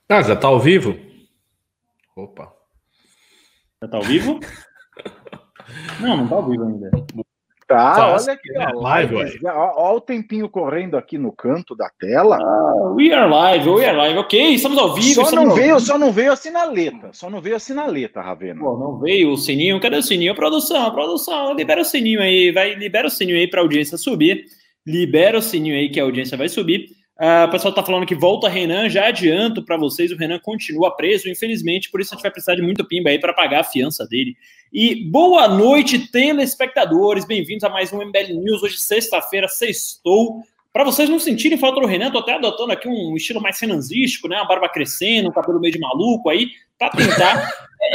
Ah, já tá ao vivo? Opa. Já tá ao vivo? Não, não tá ao vivo ainda. Tá, Fácil, olha aqui, né? ó, Live, lives, ué. ó o tempinho correndo aqui no canto da tela. We are live, ok, estamos ao vivo, Só estamos não ao veio, vivo. só não veio a sinaleta, Ravena. Pô, não veio o sininho, cadê o sininho? Produção, libera o sininho aí, libera o sininho aí pra audiência subir, libera o sininho aí que a audiência vai subir. O pessoal tá falando que volta Renan, já adianto pra vocês, o Renan continua preso, infelizmente, por isso a gente vai precisar de muito pimba aí pra pagar a fiança dele. E boa noite, telespectadores, bem-vindos a mais um MBL News, hoje sexta-feira, sextou. Para vocês não sentirem falta do Renan, tô até adotando aqui um estilo mais renanzístico, né? A barba crescendo, um cabelo meio de maluco aí, para tentar,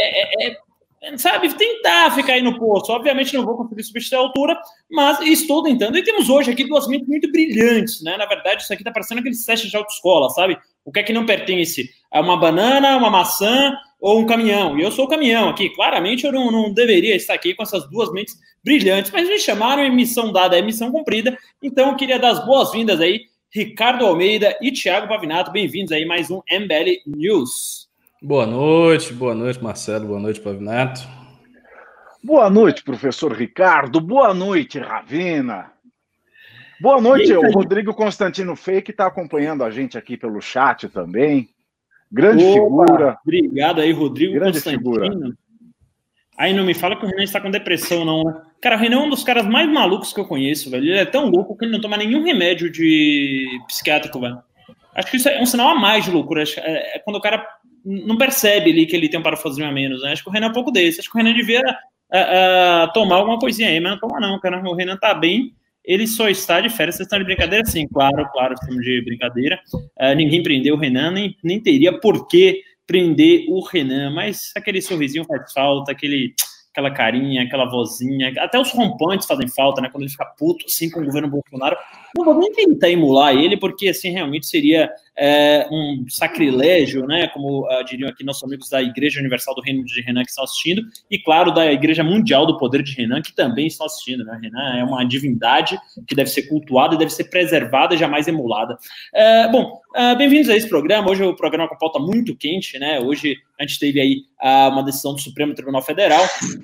sabe, tentar ficar aí no posto. Obviamente não vou conseguir substituir a altura, mas estou tentando. E temos hoje aqui duas mentes muito brilhantes, né? Na verdade, isso aqui tá parecendo aqueles testes de autoescola, sabe? O que é que não pertence a uma banana, uma maçã ou um caminhão? E eu sou o caminhão aqui. Claramente eu não deveria estar aqui com essas duas mentes brilhantes, mas me chamaram em missão dada, é missão cumprida. Então eu queria dar as boas-vindas aí, Ricardo Almeida e Thiago Pavinato. Bem-vindos aí a mais um MBL News. Boa noite, Marcelo. Boa noite, Pavinato. Boa noite, professor Ricardo. Boa noite, Ravena. Boa noite, o Rodrigo Constantino Fei, que está acompanhando a gente aqui pelo chat também. Grande figura. Obrigado aí, Rodrigo Grande Constantino. Figura. Aí não me fala que o Renan está com depressão, não, né? Cara, o Renan é um dos caras mais malucos que eu conheço, velho. Ele é tão louco que ele não toma nenhum remédio de psiquiátrico, velho. Acho que isso é um sinal a mais de loucura. É quando o cara não percebe ali que ele tem um parafusinho a menos, né? Acho que o Renan é um pouco desse. Acho que o Renan devia tomar alguma coisinha aí, mas não toma não, cara. O Renan tá bem, ele só está de férias. Vocês estão de brincadeira? Sim, claro, estamos de brincadeira. Ninguém prendeu o Renan, nem teria por que prender o Renan, mas aquele sorrisinho faz falta, aquela carinha, aquela vozinha, até os rompantes fazem falta, né, quando ele fica puto, assim, com o governo Bolsonaro. Não vou nem tentar emular ele, porque, assim, realmente seria um sacrilégio, né, como diriam aqui nossos amigos da Igreja Universal do Reino de Renan que estão assistindo, e, claro, da Igreja Mundial do Poder de Renan, que também estão assistindo, né. Renan é uma divindade que deve ser cultuada e deve ser preservada e jamais emulada. Bem-vindos a esse programa. Hoje o programa com pauta muito quente, né? Hoje a gente teve aí uma decisão do Supremo Tribunal Federal.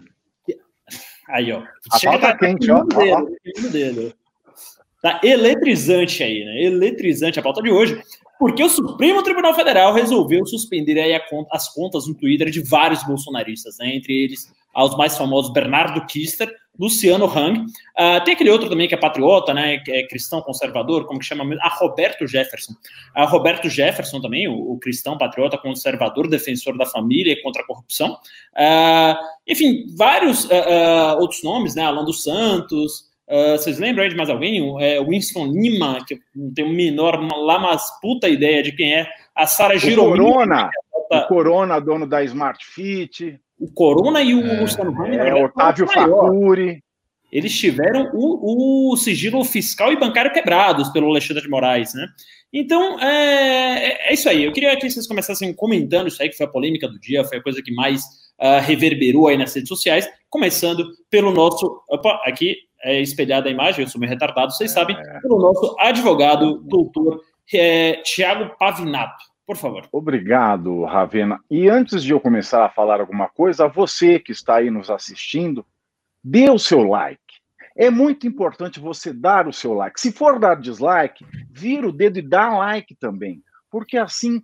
Aí, ó. A pauta quente, ó. Tá eletrizante aí, né? Eletrizante a pauta de hoje, porque o Supremo Tribunal Federal resolveu suspender aí as contas no Twitter de vários bolsonaristas, né? Entre eles, os mais famosos Bernardo Kister, Luciano Hang, tem aquele outro também que é patriota, né, que é cristão conservador, como que chama mesmo? Roberto Jefferson. Roberto Jefferson também, o cristão patriota conservador, defensor da família e contra a corrupção. Enfim, vários outros nomes, né, Alan dos Santos. Vocês lembram aí de mais alguém? Winston Lima, que eu não tenho menor lá, mas puta ideia de quem é. A Sara Giromini. O Corona, dono da Smart Fit. O Corona e o Luciano Hang, Otávio Facuri. Eles tiveram o sigilo fiscal e bancário quebrados pelo Alexandre de Moraes, né? Então, é isso aí. Eu queria que vocês começassem comentando isso aí, que foi a polêmica do dia, foi a coisa que mais reverberou aí nas redes sociais, começando pelo nosso... Opa, aqui é espelhada a imagem, eu sou meio retardado, vocês sabem, pelo nosso advogado, doutor Thiago Pavinato. Por favor. Obrigado, Ravena. E antes de eu começar a falar alguma coisa, você que está aí nos assistindo, dê o seu like. É muito importante você dar o seu like. Se for dar dislike, vira o dedo e dá like também, porque assim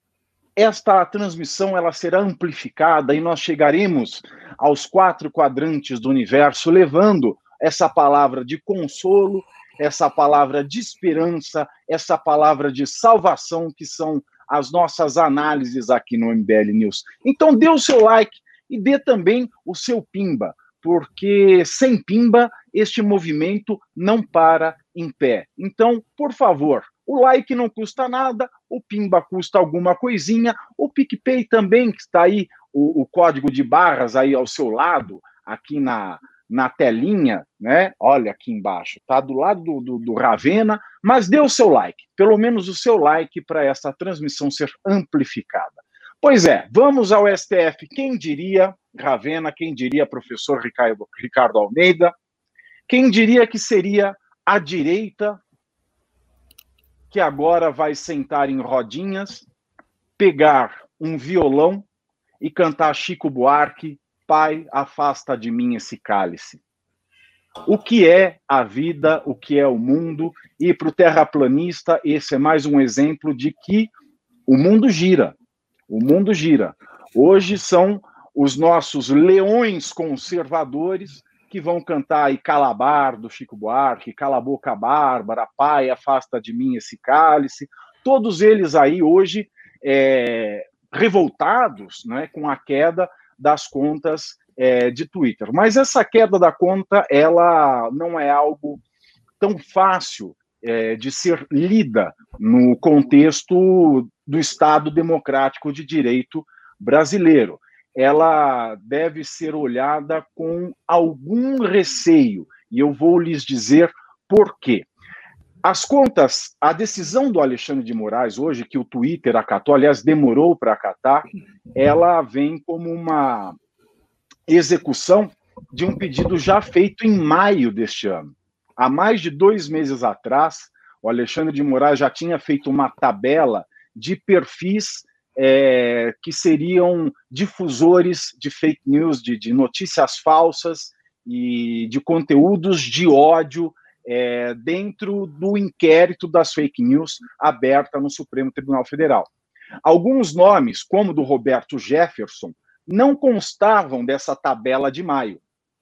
esta transmissão ela será amplificada e nós chegaremos aos 4 quadrantes do universo, levando essa palavra de consolo, essa palavra de esperança, essa palavra de salvação, que são as nossas análises aqui no MBL News. Então dê o seu like e dê também o seu pimba, porque sem pimba este movimento não para em pé. Então, por favor, o like não custa nada, o pimba custa alguma coisinha, o PicPay também, que está aí, o código de barras aí ao seu lado, aqui na telinha, né? Olha aqui embaixo, tá do lado do Ravena, mas dê o seu like, pelo menos o seu like para essa transmissão ser amplificada. Pois é, vamos ao STF. Quem diria, Ravena, quem diria, professor Ricardo Almeida, quem diria que seria a direita que agora vai sentar em rodinhas pegar um violão e cantar Chico Buarque, Pai, afasta de mim esse cálice. O que é a vida, o que é o mundo? E para o terraplanista, esse é mais um exemplo de que o mundo gira. O mundo gira. Hoje são os nossos leões conservadores que vão cantar aí Calabar, do Chico Buarque, Cala a Boca Bárbara, Pai, afasta de mim esse cálice. Todos eles aí hoje revoltados, né, com a queda das contas de Twitter. Mas essa queda da conta, ela não é algo tão fácil de ser lida no contexto do Estado Democrático de Direito brasileiro. Ela deve ser olhada com algum receio, e eu vou lhes dizer por quê. As contas, a decisão do Alexandre de Moraes hoje, que o Twitter acatou, aliás, demorou para acatar, ela vem como uma execução de um pedido já feito em maio deste ano. Há mais de 2 meses atrás, o Alexandre de Moraes já tinha feito uma tabela de perfis que seriam difusores de fake news, de notícias falsas e de conteúdos de ódio dentro do inquérito das fake news aberta no Supremo Tribunal Federal. Alguns nomes, como o do Roberto Jefferson, não constavam dessa tabela de maio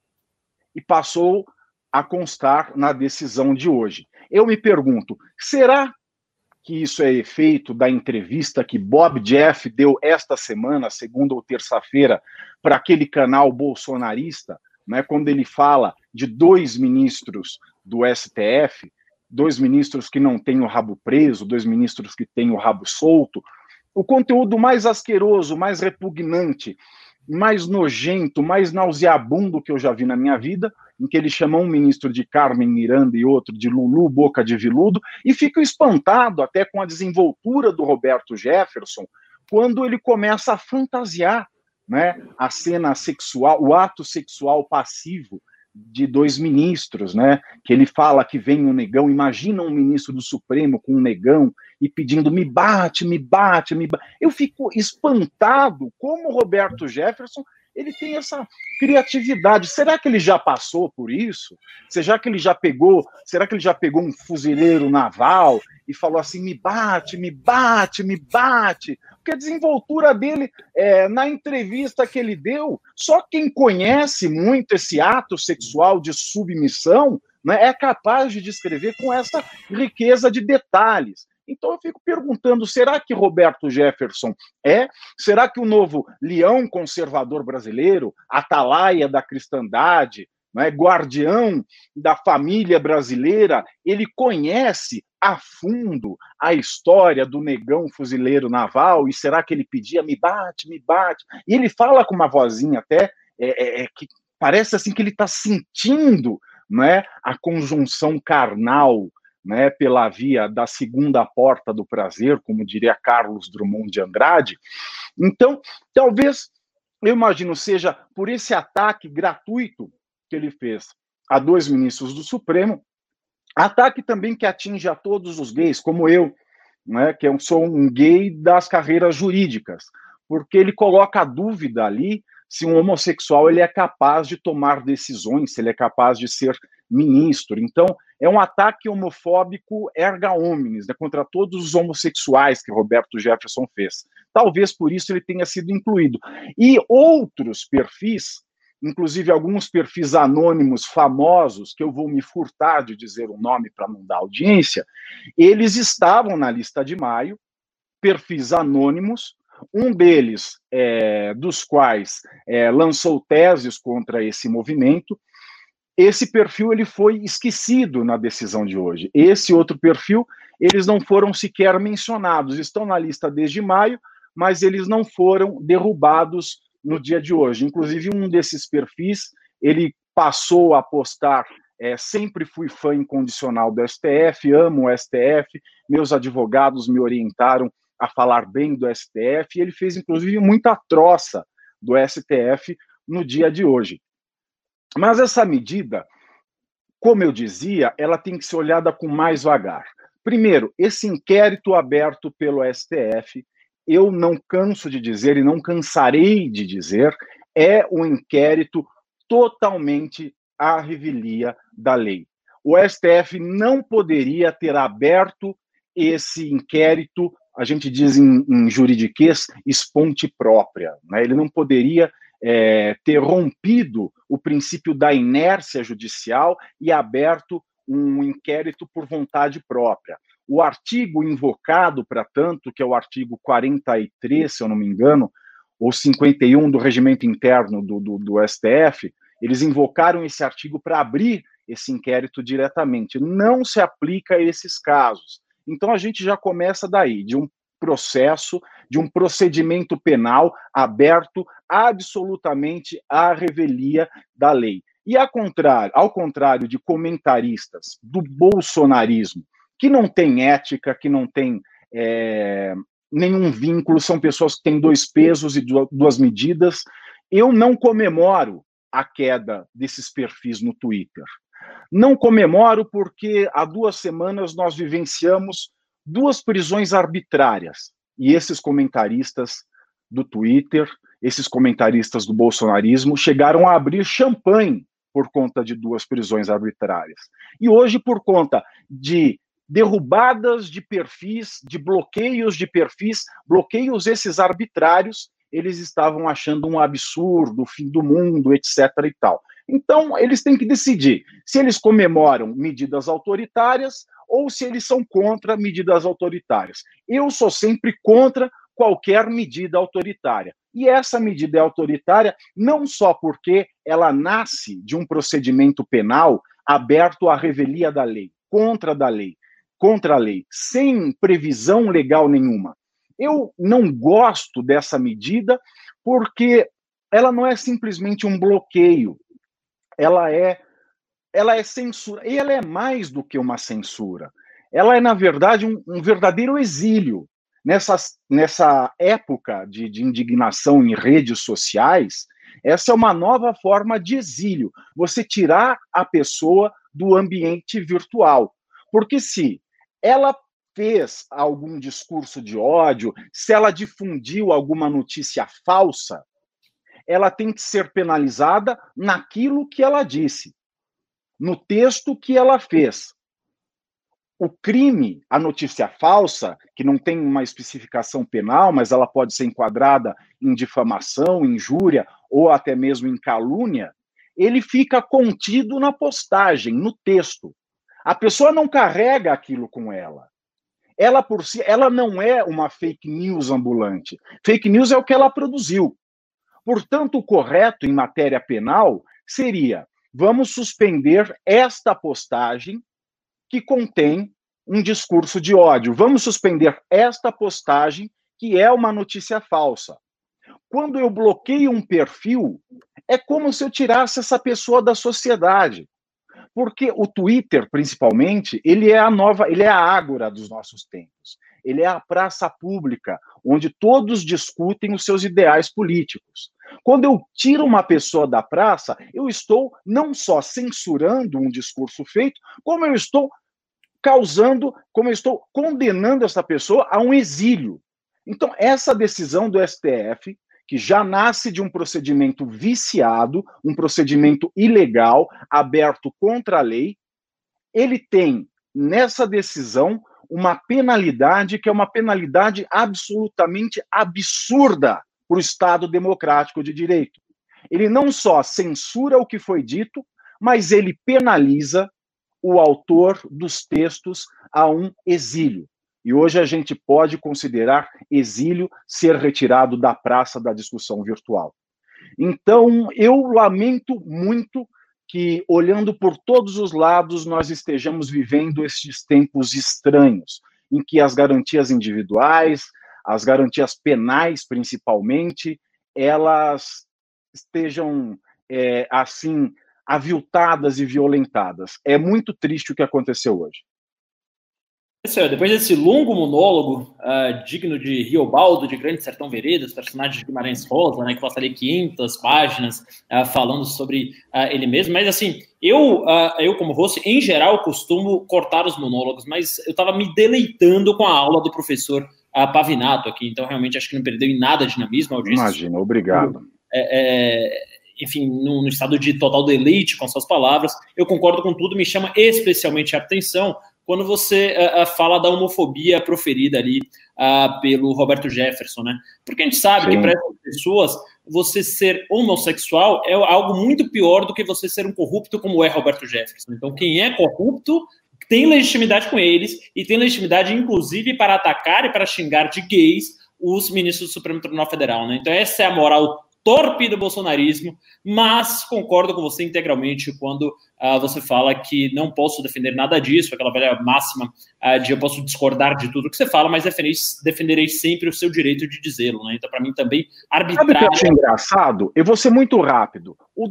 e passou a constar na decisão de hoje. Eu me pergunto, será que isso é efeito da entrevista que Bob Jeff deu esta semana, segunda ou terça-feira, para aquele canal bolsonarista, né, quando ele fala de 2 ministros do STF, 2 ministros que não têm o rabo preso, 2 ministros que têm o rabo solto? O conteúdo mais asqueroso, mais repugnante, mais nojento, mais nauseabundo que eu já vi na minha vida, em que ele chama um ministro de Carmen Miranda e outro de Lulu Boca de Viludo, e fico espantado até com a desenvoltura do Roberto Jefferson, quando ele começa a fantasiar, né, a cena sexual, o ato sexual passivo de 2 ministros, né, que ele fala que vem um negão, imagina um ministro do Supremo com um negão e pedindo me bate, me bate, me bate. Eu fico espantado como o Roberto Jefferson ele tem essa criatividade. Será que ele já passou por isso? Será que ele já pegou um fuzileiro naval e falou assim, me bate, me bate, me bate? Porque a desenvoltura dele, na entrevista que ele deu, só quem conhece muito esse ato sexual de submissão, né, é capaz de descrever com essa riqueza de detalhes. Então eu fico perguntando, será que Roberto Jefferson será que o novo leão conservador brasileiro, atalaia da cristandade, né, guardião da família brasileira, ele conhece a fundo a história do negão fuzileiro naval? E será que ele pedia me bate, me bate? E ele fala com uma vozinha até que parece assim que ele está sentindo, né, a conjunção carnal, né, pela via da segunda porta do prazer, como diria Carlos Drummond de Andrade. Então, talvez, eu imagino, seja por esse ataque gratuito que ele fez a 2 ministros do Supremo, ataque também que atinge a todos os gays, como eu, né, que eu sou um gay das carreiras jurídicas, porque ele coloca a dúvida ali se um homossexual ele é capaz de tomar decisões, se ele é capaz de ser ministro. Então, é um ataque homofóbico erga omnes, né, contra todos os homossexuais que Roberto Jefferson fez. Talvez por isso ele tenha sido incluído. E outros perfis, inclusive alguns perfis anônimos famosos, que eu vou me furtar de dizer o nome para não dar audiência, eles estavam na lista de maio, perfis anônimos, um deles, dos quais lançou teses contra esse movimento. Esse perfil ele foi esquecido na decisão de hoje. Esse outro perfil, eles não foram sequer mencionados. Estão na lista desde maio, mas eles não foram derrubados no dia de hoje. Inclusive, um desses perfis, ele passou a postar sempre fui fã incondicional do STF, amo o STF, meus advogados me orientaram a falar bem do STF, e ele fez, inclusive, muita troça do STF no dia de hoje. Mas essa medida, como eu dizia, ela tem que ser olhada com mais vagar. Primeiro, esse inquérito aberto pelo STF, eu não canso de dizer e não cansarei de dizer, é um inquérito totalmente à revelia da lei. O STF não poderia ter aberto esse inquérito, a gente diz em juridiquês, esponte própria, né? Ele não poderia ter rompido o princípio da inércia judicial e aberto um inquérito por vontade própria. O artigo invocado, para tanto, que é o artigo 43, se eu não me engano, ou 51 do regimento interno do STF, eles invocaram esse artigo para abrir esse inquérito diretamente. Não se aplica a esses casos. Então, a gente já começa daí, de um processo, de um procedimento penal aberto absolutamente à revelia da lei. E ao contrário de comentaristas do bolsonarismo, que não tem ética, que não tem nenhum vínculo, são pessoas que têm 2 pesos e 2 medidas, eu não comemoro a queda desses perfis no Twitter. Não comemoro porque há 2 semanas nós vivenciamos 2 prisões arbitrárias. E esses comentaristas do Twitter, esses comentaristas do bolsonarismo, chegaram a abrir champanhe por conta de 2 prisões arbitrárias. E hoje, por conta de derrubadas de perfis, de bloqueios esses arbitrários, eles estavam achando um absurdo, o fim do mundo, etc. e tal. Então, eles têm que decidir se eles comemoram medidas autoritárias ou se eles são contra medidas autoritárias. Eu sou sempre contra qualquer medida autoritária. E essa medida é autoritária não só porque ela nasce de um procedimento penal aberto à revelia da lei, contra a lei, sem previsão legal nenhuma. Eu não gosto dessa medida porque ela não é simplesmente um bloqueio, ela é censura, e ela é mais do que uma censura. Ela é, na verdade, um verdadeiro exílio. Nessa época de indignação em redes sociais, essa é uma nova forma de exílio, você tirar a pessoa do ambiente virtual. Porque se ela fez algum discurso de ódio, se ela difundiu alguma notícia falsa, ela tem que ser penalizada naquilo que ela disse, no texto que ela fez. O crime, a notícia falsa, que não tem uma especificação penal, mas ela pode ser enquadrada em difamação, injúria ou até mesmo em calúnia, ele fica contido na postagem, no texto. A pessoa não carrega aquilo com ela. Ela por si, ela não é uma fake news ambulante. Fake news é o que ela produziu. Portanto, o correto em matéria penal seria: vamos suspender esta postagem que contém um discurso de ódio. Vamos suspender esta postagem que é uma notícia falsa. Quando eu bloqueio um perfil, é como se eu tirasse essa pessoa da sociedade. Porque o Twitter, principalmente, ele é a ágora dos nossos tempos. Ele é a praça pública, onde todos discutem os seus ideais políticos. Quando eu tiro uma pessoa da praça, eu estou não só censurando um discurso feito, como eu estou condenando essa pessoa a um exílio. Então, essa decisão do STF, que já nasce de um procedimento viciado, um procedimento ilegal, aberto contra a lei, ele tem, nessa decisão, uma penalidade que é uma penalidade absolutamente absurda para o Estado democrático de direito. Ele não só censura o que foi dito, mas ele penaliza o autor dos textos a um exílio. E hoje a gente pode considerar exílio ser retirado da praça da discussão virtual. Então, eu lamento muito que, olhando por todos os lados, nós estejamos vivendo estes tempos estranhos, em que as garantias individuais, as garantias penais, principalmente, elas estejam, assim, aviltadas e violentadas. É muito triste o que aconteceu hoje. Depois desse longo monólogo, digno de Riobaldo, de Grande Sertão Veredas, personagem de Guimarães Rosa, né, que passaria 500 páginas falando sobre ele mesmo, mas assim, eu como host, em geral, costumo cortar os monólogos, mas eu estava me deleitando com a aula do professor Pavinato aqui, então realmente acho que não perdeu em nada dinamismo. Imagina, obrigado. Enfim, no estado de total deleite com suas palavras. Eu concordo com tudo, me chama especialmente a atenção quando você fala da homofobia proferida ali pelo Roberto Jefferson, né? Porque a gente sabe que para essas pessoas, você ser homossexual é algo muito pior do que você ser um corrupto como é Roberto Jefferson. Então, quem é corrupto tem legitimidade com eles e tem legitimidade, inclusive, para atacar e para xingar de gays os ministros do Supremo Tribunal Federal, né? Então, essa é a moral torpe do bolsonarismo, mas concordo com você integralmente quando você fala que não posso defender nada disso, aquela velha máxima de eu posso discordar de tudo que você fala, mas defenderei sempre o seu direito de dizê-lo, né? Então, para mim, também arbitrário... Sabe o que eu acho engraçado? Eu vou ser muito rápido. O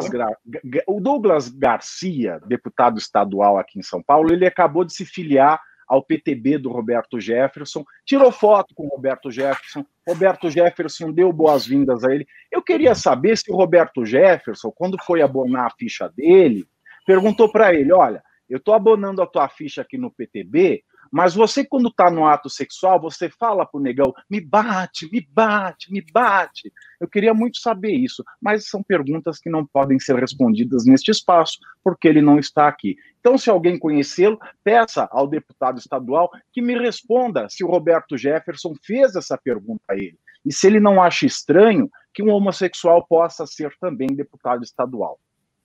Douglas Garcia, deputado estadual aqui em São Paulo, ele acabou de se filiar ao PTB do Roberto Jefferson, tirou foto com o Roberto Jefferson deu boas-vindas a ele. Eu queria saber se o Roberto Jefferson, quando foi abonar a ficha dele, perguntou para ele, olha, eu estou abonando a tua ficha aqui no PTB, mas você, quando está no ato sexual, você fala pro negão, me bate, me bate, me bate. Eu queria muito saber isso, mas são perguntas que não podem ser respondidas neste espaço, porque ele não está aqui. Então, se alguém conhecê-lo, peça ao deputado estadual que me responda se o Roberto Jefferson fez essa pergunta a ele. E se ele não acha estranho que um homossexual possa ser também deputado estadual.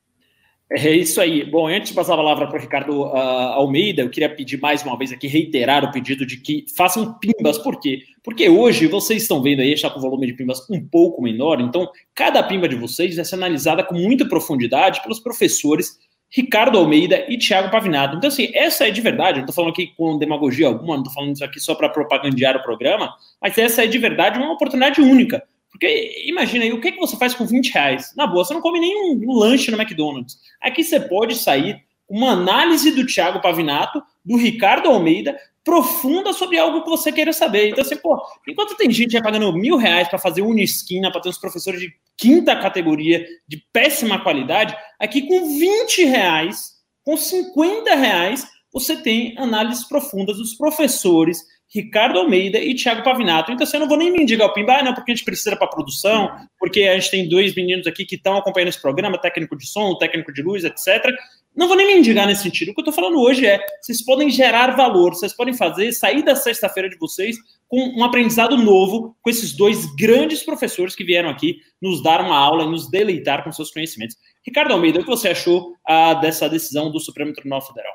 É isso aí. Bom, antes de passar a palavra para o Ricardo Almeida, eu queria pedir mais uma vez aqui, reiterar o pedido de que façam pimbas. Por quê? Porque hoje, vocês estão vendo aí, está com o volume de pimbas um pouco menor, então cada pimba de vocês vai ser analisada com muita profundidade pelos professores Ricardo Almeida e Thiago Pavinato. Então, assim, essa é de verdade, eu não estou falando aqui com demagogia alguma, não estou falando isso aqui só para propagandear o programa, mas essa é de verdade uma oportunidade única. Porque imagina aí, o que você faz com R$20? Na boa, você não come nem um lanche no McDonald's. Aqui você pode sair uma análise do Thiago Pavinato, do Ricardo Almeida, profunda sobre algo que você queira saber. Então, assim, enquanto tem gente já pagando R$1.000 para fazer Unisquina, para ter uns professores de quinta categoria, de péssima qualidade, aqui com R$20, com R$50, você tem análises profundas dos professores Ricardo Almeida e Thiago Pavinato. Então, assim, eu não vou nem mendigar o pimba, não, porque a gente precisa para a produção, porque a gente tem 2 meninos aqui que estão acompanhando esse programa, técnico de som, técnico de luz, etc. Não vou nem mendigar nesse sentido. O que eu estou falando hoje é, vocês podem gerar valor, vocês podem sair da sexta-feira de vocês com um aprendizado novo, com esses 2 grandes professores que vieram aqui nos dar uma aula e nos deleitar com seus conhecimentos. Ricardo Almeida, o que você achou dessa decisão do Supremo Tribunal Federal?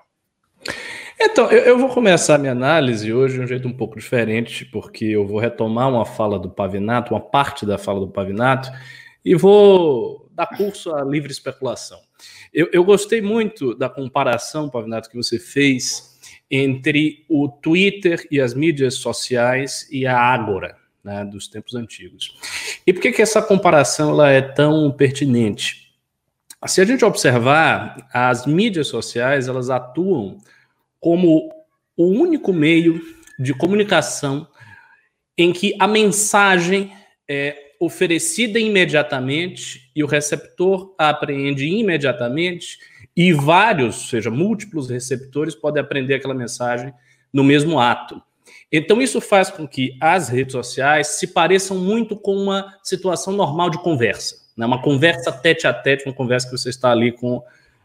Então, eu vou começar a minha análise hoje de um jeito um pouco diferente, porque eu vou retomar uma fala do Pavinato, uma parte da fala do Pavinato, e vou dar curso à livre especulação. Eu gostei muito da comparação, Pavinato, que você fez entre o Twitter e as mídias sociais e a Ágora, né, dos tempos antigos. E por que essa comparação ela é tão pertinente? Se a gente observar, as mídias sociais elas atuam como o único meio de comunicação em que a mensagem é oferecida imediatamente e o receptor a apreende imediatamente e vários, ou seja, múltiplos receptores podem aprender aquela mensagem no mesmo ato. Então isso faz com que as redes sociais se pareçam muito com uma situação normal de conversa, né? Uma conversa tete a tete, uma conversa que você está ali com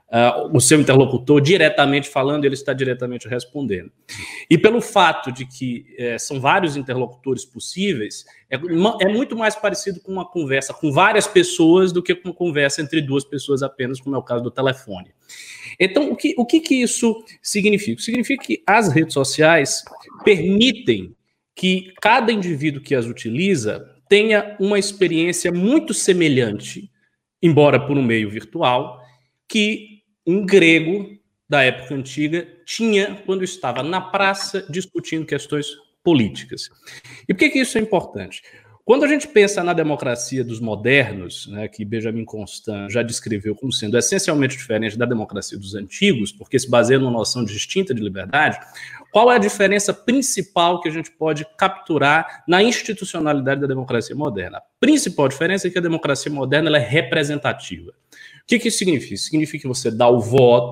o seu interlocutor diretamente falando, ele está diretamente respondendo. E pelo fato de que são vários interlocutores possíveis, é muito mais parecido com uma conversa com várias pessoas do que com uma conversa entre 2 pessoas apenas, como é o caso do telefone. Então, o que isso significa? Significa que as redes sociais permitem que cada indivíduo que as utiliza tenha uma experiência muito semelhante, embora por um meio virtual, que um grego da época antiga tinha quando estava na praça discutindo questões políticas. E por que isso é importante? Quando a gente pensa na democracia dos modernos, né, que Benjamin Constant já descreveu como sendo essencialmente diferente da democracia dos antigos, porque se baseia numa noção distinta de liberdade, qual é a diferença principal que a gente pode capturar na institucionalidade da democracia moderna? A principal diferença é que a democracia moderna ela é representativa. O que isso significa? Significa que você dá o voto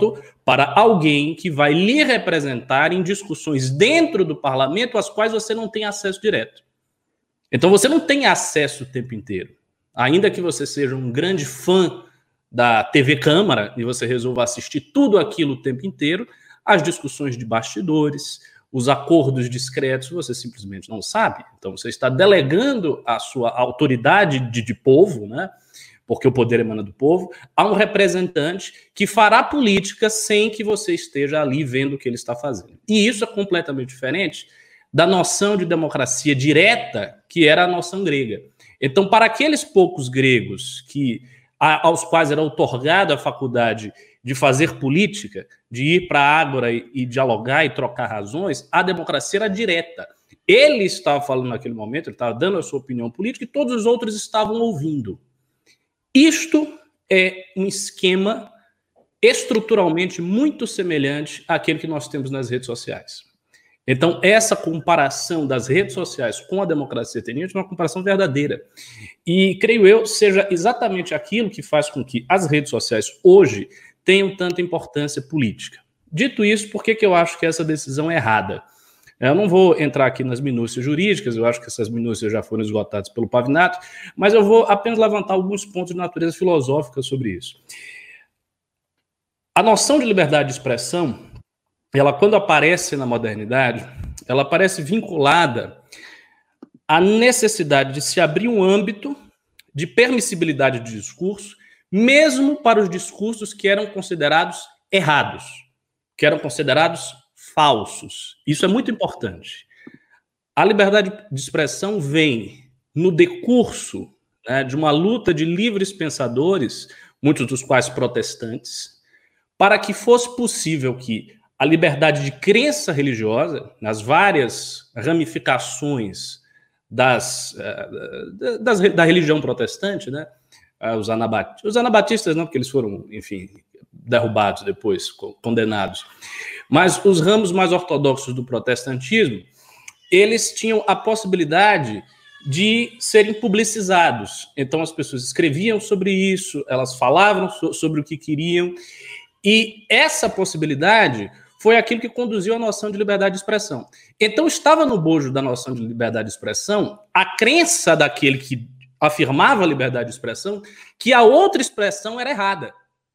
para alguém que vai lhe representar em discussões dentro do parlamento às quais você não tem acesso direto. Então você não tem acesso o tempo inteiro. Ainda que você seja um grande fã da TV Câmara e você resolva assistir tudo aquilo o tempo inteiro, as discussões de bastidores, os acordos discretos, você simplesmente não sabe. Então você está delegando a sua autoridade de povo, né? Porque o poder emana do povo, a um representante que fará política sem que você esteja ali vendo o que ele está fazendo. E isso é completamente diferente da noção de democracia direta, que era a noção grega. Então, para aqueles poucos gregos aos quais era outorgada a faculdade de fazer política, de ir para a ágora e dialogar e trocar razões, a democracia era direta. Ele estava falando naquele momento, ele estava dando a sua opinião política e todos os outros estavam ouvindo. Isto é um esquema estruturalmente muito semelhante àquele que nós temos nas redes sociais. Então, essa comparação das redes sociais com a democracia ateniense é uma comparação verdadeira. E, creio eu, seja exatamente aquilo que faz com que as redes sociais hoje tenham tanta importância política. Dito isso, por que eu acho que essa decisão é errada? Eu não vou entrar aqui nas minúcias jurídicas, eu acho que essas minúcias já foram esgotadas pelo Pavinato, mas eu vou apenas levantar alguns pontos de natureza filosófica sobre isso. A noção de liberdade de expressão, ela, quando aparece na modernidade, ela aparece vinculada à necessidade de se abrir um âmbito de permissibilidade de discurso, mesmo para os discursos que eram considerados errados, que eram considerados falsos. Isso é muito importante. A liberdade de expressão vem no decurso, né, de uma luta de livres pensadores, muitos dos quais protestantes, para que fosse possível que a liberdade de crença religiosa, nas várias ramificações da religião protestante, né, os anabatistas não, porque eles foram, enfim, derrubados depois, condenados. Mas os ramos mais ortodoxos do protestantismo, eles tinham a possibilidade de serem publicizados. Então as pessoas escreviam sobre isso, elas falavam sobre o que queriam, e essa possibilidade foi aquilo que conduziu à noção de liberdade de expressão. Então estava no bojo da noção de liberdade de expressão a crença daquele que afirmava a liberdade de expressão que a outra expressão era errada.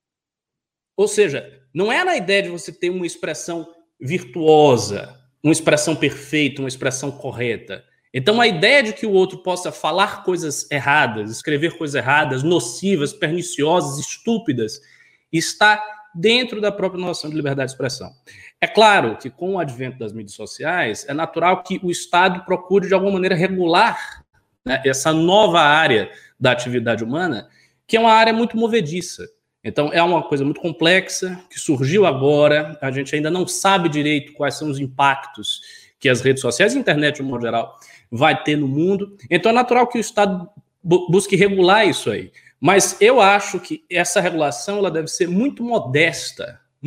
Ou seja, não era a ideia de você ter uma expressão virtuosa, uma expressão perfeita, uma expressão correta. Então, a ideia de que o outro possa falar coisas erradas, escrever coisas erradas, nocivas, perniciosas, estúpidas, está dentro da própria noção de liberdade de expressão. É claro que, com o advento das mídias sociais, é natural que o Estado procure, de alguma maneira, regular, né, essa nova área da atividade humana, que é uma área muito movediça. Então, é uma coisa muito complexa, que surgiu agora, a gente ainda não sabe direito quais são os impactos que as redes sociais e a internet, de um modo geral, vai ter no mundo. Então, é natural que o Estado busque regular isso aí. Mas eu acho que essa regulação ela deve ser muito modesta e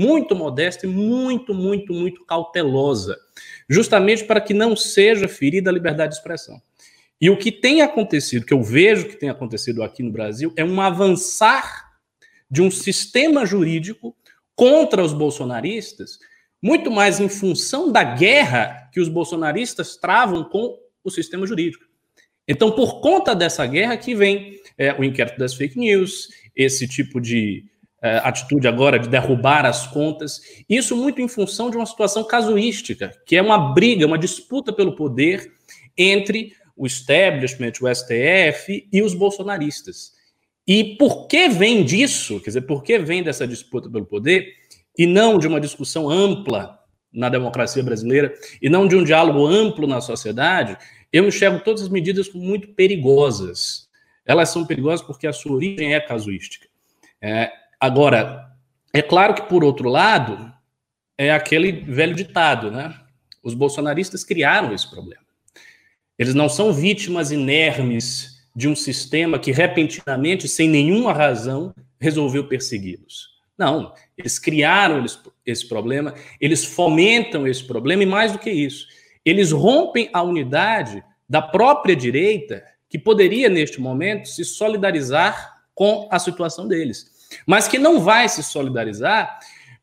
muito cautelosa, justamente para que não seja ferida a liberdade de expressão. E o que tem acontecido, que eu vejo que tem acontecido aqui no Brasil, é um avançar de um sistema jurídico contra os bolsonaristas, muito mais em função da guerra que os bolsonaristas travam com o sistema jurídico. Então, por conta dessa guerra que vem o inquérito das fake news, esse tipo de atitude agora de derrubar as contas, isso muito em função de uma situação casuística, que é uma briga, uma disputa pelo poder entre o establishment, o STF e os bolsonaristas. E por que vem disso? Quer dizer, por que vem dessa disputa pelo poder e não de uma discussão ampla na democracia brasileira e não de um diálogo amplo na sociedade? Eu enxergo todas as medidas como muito perigosas. Elas são perigosas porque a sua origem é casuística. Agora, é claro que, por outro lado, é aquele velho ditado, né? Os bolsonaristas criaram esse problema. Eles não são vítimas inermes de um sistema que repentinamente, sem nenhuma razão, resolveu persegui-los. Não, eles criaram esse problema, eles fomentam esse problema e mais do que isso, eles rompem a unidade da própria direita que poderia, neste momento, se solidarizar com a situação deles, mas que não vai se solidarizar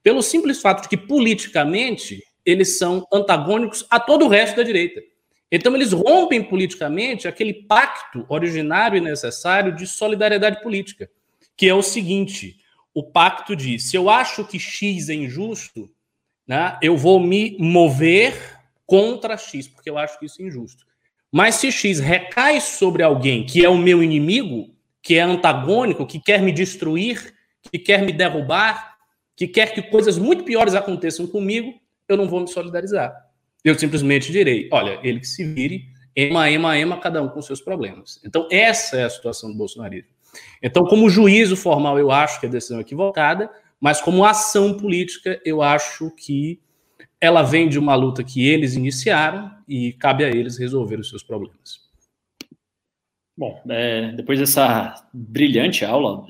pelo simples fato de que, politicamente, eles são antagônicos a todo o resto da direita. Então, eles rompem politicamente aquele pacto originário e necessário de solidariedade política, que é o seguinte: o pacto de, se eu acho que X é injusto, né, eu vou me mover contra X, porque eu acho que isso é injusto. Mas se X recai sobre alguém que é o meu inimigo, que é antagônico, que quer me destruir, que quer me derrubar, que quer que coisas muito piores aconteçam comigo, eu não vou me solidarizar. Eu simplesmente direi, olha, ele que se vire, ema, cada um com seus problemas. Então, essa é a situação do bolsonarismo. Então, como juízo formal, eu acho que a decisão é equivocada, mas como ação política, eu acho que ela vem de uma luta que eles iniciaram e cabe a eles resolver os seus problemas. Bom, depois dessa brilhante aula,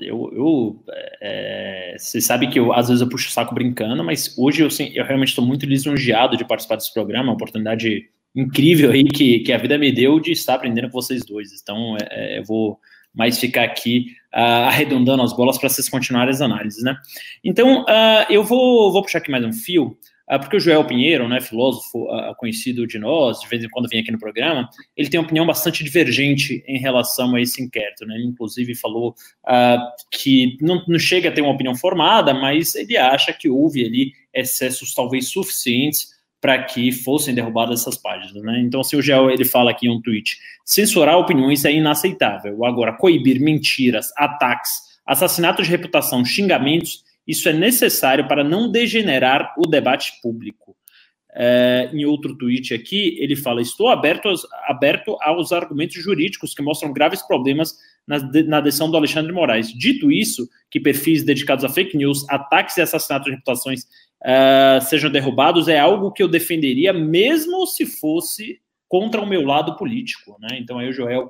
vocês sabem que às vezes eu puxo o saco brincando, mas hoje eu realmente estou muito lisonjeado de participar desse programa, uma oportunidade incrível aí que a vida me deu de estar aprendendo com vocês dois. Então, eu vou mais ficar aqui arredondando as bolas para vocês continuarem as análises, né? Então, eu vou puxar aqui mais um fio, porque o Joel Pinheiro, né, filósofo conhecido de nós, de vez em quando vem aqui no programa, ele tem uma opinião bastante divergente em relação a esse inquérito, né? Ele, inclusive, falou que não chega a ter uma opinião formada, mas ele acha que houve ali excessos talvez suficientes para que fossem derrubadas essas páginas, né? Então, assim, o Joel, ele fala aqui em um tweet: censurar opiniões é inaceitável. Agora, coibir mentiras, ataques, assassinatos de reputação, xingamentos, isso é necessário para não degenerar o debate público. Em outro tweet aqui, ele fala: estou aberto aos argumentos jurídicos que mostram graves problemas na decisão do Alexandre de Moraes. Dito isso, que perfis dedicados a fake news, ataques e assassinatos de reputações sejam derrubados, é algo que eu defenderia mesmo se fosse contra o meu lado político, né? Então aí o Joel...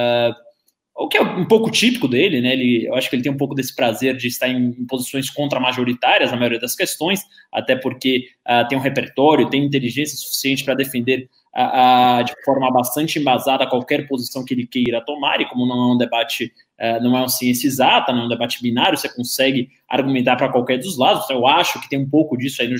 o que é um pouco típico dele, né? Eu acho que ele tem um pouco desse prazer de estar em posições contra-majoritárias na maioria das questões, até porque tem um repertório, tem inteligência suficiente para defender de forma bastante embasada qualquer posição que ele queira tomar, e como não é um debate, não é uma ciência exata, não é um debate binário, você consegue argumentar para qualquer dos lados. Então, eu acho que tem um pouco disso aí no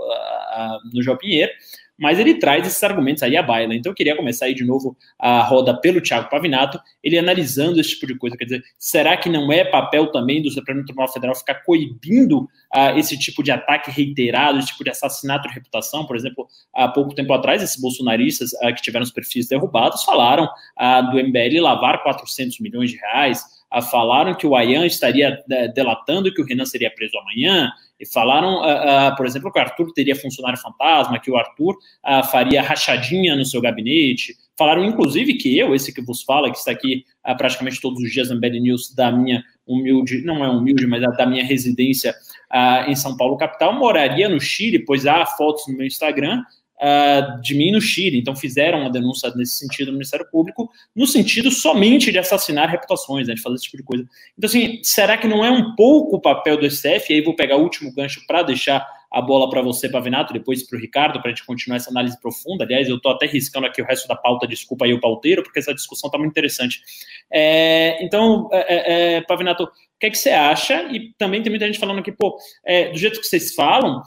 Joel Pinheiro, mas ele traz esses argumentos aí à baila. Então eu queria começar aí de novo a roda pelo Thiago Pavinato, ele analisando esse tipo de coisa. Quer dizer, será que não é papel também do Supremo Tribunal Federal ficar coibindo esse tipo de ataque reiterado, esse tipo de assassinato de reputação? Por exemplo, há pouco tempo atrás, esses bolsonaristas que tiveram os perfis derrubados falaram do MBL lavar 400 milhões de reais, falaram que o Ayan estaria delatando que o Renan seria preso amanhã, e falaram, por exemplo, que o Arthur teria funcionário fantasma, que o Arthur faria rachadinha no seu gabinete. Falaram, inclusive, que eu, esse que vos fala, que está aqui praticamente todos os dias no MBL News, da minha humilde, não é humilde, mas da minha residência em São Paulo, capital, moraria no Chile, pois há fotos no meu Instagram de mim no Chile. Então fizeram uma denúncia nesse sentido no Ministério Público, no sentido somente de assassinar reputações, né, de fazer esse tipo de coisa. Então, assim, será que não é um pouco o papel do STF? E aí vou pegar o último gancho para deixar a bola para você, Pavinato, depois para o Ricardo, para a gente continuar essa análise profunda. Aliás, eu estou até riscando aqui o resto da pauta, desculpa aí o pauteiro, porque essa discussão está muito interessante. Então, Pavinato, o que é que você acha? E também tem muita gente falando aqui, do jeito que vocês falam,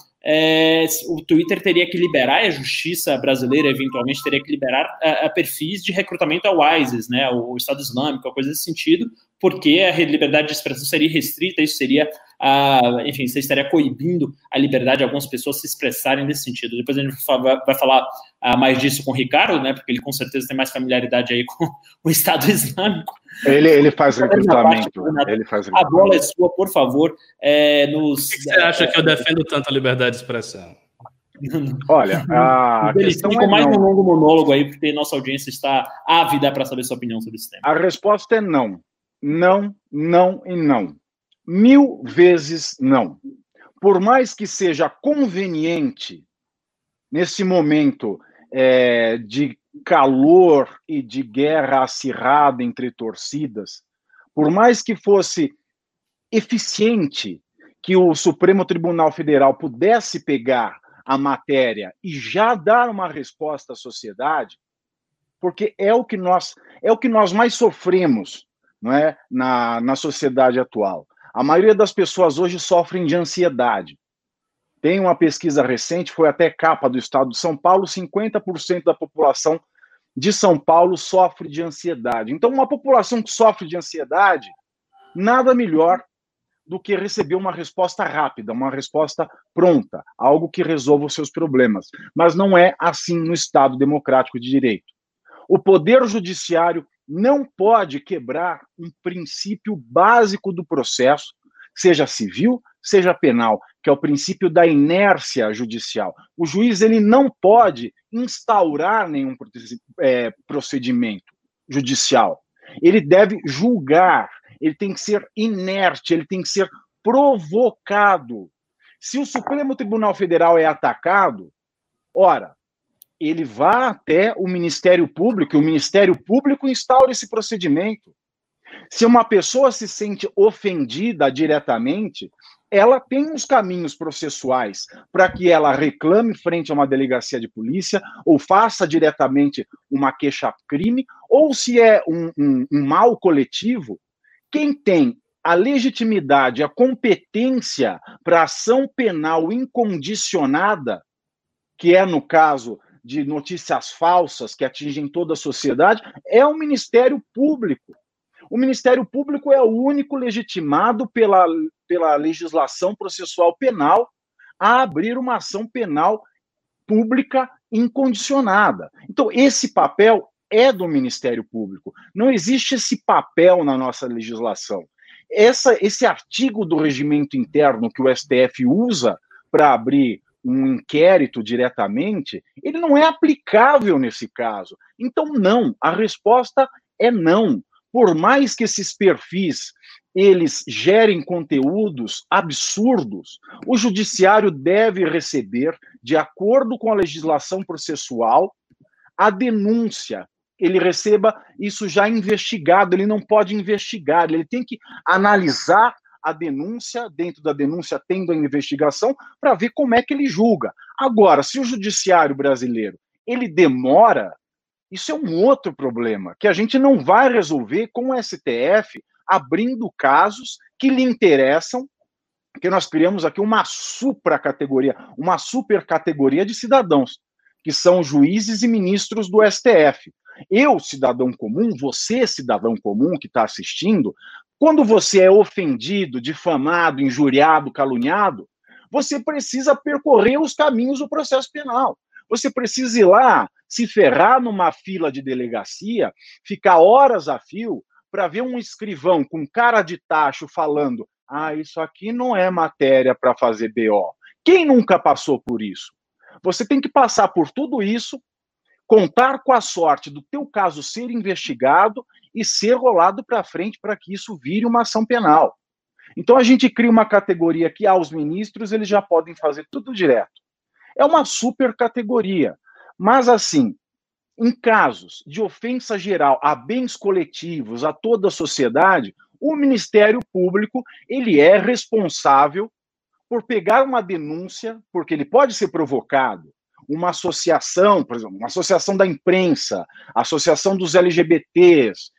o Twitter teria que liberar, a justiça brasileira eventualmente teria que liberar perfis de recrutamento ao ISIS, né, o Estado Islâmico, a coisa desse sentido, porque a liberdade de expressão seria restrita, isso seria, enfim, você estaria coibindo a liberdade de algumas pessoas se expressarem nesse sentido. Depois a gente vai falar mais disso com o Ricardo, né, porque ele com certeza tem mais familiaridade aí com o Estado Islâmico. Ele faz recrutamento. A bola é sua, por favor. Por que você acha que eu defendo tanto a liberdade de expressão? Olha, a questão ficou mais um longo monólogo aí, porque nossa audiência está ávida para saber sua opinião sobre esse tema. A resposta é não. Não, não e não. 1000 vezes não. Por mais que seja conveniente, nesse momento de calor e de guerra acirrada entre torcidas, por mais que fosse eficiente que o Supremo Tribunal Federal pudesse pegar a matéria e já dar uma resposta à sociedade, porque é o que nós mais sofremos, não é, na sociedade atual. A maioria das pessoas hoje sofrem de ansiedade. Tem uma pesquisa recente, foi até capa do Estado de São Paulo, 50% da população de São Paulo sofre de ansiedade. Então, uma população que sofre de ansiedade, nada melhor do que receber uma resposta rápida, uma resposta pronta, algo que resolva os seus problemas. Mas não é assim no Estado democrático de direito. O Poder Judiciário não pode quebrar um princípio básico do processo, seja civil, seja penal, que é o princípio da inércia judicial. O juiz ele não pode instaurar nenhum procedimento judicial. Ele deve julgar, ele tem que ser inerte, ele tem que ser provocado. Se o Supremo Tribunal Federal é atacado, ora, ele vai até o Ministério Público, e o Ministério Público instaura esse procedimento. Se uma pessoa se sente ofendida diretamente, ela tem os caminhos processuais para que ela reclame frente a uma delegacia de polícia, ou faça diretamente uma queixa-crime, ou se é um mal coletivo, quem tem a legitimidade, a competência para ação penal incondicionada, que é no caso de notícias falsas que atingem toda a sociedade, é o Ministério Público. O Ministério Público é o único legitimado pela legislação processual penal a abrir uma ação penal pública incondicionada. Então, esse papel é do Ministério Público. Não existe esse papel na nossa legislação. Esse artigo do regimento interno que o STF usa para abrir um inquérito diretamente, ele não é aplicável nesse caso. Então, não. A resposta é não. Por mais que esses perfis eles gerem conteúdos absurdos, o judiciário deve receber, de acordo com a legislação processual, a denúncia. Ele receba isso já investigado, ele não pode investigar, ele tem que analisar a denúncia, dentro da denúncia tendo a investigação, para ver como é que ele julga. Agora, se o judiciário brasileiro ele demora, isso é um outro problema, que a gente não vai resolver com o STF abrindo casos que lhe interessam, porque nós criamos aqui uma supracategoria, uma supercategoria de cidadãos, que são juízes e ministros do STF. Eu, cidadão comum, você, cidadão comum que está assistindo, quando você é ofendido, difamado, injuriado, caluniado, você precisa percorrer os caminhos do processo penal. Você precisa ir lá, se ferrar numa fila de delegacia, ficar horas a fio para ver um escrivão com cara de tacho falando: ah, isso aqui não é matéria para fazer BO. Quem nunca passou por isso? Você tem que passar por tudo isso, contar com a sorte do teu caso ser investigado e ser rolado para frente para que isso vire uma ação penal. Então a gente cria uma categoria que os ministros eles já podem fazer tudo direto. É uma super categoria. Mas assim, em casos de ofensa geral a bens coletivos, a toda a sociedade, o Ministério Público ele é responsável por pegar uma denúncia, porque ele pode ser provocado, uma associação, por exemplo, uma associação da imprensa, a associação dos LGBTs,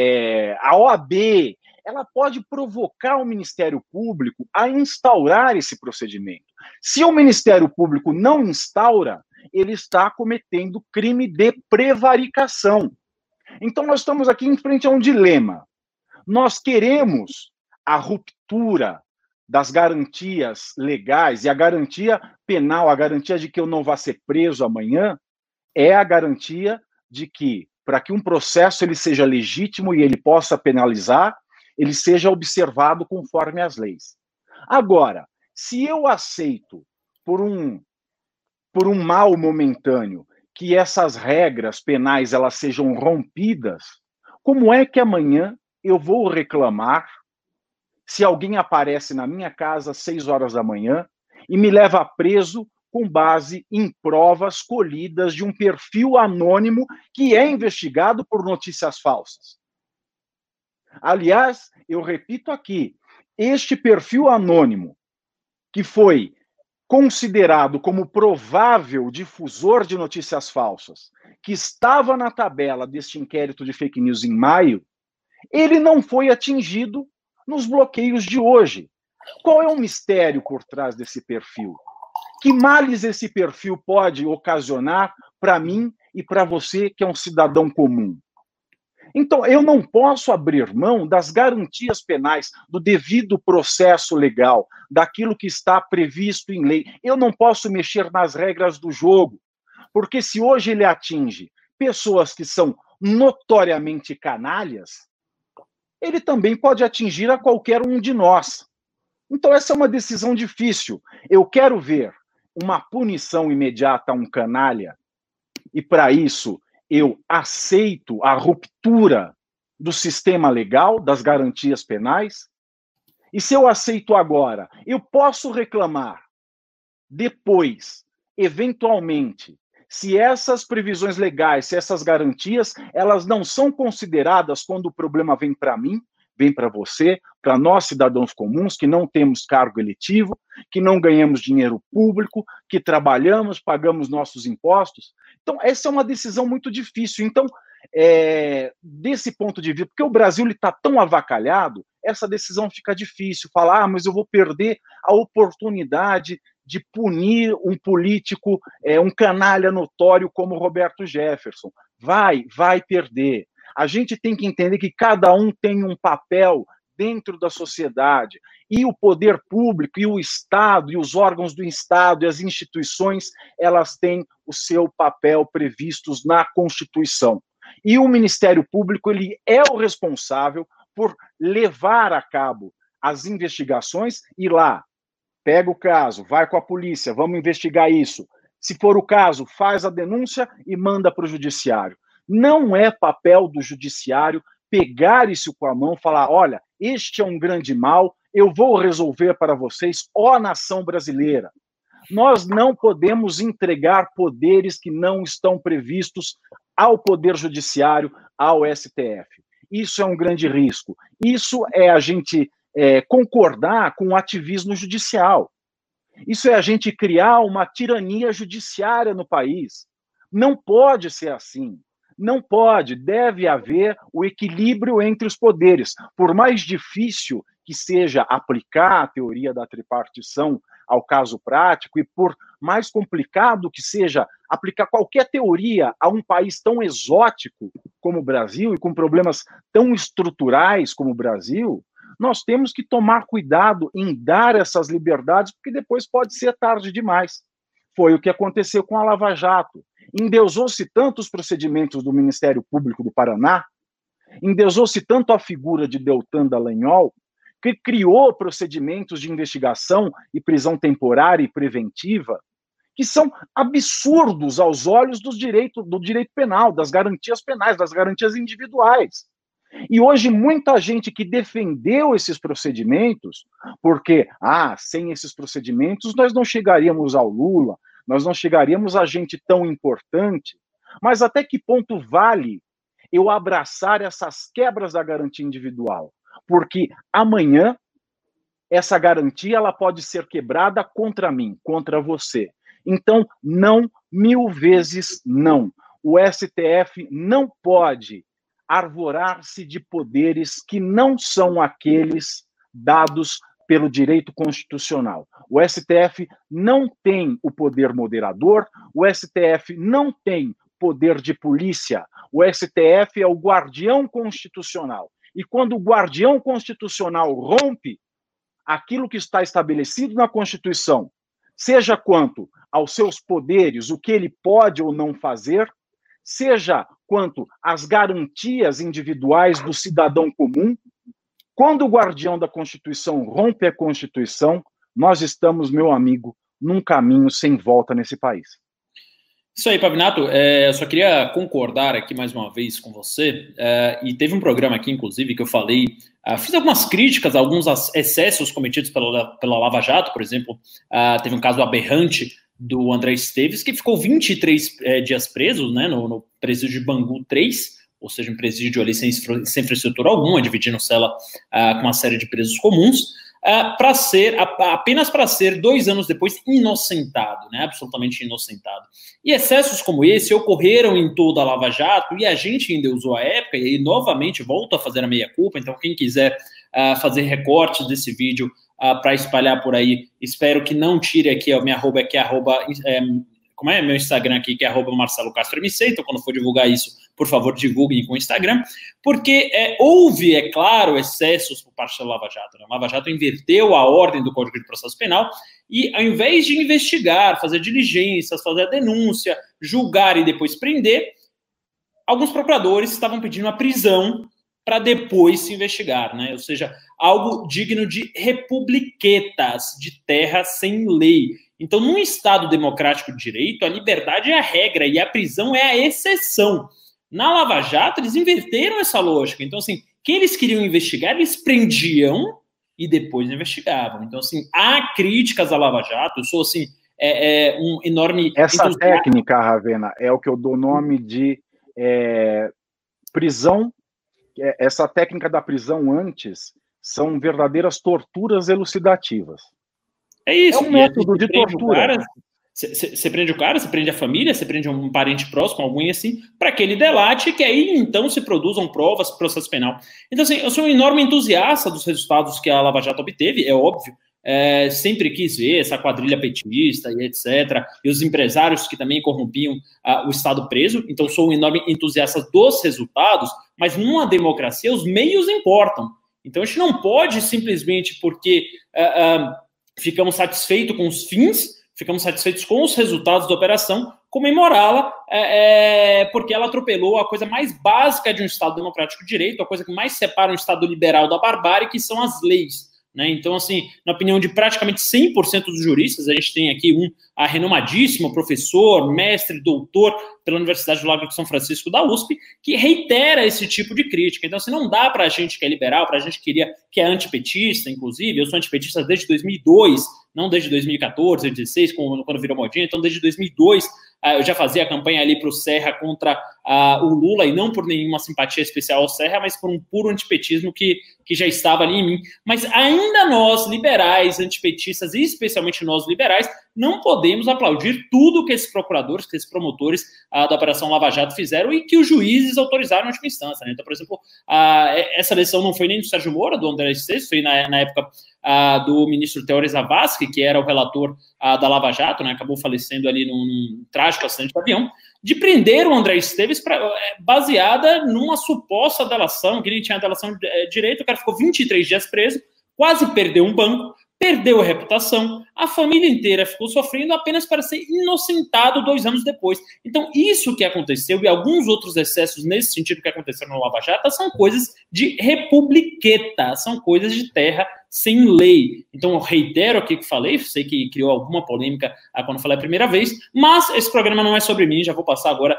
a OAB, ela pode provocar o Ministério Público a instaurar esse procedimento. Se o Ministério Público não instaura, ele está cometendo crime de prevaricação. Então, nós estamos aqui em frente a um dilema. Nós queremos a ruptura das garantias legais, e a garantia penal, a garantia de que eu não vá ser preso amanhã, é a garantia de que, para que um processo ele seja legítimo e ele possa penalizar, ele seja observado conforme as leis. Agora, se eu aceito por um mal momentâneo que essas regras penais elas sejam rompidas, como é que amanhã eu vou reclamar se alguém aparece na minha casa às 6 horas da manhã e me leva preso com base em provas colhidas de um perfil anônimo que é investigado por notícias falsas? Aliás, eu repito aqui, este perfil anônimo, que foi considerado como provável difusor de notícias falsas, que estava na tabela deste inquérito de fake news em maio, ele não foi atingido nos bloqueios de hoje. Qual é o mistério por trás desse perfil? Que males esse perfil pode ocasionar para mim e para você, que é um cidadão comum? Então, eu não posso abrir mão das garantias penais, do devido processo legal, daquilo que está previsto em lei. Eu não posso mexer nas regras do jogo, porque se hoje ele atinge pessoas que são notoriamente canalhas, ele também pode atingir a qualquer um de nós. Então, essa é uma decisão difícil. Eu quero ver uma punição imediata a um canalha, e para isso eu aceito a ruptura do sistema legal, das garantias penais, e se eu aceito agora, eu posso reclamar depois, eventualmente, se essas previsões legais, se essas garantias, elas não são consideradas quando o problema vem para mim, vem para você, para nós cidadãos comuns, que não temos cargo eletivo, que não ganhamos dinheiro público, que trabalhamos, pagamos nossos impostos. Então, essa é uma decisão muito difícil. Então, desse ponto de vista, porque o Brasil está tão avacalhado, essa decisão fica difícil. Falar, mas eu vou perder a oportunidade de punir um político, um canalha notório como Roberto Jefferson. Vai perder. A gente tem que entender que cada um tem um papel dentro da sociedade, e o poder público, e o Estado, e os órgãos do Estado, e as instituições, elas têm o seu papel previstos na Constituição. E o Ministério Público, ele é o responsável por levar a cabo as investigações, e lá, pega o caso, vai com a polícia, vamos investigar isso. Se for o caso, faz a denúncia e manda para o judiciário. Não é papel do judiciário pegar isso com a mão e falar, olha, este é um grande mal, eu vou resolver para vocês, ó nação brasileira. Nós não podemos entregar poderes que não estão previstos ao Poder Judiciário, ao STF. Isso é um grande risco. Isso é a gente concordar com o ativismo judicial. Isso é a gente criar uma tirania judiciária no país. Não pode ser assim. Não pode, deve haver o equilíbrio entre os poderes. Por mais difícil que seja aplicar a teoria da tripartição ao caso prático, e por mais complicado que seja aplicar qualquer teoria a um país tão exótico como o Brasil, e com problemas tão estruturais como o Brasil, nós temos que tomar cuidado em dar essas liberdades, porque depois pode ser tarde demais. Foi o que aconteceu com a Lava Jato. Endeusou-se tanto os procedimentos do Ministério Público do Paraná, endeusou-se tanto a figura de Deltan Dallagnol, que criou procedimentos de investigação e prisão temporária e preventiva, que são absurdos aos olhos do direito penal, das garantias penais, das garantias individuais. E hoje muita gente que defendeu esses procedimentos, porque, sem esses procedimentos nós não chegaríamos ao Lula, nós não chegaríamos a gente tão importante, mas até que ponto vale eu abraçar essas quebras da garantia individual? Porque amanhã essa garantia ela pode ser quebrada contra mim, contra você. Então, não, 1000 vezes não. O STF não pode arvorar-se de poderes que não são aqueles dados pelo direito constitucional. O STF não tem o poder moderador, o STF não tem poder de polícia, o STF é o guardião constitucional. E quando o guardião constitucional rompe aquilo que está estabelecido na Constituição, seja quanto aos seus poderes, o que ele pode ou não fazer, seja quanto às garantias individuais do cidadão comum, quando o guardião da Constituição rompe a Constituição, nós estamos, meu amigo, num caminho sem volta nesse país. Isso aí, Pavinato. Eu só queria concordar aqui mais uma vez com você. E teve um programa aqui, inclusive, que eu falei, fiz algumas críticas a alguns excessos cometidos pela Lava Jato, por exemplo. Teve um caso aberrante do André Esteves, que ficou 23 dias preso, né, no presídio de Bangu 3, ou seja, um presídio ali sem infraestrutura alguma, dividindo cela com uma série de presos comuns, apenas para ser 2 anos depois inocentado, né, absolutamente inocentado. E excessos como esse ocorreram em toda a Lava Jato, e a gente endeusou a época, e aí novamente volto a fazer a meia-culpa. Então quem quiser fazer recortes desse vídeo para espalhar por aí. Espero que não tire aqui, minha arroba aqui, como é meu Instagram aqui, que é @MarceloCastroMC, então quando for divulgar isso, por favor, divulguem com o Instagram, porque houve, é claro, excessos por parte da Lava Jato. Né? A Lava Jato inverteu a ordem do Código de Processo Penal e, ao invés de investigar, fazer diligências, fazer a denúncia, julgar e depois prender, alguns procuradores estavam pedindo a prisão para depois se investigar, né? Ou seja, algo digno de republiquetas, de terra sem lei. Então, num Estado democrático de direito, a liberdade é a regra e a prisão é a exceção. Na Lava Jato, eles inverteram essa lógica. Então, assim, quem eles queriam investigar, eles prendiam e depois investigavam. Então, assim, há críticas à Lava Jato. Eu sou, assim, um enorme... Essa técnica, Ravena, é o que eu dou nome de prisão. Essa técnica da prisão antes são verdadeiras torturas elucidativas. É isso. É um método de tortura. Você prende o cara, você prende a família, você prende um parente próximo, alguém assim, para que ele delate, que aí então se produzam provas, processo penal. Então, assim, eu sou um enorme entusiasta dos resultados que a Lava Jato obteve, é óbvio. Sempre quis ver essa quadrilha petista e etc. E os empresários que também corrompiam o Estado preso. Então, sou um enorme entusiasta dos resultados, mas numa democracia os meios importam. Então, a gente não pode simplesmente porque ficamos satisfeitos com os fins, ficamos satisfeitos com os resultados da operação, comemorá-la porque ela atropelou a coisa mais básica de um Estado democrático de direito, a coisa que mais separa um Estado liberal da barbárie, que são as leis. Né? Então, assim, na opinião de praticamente 100% dos juristas, a gente tem aqui a renomadíssima professor, mestre, doutor pela Universidade do Lago de São Francisco da USP, que reitera esse tipo de crítica. Então, assim, não dá para a gente que é liberal, para a gente que é antipetista, inclusive, eu sou antipetista desde 2002, não desde 2014, 2016, quando virou modinha, então desde 2002 eu já fazia a campanha ali para o Serra contra o Lula, e não por nenhuma simpatia especial ao Serra, mas por um puro antipetismo que já estava ali em mim. Mas ainda nós, liberais, antipetistas, e especialmente nós, liberais, não podemos aplaudir tudo que esses procuradores, que esses promotores da Operação Lava Jato fizeram e que os juízes autorizaram em última instância. Né? Então, por exemplo, essa decisão não foi nem do Sérgio Moro, do André Esteves, foi na época do ministro Teori Zavascki, que era o relator da Lava Jato, né? Acabou falecendo ali num trágico acidente de avião, de prender o André Esteves baseada numa suposta delação, que ele tinha delação de direito. O cara ficou 23 dias preso, quase perdeu um banco, perdeu a reputação, a família inteira ficou sofrendo apenas para ser inocentado 2 anos depois. Então, isso que aconteceu e alguns outros excessos nesse sentido que aconteceram no Lava Jato são coisas de republiqueta, são coisas de terra sem lei. Então, eu reitero aqui o que falei, sei que criou alguma polêmica quando falei a primeira vez, mas esse programa não é sobre mim, já vou passar agora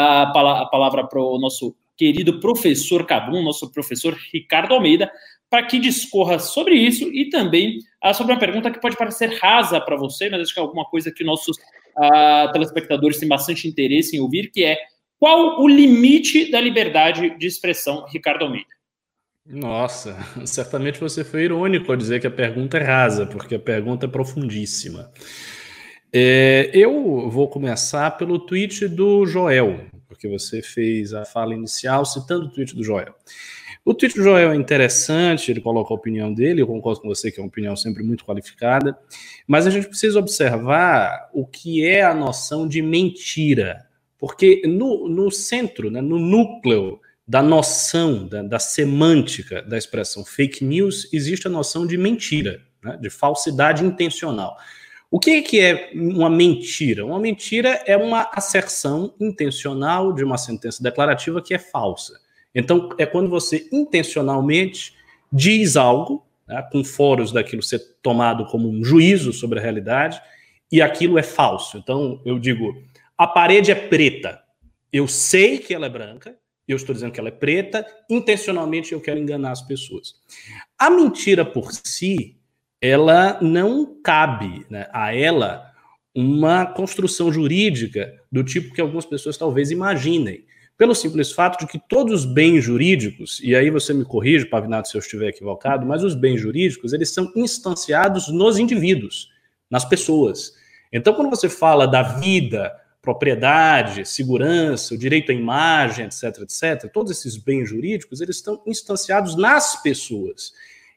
a palavra para o nosso querido professor Cabum, nosso professor Ricardo Almeida, para que discorra sobre isso e também sobre uma pergunta que pode parecer rasa para você, mas acho que é alguma coisa que nossos telespectadores têm bastante interesse em ouvir, que é: qual o limite da liberdade de expressão, Ricardo Almeida? Nossa, certamente você foi irônico ao dizer que a pergunta é rasa, porque a pergunta é profundíssima. Eu vou começar pelo tweet do Joel, porque você fez a fala inicial citando o tweet do Joel. O tweet do Joel é interessante, ele coloca a opinião dele, eu concordo com você que é uma opinião sempre muito qualificada, mas a gente precisa observar o que é a noção de mentira, porque no centro, né, no núcleo da noção, da semântica da expressão fake news, existe a noção de mentira, né, de falsidade intencional. O que é uma mentira? Uma mentira é uma asserção intencional de uma sentença declarativa que é falsa. Então, é quando você intencionalmente diz algo, né, com foros daquilo ser tomado como um juízo sobre a realidade, e aquilo é falso. Então, eu digo, a parede é preta, eu sei que ela é branca, eu estou dizendo que ela é preta, intencionalmente eu quero enganar as pessoas. A mentira por si, ela não cabe, né, a ela uma construção jurídica do tipo que algumas pessoas talvez imaginem, pelo simples fato de que todos os bens jurídicos, e aí você me corrige, Pavinato, se eu estiver equivocado, mas os bens jurídicos, eles são instanciados nos indivíduos, nas pessoas. Então, quando você fala da vida, propriedade, segurança, o direito à imagem, etc., etc., todos esses bens jurídicos, eles estão instanciados nas pessoas.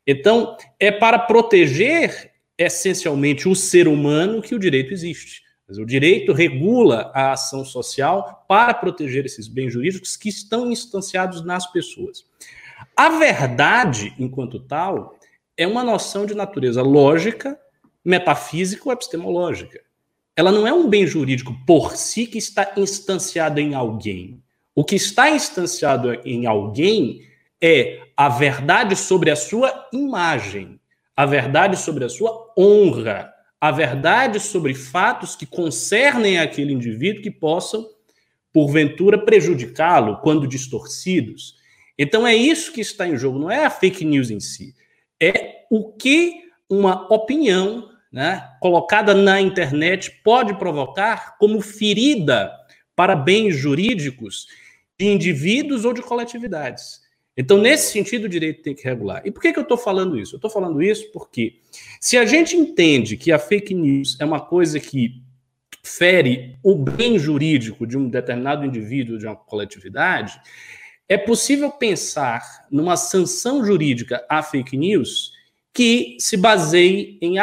Então, é para proteger essencialmente o ser humano que o direito existe. Mas o direito regula a ação social para proteger esses bens jurídicos que estão instanciados nas pessoas. A verdade, enquanto tal, é uma noção de natureza lógica, metafísica ou epistemológica. Ela não é um bem jurídico por si que está instanciado em alguém. O que está instanciado em alguém é a verdade sobre a sua imagem, a verdade sobre a sua honra, a verdade sobre fatos que concernem aquele indivíduo que possam, porventura, prejudicá-lo quando distorcidos. Então é isso que está em jogo, não é a fake news em si. É o que uma opinião, né, colocada na internet pode provocar como ferida para bens jurídicos de indivíduos ou de coletividades. Então, nesse sentido, o direito tem que regular. E por que eu estou falando isso? Eu estou falando isso porque se a gente entende que a fake news é uma coisa que fere o bem jurídico de um determinado indivíduo, de uma coletividade, é possível pensar numa sanção jurídica à fake news que se baseie em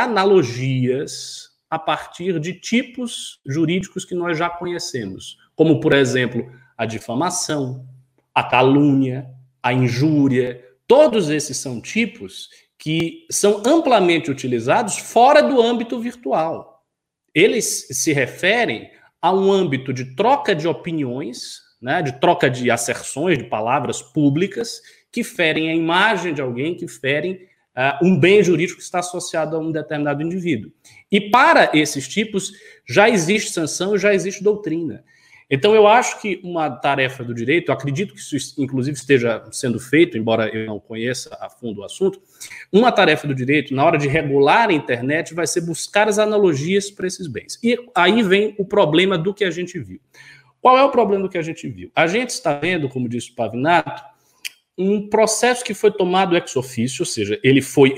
analogias a partir de tipos jurídicos que nós já conhecemos, como, por exemplo, a difamação, a calúnia, a injúria. Todos esses são tipos que são amplamente utilizados fora do âmbito virtual. Eles se referem a um âmbito de troca de opiniões, né, de troca de asserções, de palavras públicas, que ferem a imagem de alguém, que ferem um bem jurídico que está associado a um determinado indivíduo. E para esses tipos já existe sanção, já existe doutrina. Então, eu acho que uma tarefa do direito, eu acredito que isso, inclusive, esteja sendo feito, embora eu não conheça a fundo o assunto, uma tarefa do direito, na hora de regular a internet, vai ser buscar as analogias para esses bens. E aí vem o problema do que a gente viu. Qual é o problema do que a gente viu? A gente está vendo, como disse o Pavinato, um processo que foi tomado ex officio, ou seja, ele foi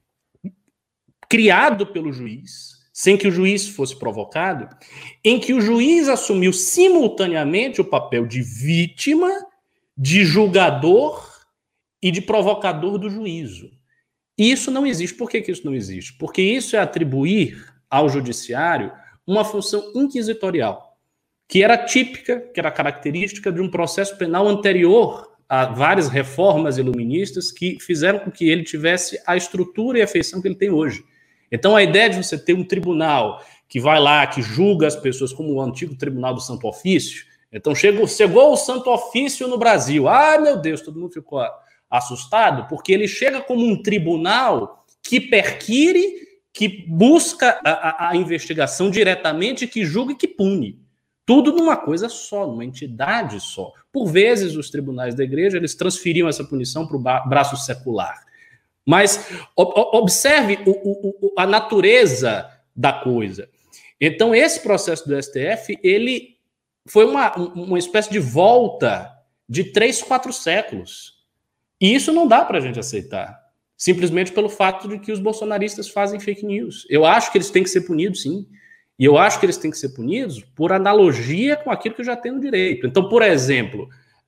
criado pelo juiz, sem que o juiz fosse provocado, em que o juiz assumiu simultaneamente o papel de vítima, de julgador e de provocador do juízo. E isso não existe. Por que isso não existe? Porque isso é atribuir ao judiciário uma função inquisitorial, que era típica, que era característica de um processo penal anterior a várias reformas iluministas que fizeram com que ele tivesse a estrutura e a feição que ele tem hoje. Então, a ideia de você ter um tribunal que vai lá, que julga as pessoas como o antigo tribunal do Santo Ofício. Então, chegou o Santo Ofício no Brasil. Ai, meu Deus, todo mundo ficou assustado, porque ele chega como um tribunal que perquire, que busca a investigação diretamente, que julga e que pune. Tudo numa coisa só, numa entidade só. Por vezes, os tribunais da igreja, eles transferiam essa punição para o braço secular. Mas observe a natureza da coisa. Então, esse processo do STF, ele foi uma espécie de volta de 3, 4 séculos. E isso não dá para a gente aceitar, simplesmente pelo fato de que os bolsonaristas fazem fake news. Eu acho que eles têm que ser punidos, sim. E eu acho que eles têm que ser punidos por analogia com aquilo que já tem no direito. Então, por exemplo,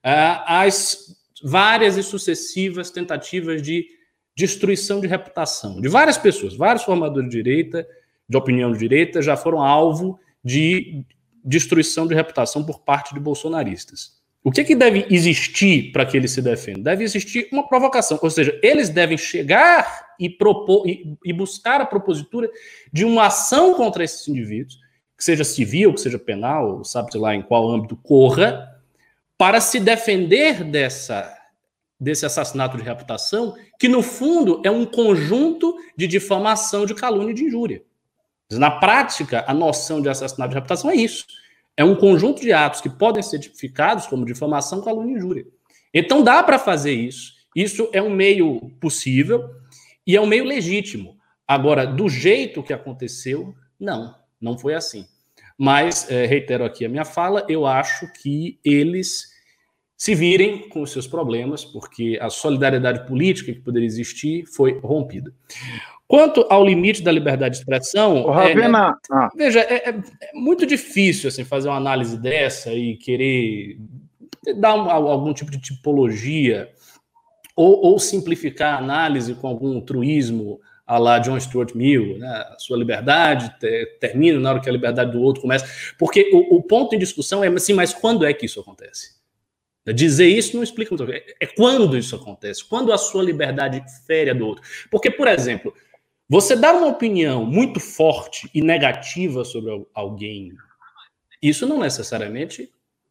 as várias e sucessivas tentativas de destruição de reputação de várias pessoas, vários formadores de direita, de opinião de direita, já foram alvo de destruição de reputação por parte de bolsonaristas. O que deve existir para que eles se defendam? Deve existir uma provocação, ou seja, eles devem chegar e propor e buscar a propositura de uma ação contra esses indivíduos, que seja civil, que seja penal, sabe-se lá em qual âmbito corra, para se defender desse assassinato de reputação, que no fundo é um conjunto de difamação, de calúnia e de injúria. Na prática, a noção de assassinato de reputação é isso. É um conjunto de atos que podem ser tipificados como difamação, calúnia e injúria. Então dá para fazer isso. Isso é um meio possível e é um meio legítimo. Agora, do jeito que aconteceu, não foi assim. Mas, reitero aqui a minha fala, eu acho que eles se virem com os seus problemas, porque a solidariedade política que poderia existir foi rompida. Quanto ao limite da liberdade de expressão, Ravena, veja, é muito difícil assim, fazer uma análise dessa e querer dar algum tipo de tipologia ou simplificar a análise com algum truísmo à la John Stuart Mill, né? A sua liberdade termina na hora que a liberdade do outro começa. Porque o ponto em discussão é assim, mas quando é que isso acontece? Dizer isso não explica muito. É quando isso acontece, quando a sua liberdade fere a do outro. Porque, por exemplo, você dar uma opinião muito forte e negativa sobre alguém, isso não necessariamente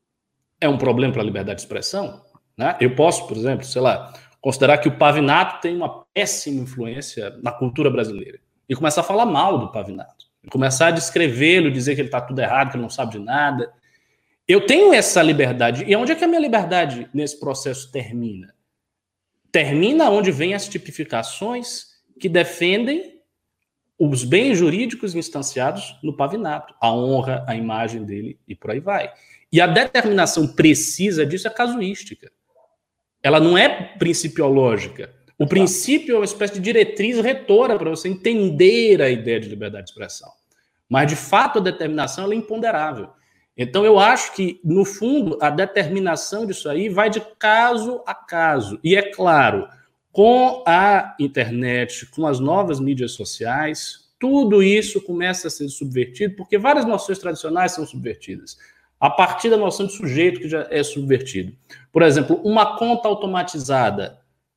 é um problema para a liberdade de expressão, né? Eu posso, por exemplo, sei lá, considerar que o Pavinato tem uma péssima influência na cultura brasileira e começar a falar mal do Pavinato, começar a descrevê-lo, dizer que ele está tudo errado, que ele não sabe de nada. Eu tenho essa liberdade. E onde é que a minha liberdade nesse processo termina? Termina onde vem as tipificações que defendem os bens jurídicos instanciados no Pavinato, a honra, a imagem dele e por aí vai. E a determinação precisa disso é casuística. Ela não é principiológica. O princípio é uma espécie de diretriz retora para você entender a ideia de liberdade de expressão. Mas, de fato, a determinação ela é imponderável. Então, eu acho que, no fundo, a determinação disso aí vai de caso a caso. E, é claro, com a internet, com as novas mídias sociais, tudo isso começa a ser subvertido, porque várias noções tradicionais são subvertidas. A partir da noção de sujeito que já é subvertido. Por exemplo, uma conta automatizada.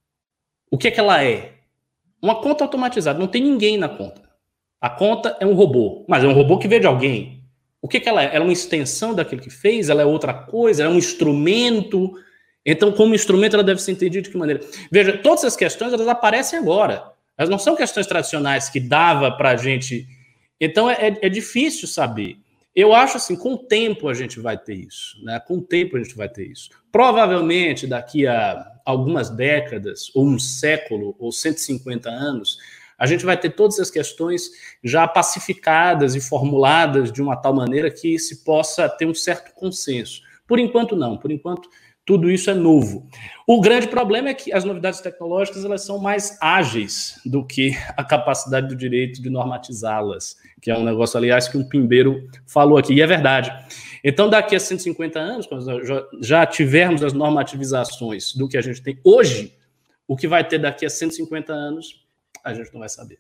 O que é que ela é? Uma conta automatizada. Não tem ninguém na conta. A conta é um robô, mas é um robô que veio de alguém. O que é que ela é? Ela é uma extensão daquele que fez? Ela é outra coisa? Ela é um instrumento? Então, como instrumento, ela deve ser entendida de que maneira? Veja, todas essas questões, elas aparecem agora. Elas não são questões tradicionais que dava para a gente... Então, é difícil saber. Eu acho assim, com o tempo a gente vai ter isso, né? Com o tempo a gente vai ter isso. Provavelmente daqui a algumas décadas, ou um século, ou 150 anos, a gente vai ter todas as questões já pacificadas e formuladas de uma tal maneira que se possa ter um certo consenso. Por enquanto não, por enquanto tudo isso é novo. O grande problema é que as novidades tecnológicas elas são mais ágeis do que a capacidade do direito de normatizá-las, que é um negócio, aliás, que um pimbeiro falou aqui, e é verdade. Então, daqui a 150 anos, quando já tivermos as normativizações do que a gente tem hoje, o que vai ter daqui a 150 anos, a gente não vai saber.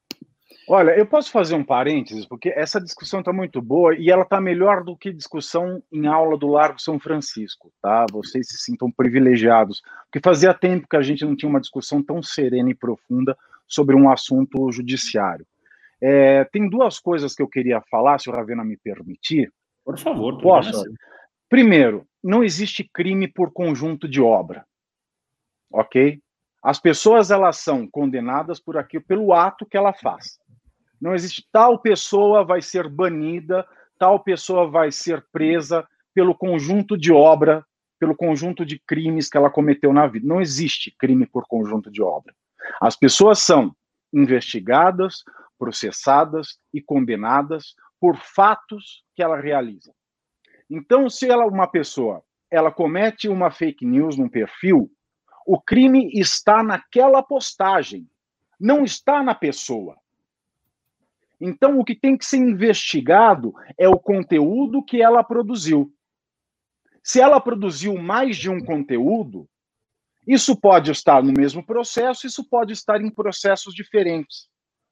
Olha, eu posso fazer um parênteses, porque essa discussão está muito boa e ela está melhor do que discussão em aula do Largo São Francisco, tá? Vocês se sintam privilegiados, porque fazia tempo que a gente não tinha uma discussão tão serena e profunda sobre um assunto judiciário. Tem duas coisas que eu queria falar, se o Ravena me permitir. Por favor. Posso? Primeiro, não existe crime por conjunto de obra, ok? As pessoas, elas são condenadas por aquilo, pelo ato que ela faz. Não existe tal pessoa vai ser banida, tal pessoa vai ser presa pelo conjunto de obra, pelo conjunto de crimes que ela cometeu na vida. Não existe crime por conjunto de obra. As pessoas são investigadas, processadas e condenadas por fatos que ela realiza. Então, se uma pessoa ela comete uma fake news num perfil, o crime está naquela postagem, não está na pessoa. Então, o que tem que ser investigado é o conteúdo que ela produziu. Se ela produziu mais de um conteúdo, isso pode estar no mesmo processo, isso pode estar em processos diferentes.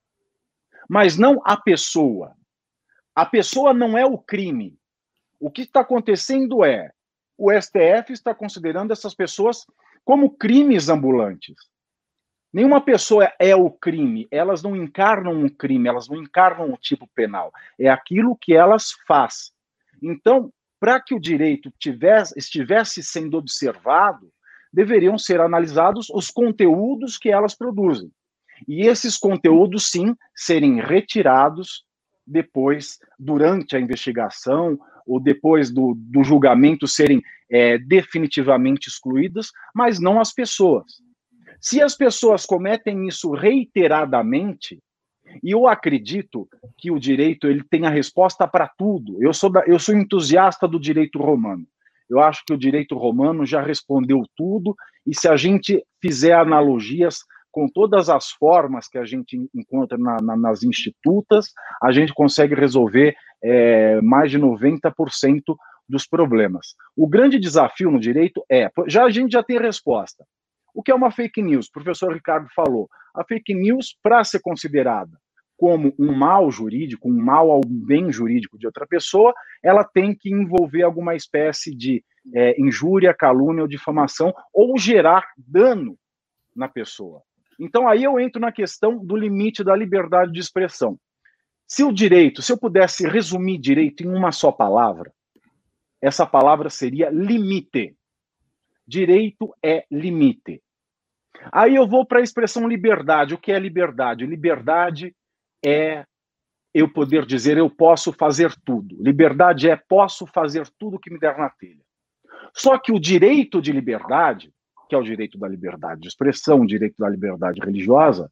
Mas não a pessoa. A pessoa não é o crime. O que está acontecendo é, o STF está considerando essas pessoas como crimes ambulantes. Nenhuma pessoa é o crime, elas não encarnam um crime, elas não encarnam um tipo penal. É aquilo que elas fazem. Então, para que o direito estivesse sendo observado, deveriam ser analisados os conteúdos que elas produzem. E esses conteúdos, sim, serem retirados depois, durante a investigação, ou depois do julgamento serem definitivamente excluídas, mas não as pessoas. Se as pessoas cometem isso reiteradamente, e eu acredito que o direito ele tem a resposta para tudo. Eu sou entusiasta do direito romano. Eu acho que o direito romano já respondeu tudo, e se a gente fizer analogias com todas as formas que a gente encontra nas institutas, a gente consegue resolver mais de 90% dos problemas. O grande desafio no direito a gente já tem resposta. O que é uma fake news? O professor Ricardo falou. A fake news, para ser considerada como um mal jurídico, um mal ao bem jurídico de outra pessoa, ela tem que envolver alguma espécie de injúria, calúnia ou difamação, ou gerar dano na pessoa. Então, aí eu entro na questão do limite da liberdade de expressão. Se eu pudesse resumir direito em uma só palavra, essa palavra seria limite. Direito é limite. Aí eu vou para a expressão liberdade. O que é liberdade? Liberdade é eu poder dizer eu posso fazer tudo. Liberdade é posso fazer tudo que me der na telha. Só que o direito de liberdade, que é o direito da liberdade de expressão, o direito da liberdade religiosa,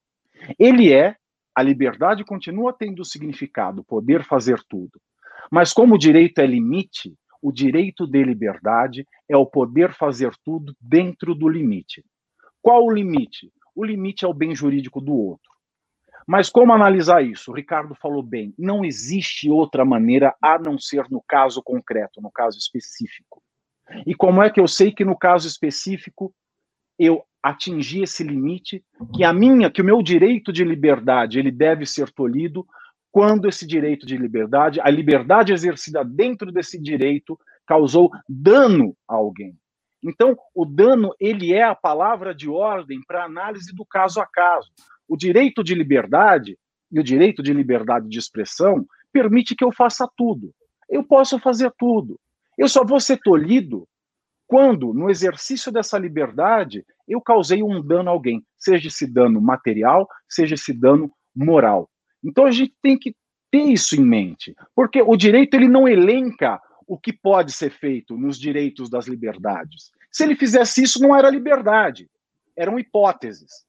a liberdade continua tendo o significado, poder fazer tudo. Mas como o direito é limite, o direito de liberdade é o poder fazer tudo dentro do limite. Qual o limite? O limite é o bem jurídico do outro. Mas como analisar isso? O Ricardo falou bem, não existe outra maneira a não ser no caso concreto, no caso específico. E como é que eu sei que no caso específico eu atingi esse limite, que o meu direito de liberdade ele deve ser tolhido quando esse direito de liberdade, a liberdade exercida dentro desse direito, causou dano a alguém. Então, o dano ele é a palavra de ordem para análise do caso a caso. O direito de liberdade e o direito de liberdade de expressão permite que eu faça tudo. Eu posso fazer tudo. Eu só vou ser tolhido quando, no exercício dessa liberdade, eu causei um dano a alguém, seja esse dano material, seja esse dano moral. Então a gente tem que ter isso em mente, porque o direito ele não elenca o que pode ser feito nos direitos das liberdades. Se ele fizesse isso, não era liberdade, eram hipóteses.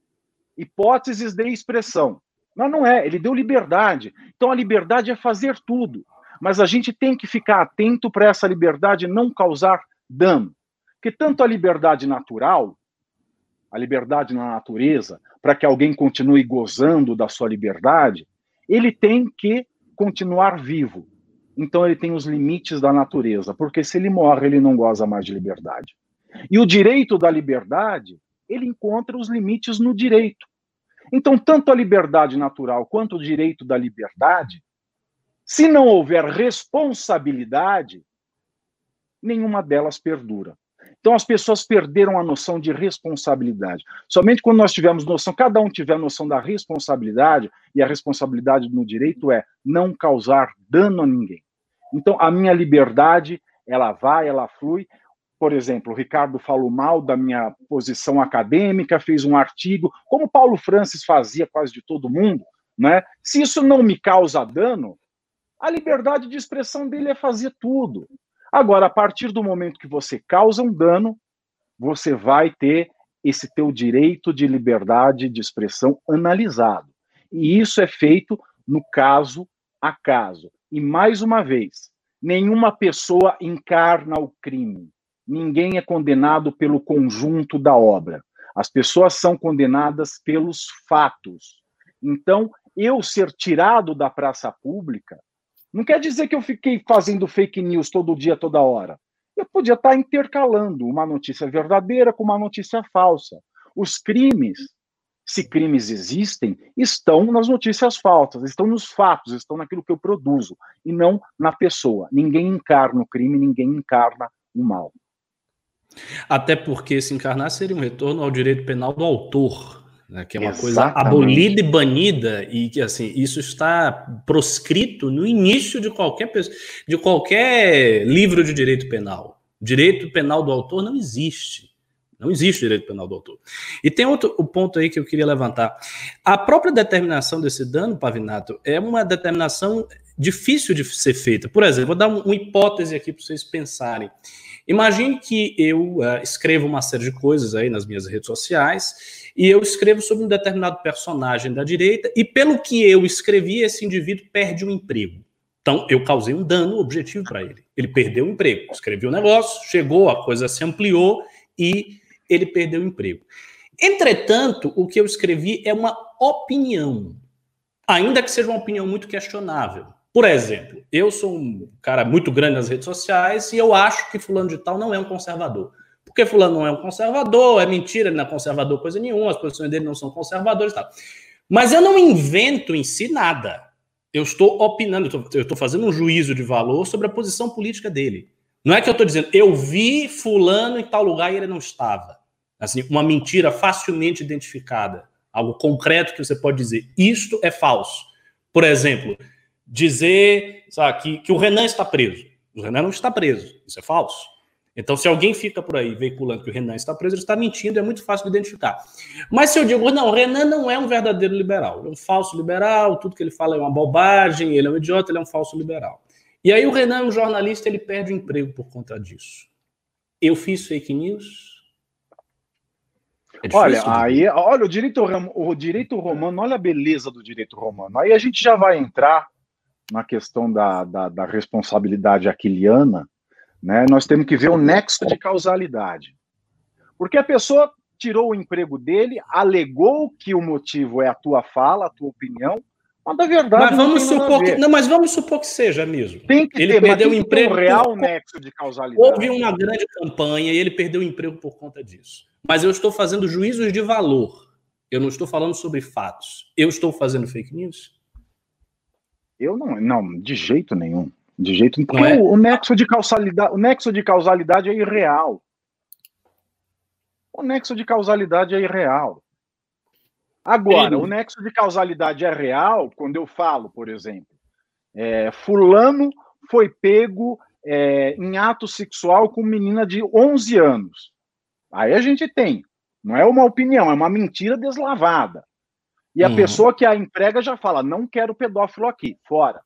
Hipóteses de expressão. Não é, ele deu liberdade. Então a liberdade é fazer tudo, mas a gente tem que ficar atento para essa liberdade não causar dano. Porque tanto a liberdade natural, a liberdade na natureza, para que alguém continue gozando da sua liberdade, ele tem que continuar vivo. Então ele tem os limites da natureza, porque se ele morre, ele não goza mais de liberdade. E o direito da liberdade, ele encontra os limites no direito. Então, tanto a liberdade natural quanto o direito da liberdade, se não houver responsabilidade, nenhuma delas perdura. Então as pessoas perderam a noção de responsabilidade. Somente quando nós tivermos noção, cada um tiver noção da responsabilidade, e a responsabilidade no direito é não causar dano a ninguém. Então a minha liberdade, ela flui. Por exemplo, o Ricardo falou mal da minha posição acadêmica, fez um artigo, como Paulo Francis fazia quase de todo mundo, né? Se isso não me causa dano, a liberdade de expressão dele é fazer tudo. Agora, a partir do momento que você causa um dano, você vai ter esse teu direito de liberdade de expressão analisado. E isso é feito no caso a caso. E, mais uma vez, nenhuma pessoa encarna o crime. Ninguém é condenado pelo conjunto da obra. As pessoas são condenadas pelos fatos. Então, eu ser tirado da praça pública não quer dizer que eu fiquei fazendo fake news todo dia, toda hora. Eu podia estar intercalando uma notícia verdadeira com uma notícia falsa. Os crimes, se crimes existem, estão nas notícias falsas, estão nos fatos, estão naquilo que eu produzo, e não na pessoa. Ninguém encarna o crime, ninguém encarna o mal. Até porque se encarnar seria um retorno ao direito penal do autor, né, que é uma coisa abolida e banida, e que assim, isso está proscrito no início de qualquer livro de direito penal. Direito penal do autor não existe. Não existe direito penal do autor. E tem outro ponto aí que eu queria levantar. A própria determinação desse dano, Pavinato, é uma determinação difícil de ser feita. Por exemplo, vou dar uma hipótese aqui para vocês pensarem. Imagine que eu escrevo uma série de coisas aí nas minhas redes sociais e eu escrevo sobre um determinado personagem da direita e pelo que eu escrevi, esse indivíduo perde um emprego. Então, eu causei um dano objetivo para ele. Ele perdeu o emprego. Escrevi um negócio, chegou, a coisa se ampliou e ele perdeu o emprego. Entretanto, o que eu escrevi é uma opinião, ainda que seja uma opinião muito questionável. Por exemplo, eu sou um cara muito grande nas redes sociais e eu acho que fulano de tal não é um conservador. Porque fulano não é um conservador, é mentira, ele não é conservador coisa nenhuma, as posições dele não são conservadoras e tal. Mas eu não invento em si nada. Eu estou opinando, eu estou fazendo um juízo de valor sobre a posição política dele. Não é que eu estou dizendo, eu vi fulano em tal lugar e ele não estava. Assim, uma mentira facilmente identificada. Algo concreto que você pode dizer, isto é falso. Por exemplo, dizer, sabe, que o Renan está preso. O Renan não está preso, isso é falso. Então, se alguém fica por aí veiculando que o Renan está preso, ele está mentindo, é muito fácil de identificar. Mas se eu digo, não, o Renan não é um verdadeiro liberal, ele é um falso liberal, tudo que ele fala é uma bobagem, ele é um idiota, ele é um falso liberal. E aí o Renan, um jornalista, ele perde o emprego por conta disso. Eu fiz fake news? Olha, aí, olha o direito romano, olha a beleza do direito romano. Aí a gente já vai entrar na questão da responsabilidade aquiliana, né? Nós temos que ver o nexo de causalidade. Porque a pessoa tirou o emprego dele, alegou que o motivo é a tua fala, a tua opinião, mas na verdade mas vamos supor que seja mesmo. Tem que ele perdeu o emprego. Um real nexo de causalidade. Houve uma grande campanha e ele perdeu o emprego por conta disso. Mas eu estou fazendo juízos de valor. Eu não estou falando sobre fatos. Eu estou fazendo fake news? Eu não, de jeito nenhum. De jeito nenhum. Porque o nexo de causalidade é irreal. O nexo de causalidade é irreal. Agora, o nexo de causalidade é real quando eu falo, por exemplo, fulano foi pego em ato sexual com menina de 11 anos. Aí a gente tem. Não é uma opinião, é uma mentira deslavada. E a pessoa que a emprega já fala, não quero pedófilo aqui, fora.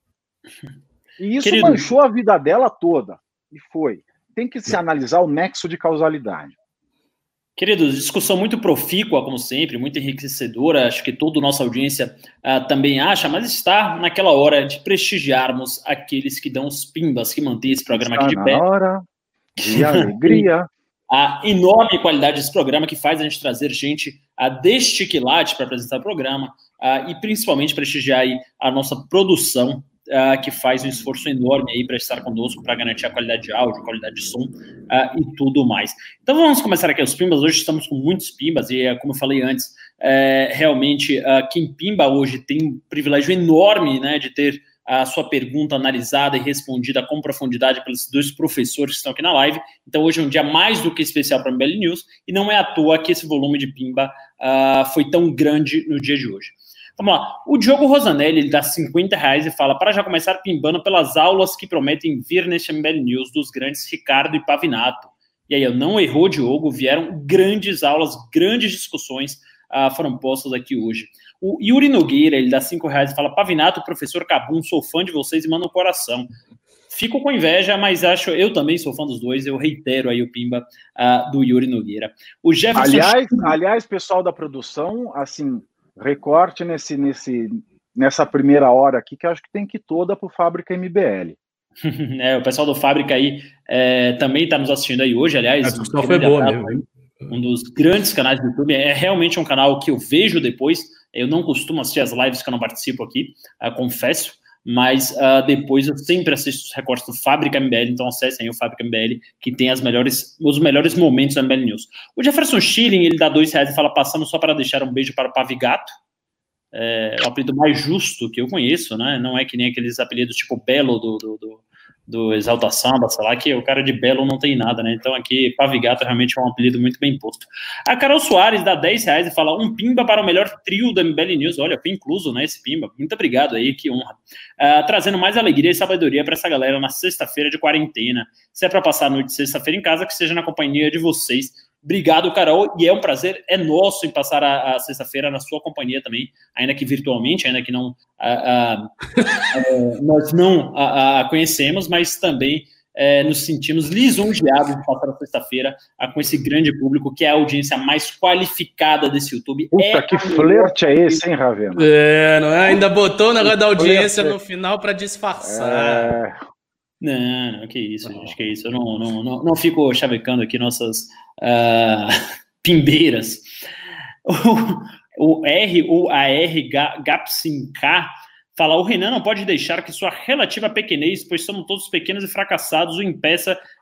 E isso manchou a vida dela toda. E foi. Tem que se analisar o nexo de causalidade. Queridos, discussão muito profícua, como sempre, muito enriquecedora, acho que toda a nossa audiência também acha, mas está naquela hora de prestigiarmos aqueles que dão os pimbas, que mantêm esse programa aqui de pé. Na hora de alegria. A enorme qualidade desse programa que faz a gente trazer gente deste quilate para apresentar o programa e principalmente prestigiar aí a nossa produção, que faz um esforço enorme aí para estar conosco, para garantir a qualidade de áudio, qualidade de som e tudo mais. Então vamos começar aqui os pimbas. Hoje estamos com muitos pimbas e, como eu falei antes, realmente quem pimba hoje tem um privilégio enorme, né, de ter a sua pergunta analisada e respondida com profundidade pelos dois professores que estão aqui na live. Então hoje é um dia mais do que especial para a MBL News e não é à toa que esse volume de pimba foi tão grande no dia de hoje. Vamos lá, o Diogo Rosanelli, ele dá R$50 e fala, para já começar pimbando pelas aulas que prometem vir neste MBL News dos grandes Ricardo e Pavinato. E aí, não errou, Diogo, vieram grandes aulas, grandes discussões foram postas aqui hoje. O Yuri Nogueira, ele dá R$5 e fala, Pavinato, professor Cabum, sou fã de vocês e manda um coração. Fico com inveja, mas eu também sou fã dos dois, eu reitero aí o pimba do Yuri Nogueira. O Jefferson... Aliás, pessoal da produção, assim... recorte nessa primeira hora aqui, que eu acho que tem que ir toda para o Fábrica MBL. O pessoal do Fábrica aí também está nos assistindo aí hoje, aliás. A discussão foi boa mesmo. Um dos grandes canais do YouTube, é realmente um canal que eu vejo depois, eu não costumo assistir as lives que eu não participo aqui, confesso, mas depois eu sempre assisto os recortes do Fábrica MBL, então acessem aí o Fábrica MBL, que tem os melhores momentos da MBL News. O Jefferson Schilling, ele dá R$2 e fala, passando só para deixar um beijo para o Pavigato, o apelido mais justo que eu conheço, né? Não é que nem aqueles apelidos tipo Belo do Exalta Samba, sei lá, que o cara de Belo não tem nada, né? Então aqui, Pavigato realmente é um apelido muito bem posto. A Carol Soares dá R$10 e fala, um pimba para o melhor trio da MBL News. Olha, foi incluso, né, esse pimba. Muito obrigado aí, que honra. Trazendo mais alegria e sabedoria para essa galera na sexta-feira de quarentena. Se é para passar a noite de sexta-feira em casa, que seja na companhia de vocês. Obrigado, Carol, e é um prazer, é nosso em passar a sexta-feira na sua companhia também, ainda que virtualmente, ainda que não nós não a conhecemos, mas também nos sentimos lisonjeados de passar a sexta-feira com esse grande público, que é a audiência mais qualificada desse YouTube. Puta, que flerte é esse, hein, Ravena? Não é? Ainda botou o negócio da audiência no final para disfarçar. Não, que isso, gente, que isso. Eu não fico chavecando aqui nossas pimbeiras. O Gapsink fala, o Renan não pode deixar que sua relativa pequenez, pois somos todos pequenos e fracassados, o impeça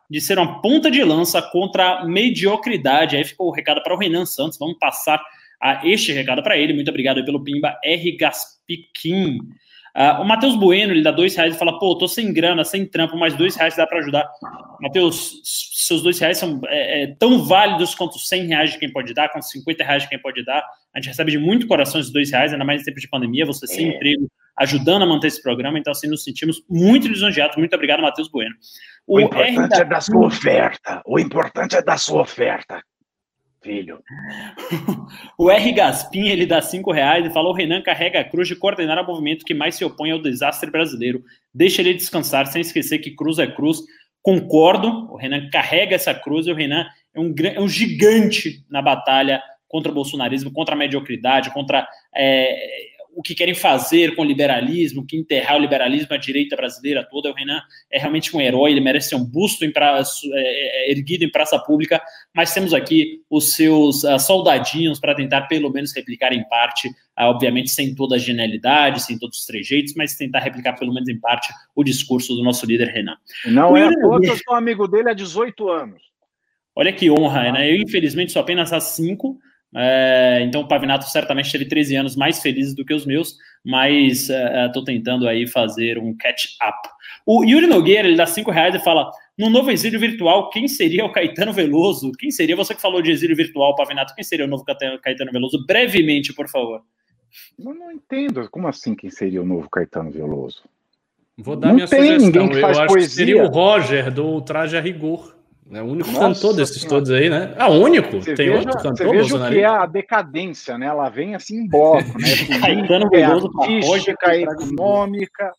de ser uma ponta de lança contra a mediocridade. Aí ficou o recado para o Renan Santos. Vamos passar este recado para ele. Muito obrigado pelo Pimba. R. Gaspiquim. O Matheus Bueno, ele dá R$2 e fala, pô, tô sem grana, sem trampo, mas R$2 dá para ajudar. Matheus, seus R$2 são tão válidos quanto R$100 de quem pode dar, quanto R$50 de quem pode dar. A gente recebe de muito coração esses R$2, ainda mais em tempo de pandemia, você sem emprego, ajudando a manter esse programa. Então, assim, nos sentimos muito lisonjeados. Muito obrigado, Matheus Bueno. O importante é da sua oferta. O importante é da sua oferta, filho. O R. Gaspim, ele dá R$5 e fala, o Renan carrega a cruz de coordenar o movimento que mais se opõe ao desastre brasileiro. Deixa ele descansar, sem esquecer que cruz é cruz. Concordo, o Renan carrega essa cruz e o Renan é um gigante na batalha contra o bolsonarismo, contra a mediocridade, contra o que querem fazer com o liberalismo, que enterrar o liberalismo, a direita brasileira toda. O Renan é realmente um herói, ele merece ser um busto erguido em praça pública, mas temos aqui os seus soldadinhos para tentar pelo menos replicar em parte, obviamente sem toda a genialidade, sem todos os trejeitos, mas tentar replicar pelo menos em parte o discurso do nosso líder Renan. Não é à toa que eu sou amigo dele há 18 anos. Olha que honra, né? Eu infelizmente sou apenas há 5, então o Pavinato certamente teve 13 anos mais felizes do que os meus, mas estou tentando aí fazer um catch-up. O Yuri Nogueira, ele dá R$5 e fala, no novo exílio virtual, quem seria o Caetano Veloso? Quem seria? Você que falou de exílio virtual, Pavinato, quem seria o novo Caetano Veloso? Brevemente, por favor. Eu não entendo. Como assim quem seria o novo Caetano Veloso? Vou dar minha sugestão. Eu acho que seria o Roger, do Traje a Rigor. É o único cantor desses todos aí, né? É o único. Tem outro cantor. Você veja o que é a decadência, né? Ela vem assim em bloco, né? Caetano Veloso, artística, econômica.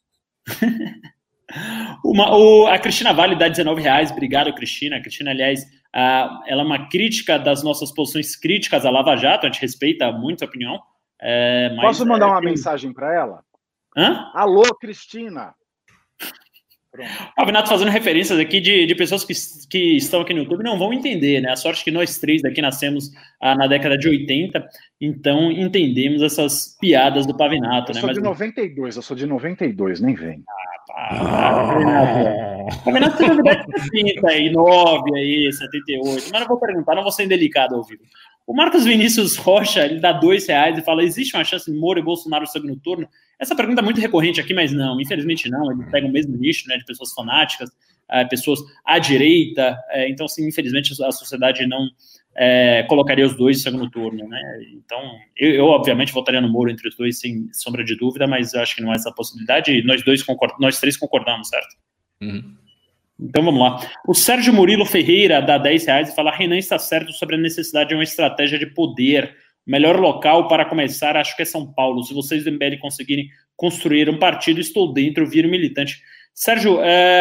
A Cristina Vale dá R$19. Obrigado, Cristina. A Cristina, aliás, ela é uma crítica das nossas posições críticas à Lava Jato. A gente respeita muito a opinião. Mas, posso mandar uma mensagem para ela? Alô, Cristina. O Pavinato fazendo referências aqui de pessoas que estão aqui no YouTube não vão entender, né? A sorte que nós três daqui nascemos na década de 80, então entendemos essas piadas do Pavinato, né? Eu sou de 92, nem vem. Pavinato tem novidade de 39 aí, 78, mas não vou perguntar, não vou ser indelicado ao vivo. O Marcos Vinícius Rocha, ele dá R$2 e fala, existe uma chance de Moro e Bolsonaro no segundo turno? Essa pergunta é muito recorrente aqui, mas não, infelizmente não, ele pega o mesmo nicho, né, de pessoas fanáticas, pessoas à direita, então, assim, infelizmente a sociedade não colocaria os dois no segundo turno, né, então, eu obviamente votaria no Moro entre os dois, sem sombra de dúvida, mas eu acho que não é essa possibilidade, e nós três concordamos, certo? Uhum. Então vamos lá. O Sérgio Murilo Ferreira dá R$10 e fala, Renan está certo sobre a necessidade de uma estratégia de poder. O melhor local para começar, acho que é São Paulo. Se vocês do MBL conseguirem construir um partido, estou dentro, viro militante. Sérgio,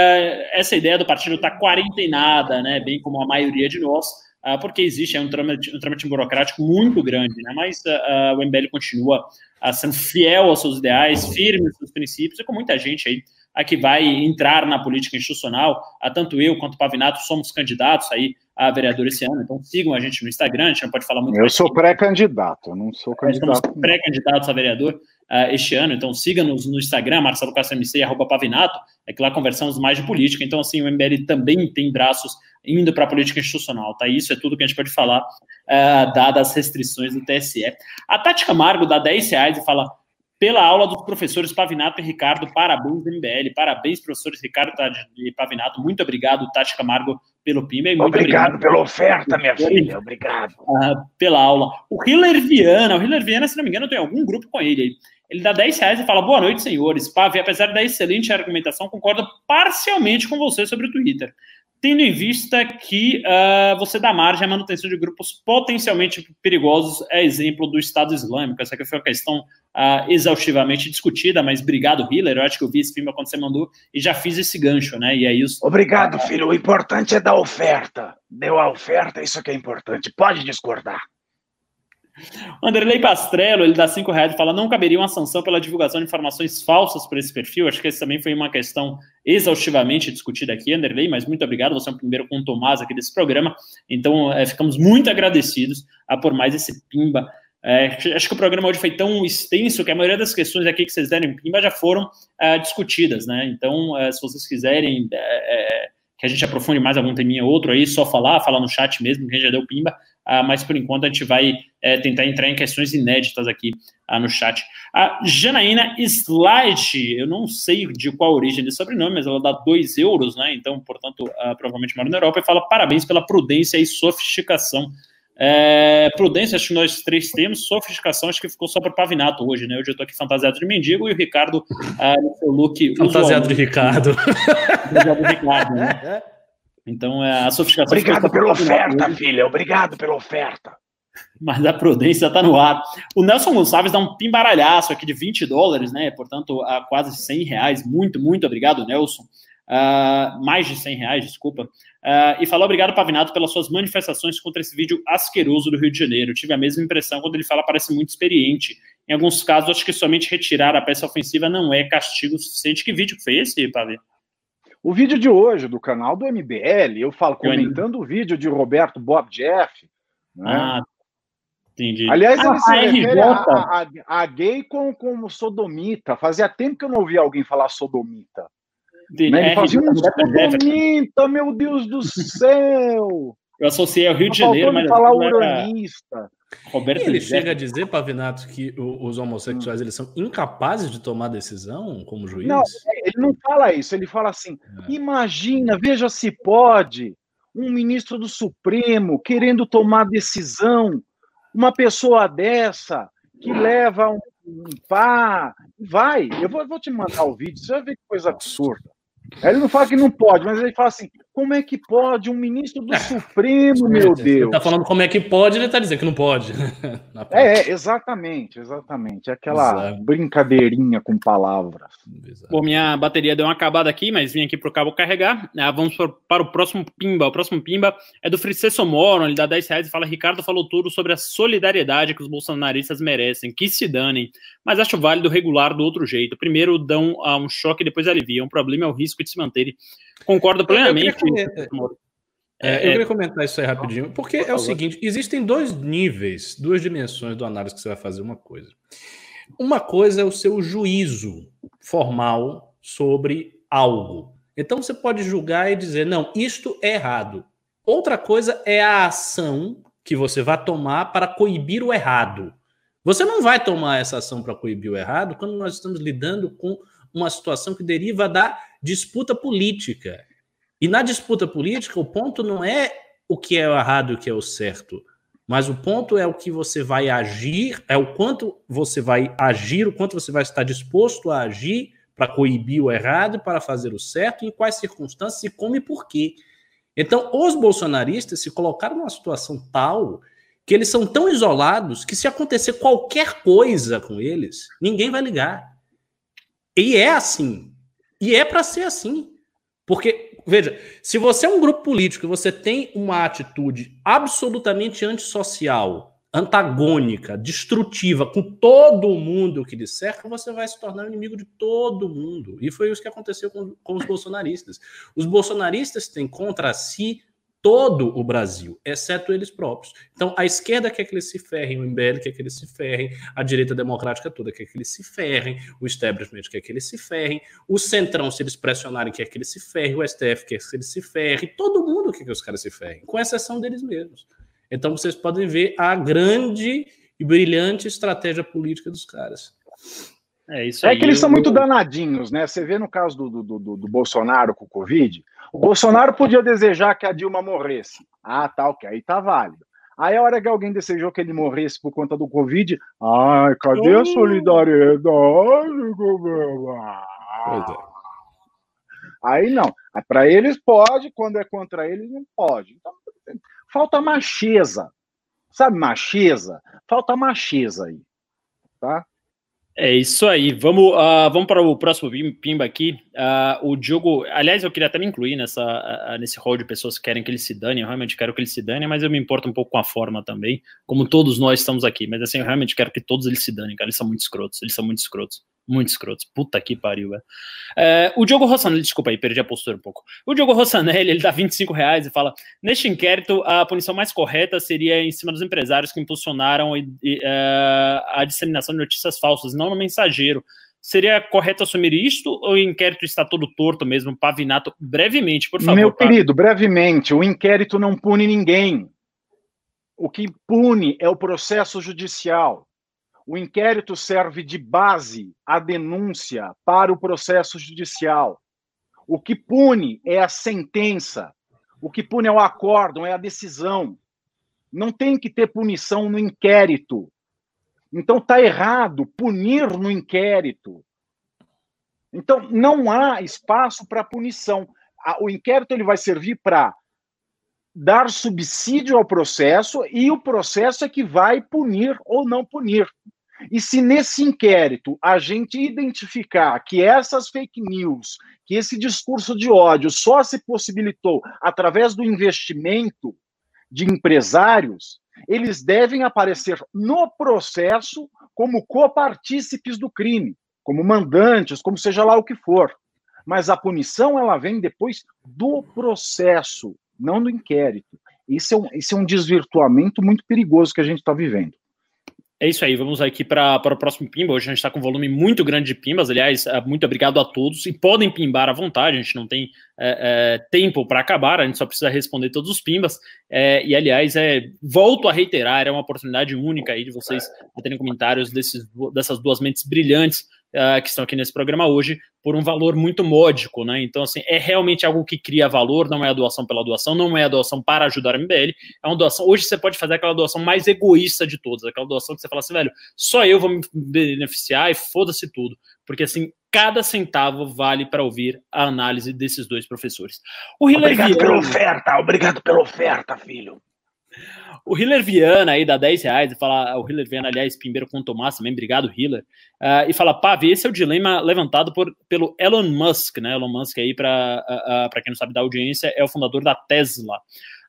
essa ideia do partido está quarentenada, né, bem como a maioria de nós, porque existe um trâmite burocrático muito grande, né, mas o MBL continua sendo fiel aos seus ideais, firme aos seus princípios, e com muita gente aí que vai entrar na política institucional, tanto eu quanto o Pavinato somos candidatos aí a vereador esse ano, então sigam a gente no Instagram, a gente não pode falar muito. Eu sou pré-candidato, eu não sou candidato. Somos pré-candidatos a vereador este ano, então siga-nos no Instagram, Marcelo Castro MC, @Pavinato, que lá conversamos mais de política, então assim, o MBL também tem braços indo para a política institucional, tá? Isso é tudo que a gente pode falar, dadas as restrições do TSE. A Tati Camargo dá R$10 e fala, pela aula dos professores Pavinato e Ricardo, parabéns do MBL, parabéns, professores Ricardo e Pavinato, muito obrigado, Tati Camargo, pelo PIMA. Obrigado pela oferta, minha filha, obrigado. Pela aula. O Hiller Viana, se não me engano, tem algum grupo com ele. Ele dá R$10 e fala, boa noite, senhores. Pavi, apesar da excelente argumentação, concordo parcialmente com você sobre o Twitter. Tendo em vista que você dá margem à manutenção de grupos potencialmente perigosos, é exemplo do Estado Islâmico. Essa aqui foi uma questão exaustivamente discutida, mas obrigado, Hiller. Eu acho que eu vi esse filme quando você mandou e já fiz esse gancho, né? E aí Obrigado, filho. O importante é dar oferta. Deu a oferta, isso que é importante. Pode discordar. Anderley Pastrello, ele dá R$5 e fala, não caberia uma sanção pela divulgação de informações falsas por esse perfil? Acho que essa também foi uma questão exaustivamente discutida aqui, Anderley, mas muito obrigado, você é o primeiro com o Tomás aqui desse programa, então ficamos muito agradecidos por mais esse Pimba. Acho que o programa hoje foi tão extenso que a maioria das questões aqui que vocês deram em Pimba já foram discutidas, né? Então, se vocês quiserem que a gente aprofunde mais algum teminha ou outro aí, só falar no chat mesmo, quem já deu pimba, mas por enquanto a gente vai tentar entrar em questões inéditas aqui no chat. A Janaína Slide, eu não sei de qual origem de sobrenome, mas ela dá 2 euros, né? Então, portanto, provavelmente mora na Europa, e fala parabéns pela prudência e sofisticação. Prudência, acho que nós 3 temos, sofisticação, acho que ficou só para Pavinato hoje, né? Hoje eu tô aqui fantasiado de mendigo e o Ricardo no seu look fantasiado de Ricardo. Fantasiado de Ricardo, né? Então, a sofisticação... Obrigado pela oferta, filha, obrigado pela oferta. Mas a prudência está no ar. O Nelson Gonçalves dá um pimbaralhaço aqui de $20, né? Portanto, a quase R$100. Muito, muito obrigado, Nelson. Mais de R$100, desculpa. E falou obrigado, Pavinato, pelas suas manifestações contra esse vídeo asqueroso do Rio de Janeiro. Eu tive a mesma impressão quando ele fala, parece muito experiente. Em alguns casos, acho que somente retirar a peça ofensiva não é castigo suficiente. Que vídeo que foi esse, Pavi? O vídeo de hoje, do canal do MBL, eu falo comentando o vídeo de Roberto Bob Jeff. Né? Entendi. Aliás, ele se refere a gay como sodomita. Fazia tempo que eu não ouvia alguém falar sodomita. Né? Ele fazia um sodomita, meu Deus do céu! Eu associei ao Rio de Janeiro, mas falar uranista. Roberto ele chega a dizer, Pavinato, que os homossexuais eles são incapazes de tomar decisão como juiz? Não, ele não fala isso. Ele fala assim, imagina, veja se pode, um ministro do Supremo querendo tomar decisão, uma pessoa dessa que leva um pá, vai, eu vou te mandar o vídeo, você vai ver que coisa absurda. Ele não fala que não pode, mas ele fala assim, como é que pode um ministro do Supremo, meu Deus? Ele está falando como é que pode, ele está dizendo que não pode. Exatamente. Aquela brincadeirinha com palavras. Bom, minha bateria deu uma acabada aqui, mas vim aqui para o cabo carregar. Vamos para o próximo Pimba. O próximo Pimba é do Fricesso Moro, ele dá R$10 e fala, Ricardo falou tudo sobre a solidariedade que os bolsonaristas merecem, que se danem, mas acho válido regular do outro jeito. Primeiro dão um choque, depois aliviam. O problema é o risco de se manterem. Concordo plenamente. Eu queria comentar isso aí rapidinho, porque é o seguinte, existem 2 níveis, 2 dimensões do análise que você vai fazer uma coisa. Uma coisa é o seu juízo formal sobre algo. Então você pode julgar e dizer, não, isto é errado. Outra coisa é a ação que você vai tomar para coibir o errado. Você não vai tomar essa ação para coibir o errado quando nós estamos lidando com uma situação que deriva da disputa política. E na disputa política, o ponto não é o que é o errado e o que é o certo, mas o ponto é o que você vai agir, é o quanto você vai agir, o quanto você vai estar disposto a agir para coibir o errado e para fazer o certo, em quais circunstâncias, e como e por quê. Então, os bolsonaristas se colocaram numa situação tal que eles são tão isolados que se acontecer qualquer coisa com eles, ninguém vai ligar. E é assim. E é para ser assim. Porque, veja, se você é um grupo político e você tem uma atitude absolutamente antissocial, antagônica, destrutiva com todo mundo que lhe cerca, você vai se tornar inimigo de todo mundo. E foi isso que aconteceu com os bolsonaristas. Os bolsonaristas têm contra si todo o Brasil, exceto eles próprios. Então, a esquerda quer que eles se ferrem, o MBL quer que eles se ferrem, a direita democrática toda quer que eles se ferrem, o establishment quer que eles se ferrem, o centrão, se eles pressionarem, quer que eles se ferrem, o STF quer que eles se ferrem, todo mundo quer que os caras se ferrem, com exceção deles mesmos. Então, vocês podem ver a grande e brilhante estratégia política dos caras. Isso aí, que eles são muito danadinhos, né? Você vê no caso do Bolsonaro com o Covid, o Bolsonaro podia desejar que a Dilma morresse. Ok, aí tá válido. Aí a hora que alguém desejou que ele morresse por conta do Covid, cadê a solidariedade, governo? Aí não. Para eles pode, quando é contra eles não pode. Então, falta macheza. Sabe macheza? Falta macheza aí, tá? É isso aí. Vamos para o próximo Pimba aqui. O Diogo... Aliás, eu queria até me incluir nesse rol de pessoas que querem que ele se dane. Eu realmente quero que ele se dane, mas eu me importo um pouco com a forma também, como todos nós estamos aqui. Mas assim, eu realmente quero que todos eles se danem, cara. Eles são muito escrotos. Muito escrotos. Puta que pariu, velho. O Diogo Rossanelli, desculpa aí, perdi a postura um pouco. O Diogo Rossanelli, ele dá R$25 e fala, neste inquérito, a punição mais correta seria em cima dos empresários que impulsionaram a disseminação de notícias falsas, não no Mensageiro. Seria correto assumir isto ou o inquérito está todo torto mesmo? Pavinato, brevemente, por favor. Meu querido, brevemente, o inquérito não pune ninguém. O que pune é o processo judicial. O inquérito serve de base à denúncia para o processo judicial. O que pune é a sentença. O que pune é o acórdão, é a decisão. Não tem que ter punição no inquérito. Então está errado punir no inquérito. Então não há espaço para punição. O inquérito ele vai servir para dar subsídio ao processo e o processo é que vai punir ou não punir. E se nesse inquérito a gente identificar que essas fake news, que esse discurso de ódio só se possibilitou através do investimento de empresários, eles devem aparecer no processo como copartícipes do crime, como mandantes, como seja lá o que for. Mas a punição ela vem depois do processo, não do inquérito. Isso é um desvirtuamento muito perigoso que a gente está vivendo. É isso aí, vamos aqui para o próximo Pimba. Hoje a gente está com um volume muito grande de Pimbas, aliás, muito obrigado a todos, e podem pimbar à vontade, a gente não tem tempo para acabar, a gente só precisa responder todos os Pimbas, e aliás, volto a reiterar, é uma oportunidade única aí de vocês terem comentários dessas duas mentes brilhantes que estão aqui nesse programa hoje, por um valor muito módico, né? Então, assim, é realmente algo que cria valor, não é a doação pela doação, não é a doação para ajudar a MBL, é uma doação, hoje você pode fazer aquela doação mais egoísta de todas, aquela doação que você fala assim, velho, só eu vou me beneficiar e foda-se tudo, porque assim, cada centavo vale para ouvir a análise desses dois professores. Obrigado pela oferta, filho. O Hiller Viana aí dá R$10 e fala, o Hiller Viana, aliás, pimbeiro com o Tomás também, obrigado, Hiller, e fala, Pavi, esse é o dilema levantado pelo Elon Musk, né? Elon Musk aí, para quem não sabe da audiência, é o fundador da Tesla.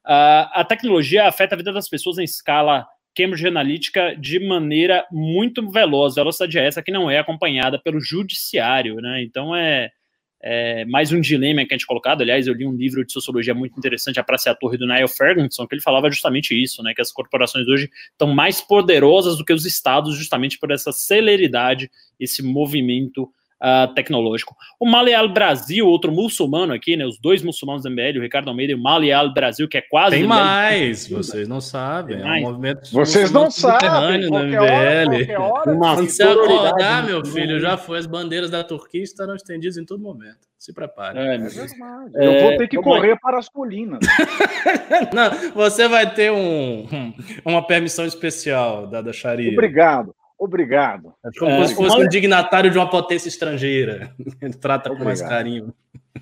A tecnologia afeta a vida das pessoas em escala Cambridge Analytica de maneira muito veloz, velocidade essa que não é acompanhada pelo judiciário, né? Então é mais um dilema que a gente colocado. Aliás, eu li um livro de sociologia muito interessante, A Praça e a Torre, do Niall Ferguson, que ele falava justamente isso, né, que as corporações hoje estão mais poderosas do que os estados, justamente por essa celeridade, esse movimento tecnológico. O Maleal Brasil, outro muçulmano aqui, né, os dois muçulmanos da MBL, o Ricardo Almeida e o Maleal Brasil, que é quase... Tem mais, vocês não sabem, é um movimento... Vocês não sabem, do MBL. Quando você acordar, meu filho, já foi, as bandeiras da Turquia estarão estendidas em todo momento. Se prepare. Eu vou ter que correr para as colinas. Não, você vai ter uma permissão especial da Sharia. Obrigado. É como se fosse um dignatário de uma potência estrangeira. Ele trata com mais carinho.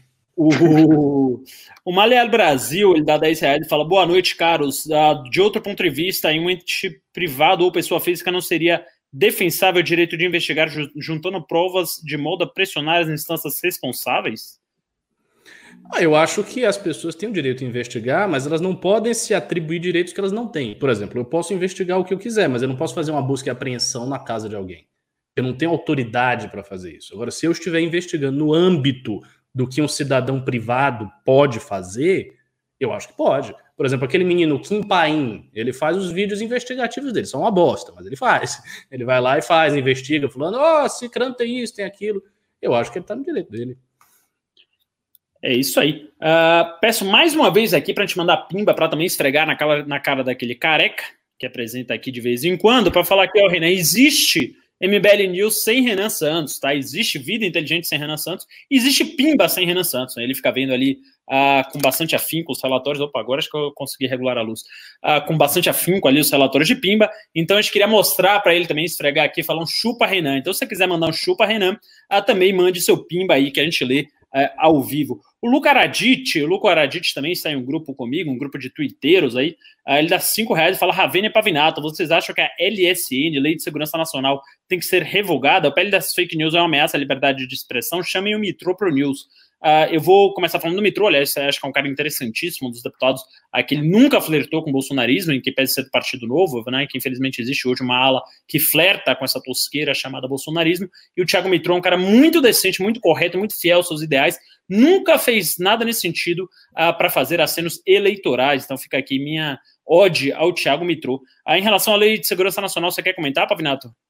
O Maleal Brasil, ele dá R$10 e fala, boa noite, caros. De outro ponto de vista, em um ente privado ou pessoa física não seria defensável o direito de investigar juntando provas de modo a pressionar as instâncias responsáveis? Eu acho que as pessoas têm o direito de investigar, mas elas não podem se atribuir direitos que elas não têm. Por exemplo, eu posso investigar o que eu quiser, mas eu não posso fazer uma busca e apreensão na casa de alguém. Eu não tenho autoridade para fazer isso. Agora, se eu estiver investigando no âmbito do que um cidadão privado pode fazer, eu acho que pode. Por exemplo, aquele menino Kim Paim, ele faz os vídeos investigativos dele, são uma bosta, mas ele faz. Ele vai lá e faz, investiga, falando, Cicrano tem isso, tem aquilo. Eu acho que ele está no direito dele. É isso aí. Peço mais uma vez aqui para a gente mandar pimba para também esfregar na cara daquele careca que apresenta aqui de vez em quando, para falar que, Renan, existe MBL News sem Renan Santos, tá? Existe Vida Inteligente sem Renan Santos, existe pimba sem Renan Santos, né? Ele fica vendo ali com bastante afinco os relatórios. Opa, agora acho que eu consegui regular a luz. Com bastante afinco ali os relatórios de pimba. Então a gente queria mostrar para ele também, esfregar aqui, falar um chupa Renan. Então se você quiser mandar um chupa Renan, também mande seu pimba aí que a gente lê ao vivo. O Luca Aradit também está em um grupo comigo, um grupo de twitteiros aí, ele dá R$5 e fala, Ravena e Pavinato, vocês acham que a LSN, Lei de Segurança Nacional, tem que ser revogada? O PL das fake news é uma ameaça à liberdade de expressão, chamem o Mitro pro News. Eu vou começar falando do Mitro, aliás, acho que é um cara interessantíssimo, um dos deputados que ele nunca flertou com o bolsonarismo, em que pese ser do Partido Novo, né, que infelizmente existe hoje uma ala que flerta com essa tosqueira chamada bolsonarismo, e o Thiago Mitro é um cara muito decente, muito correto, muito fiel aos seus ideais, nunca fez nada nesse sentido para fazer acenos eleitorais, então fica aqui minha ode ao Thiago Mitro. Em relação à Lei de Segurança Nacional, você quer comentar, Pavinato?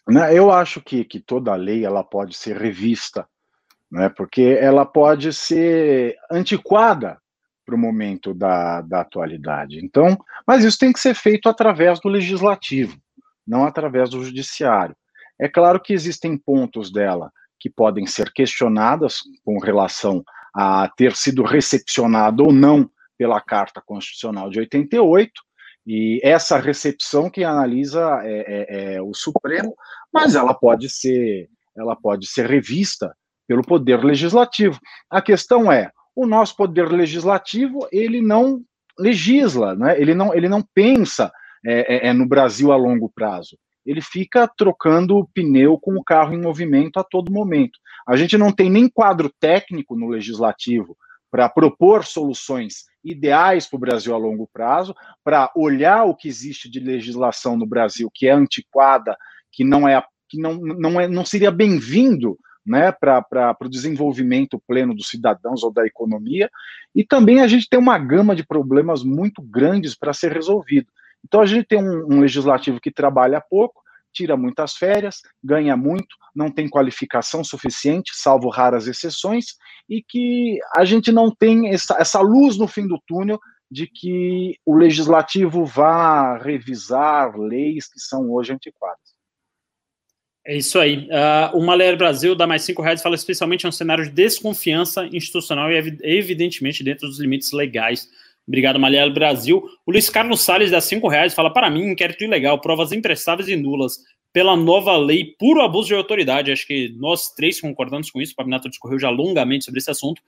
Né, eu acho que toda lei ela pode ser revista, né, porque ela pode ser antiquada para o momento da atualidade. Então, mas isso tem que ser feito através do legislativo, não através do judiciário. É claro que existem pontos dela que podem ser questionadas com relação a ter sido recepcionado ou não pela Carta Constitucional de 88, e essa recepção quem analisa é o Supremo, mas ela pode ser revista pelo Poder Legislativo. A questão é, o nosso Poder Legislativo, ele não legisla, né? Ele não pensa no Brasil a longo prazo. Ele fica trocando pneu com o carro em movimento a todo momento. A gente não tem nem quadro técnico no Legislativo para propor soluções ideais para o Brasil a longo prazo, para olhar o que existe de legislação no Brasil, que é antiquada, que não seria bem-vindo, né, para o desenvolvimento pleno dos cidadãos ou da economia, e também a gente tem uma gama de problemas muito grandes para ser resolvido. Então a gente tem um legislativo que trabalha pouco, tira muitas férias, ganha muito, não tem qualificação suficiente, salvo raras exceções, e que a gente não tem essa luz no fim do túnel de que o legislativo vá revisar leis que são hoje antiquadas. É isso aí. O Maler Brasil dá mais R$5, fala especialmente em um cenário de desconfiança institucional e evidentemente dentro dos limites legais. Obrigado, Maler Brasil. O Luiz Carlos Salles dá R$5, fala, para mim, inquérito ilegal, provas imprestáveis e nulas pela nova lei, puro abuso de autoridade. Acho que nós três concordamos com isso, o Pavinato discorreu já longamente sobre esse assunto.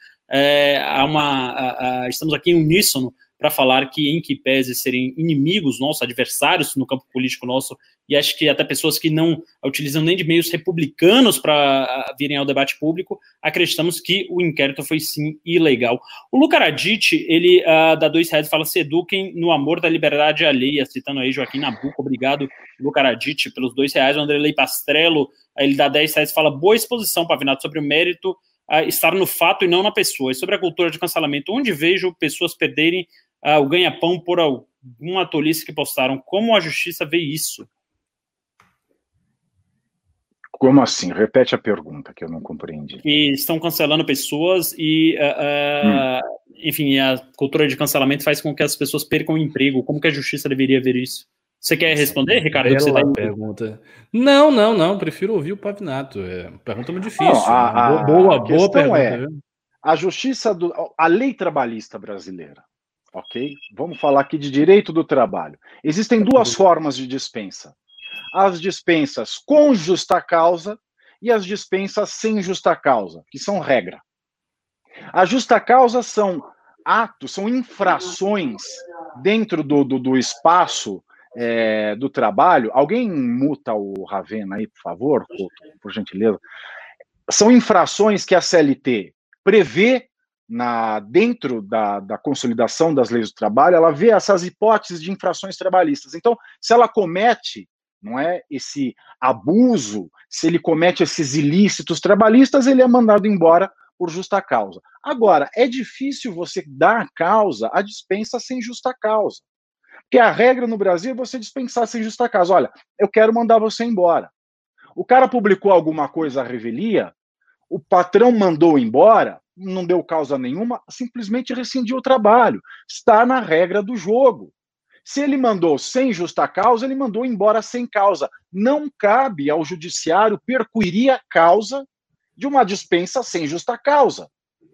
Estamos aqui em uníssono para falar que, em que pese serem inimigos nossos, adversários no campo político nosso, e acho que até pessoas que não utilizam nem de meios republicanos para virem ao debate público, acreditamos que o inquérito foi sim ilegal. O Luca Raditi, ele dá R$2 e fala, se eduquem no amor da liberdade alheia, citando aí Joaquim Nabuco. Obrigado, Luca Raditi, pelos R$2. O Andrelei Pastrello, ele dá R$10 e fala, boa exposição, Pavinato, sobre o mérito estar no fato e não na pessoa. E sobre a cultura de cancelamento, onde vejo pessoas perderem o ganha-pão por alguma tolice que postaram. Como a justiça vê isso? Como assim? Repete a pergunta, que eu não compreendi. Que estão cancelando pessoas e, enfim, a cultura de cancelamento faz com que as pessoas percam o emprego. Como que a justiça deveria ver isso? Você quer responder, Ricardo? Você tá pergunta. Não, prefiro ouvir o Pavinato. Pergunta muito difícil. Boa pergunta. A justiça, a lei trabalhista brasileira, ok? Vamos falar aqui de direito do trabalho. Existem duas formas de dispensa. As dispensas com justa causa e as dispensas sem justa causa, que são regra. A justa causa são atos, são infrações dentro do espaço do trabalho. Alguém muta o Ravena aí, por favor, por gentileza. São infrações que a CLT prevê dentro da consolidação das leis do trabalho, ela vê essas hipóteses de infrações trabalhistas. Então, se ela comete, não é, esse abuso, se ele comete esses ilícitos trabalhistas, ele é mandado embora por justa causa. Agora, é difícil você dar causa à dispensa sem justa causa. Porque a regra no Brasil é você dispensar sem justa causa. Olha, eu quero mandar você embora. O cara publicou alguma coisa à revelia, o patrão mandou embora, não deu causa nenhuma, simplesmente rescindiu o trabalho. Está na regra do jogo. Se ele mandou sem justa causa, ele mandou embora sem causa. Não cabe ao judiciário perquirir a causa de uma dispensa sem justa causa.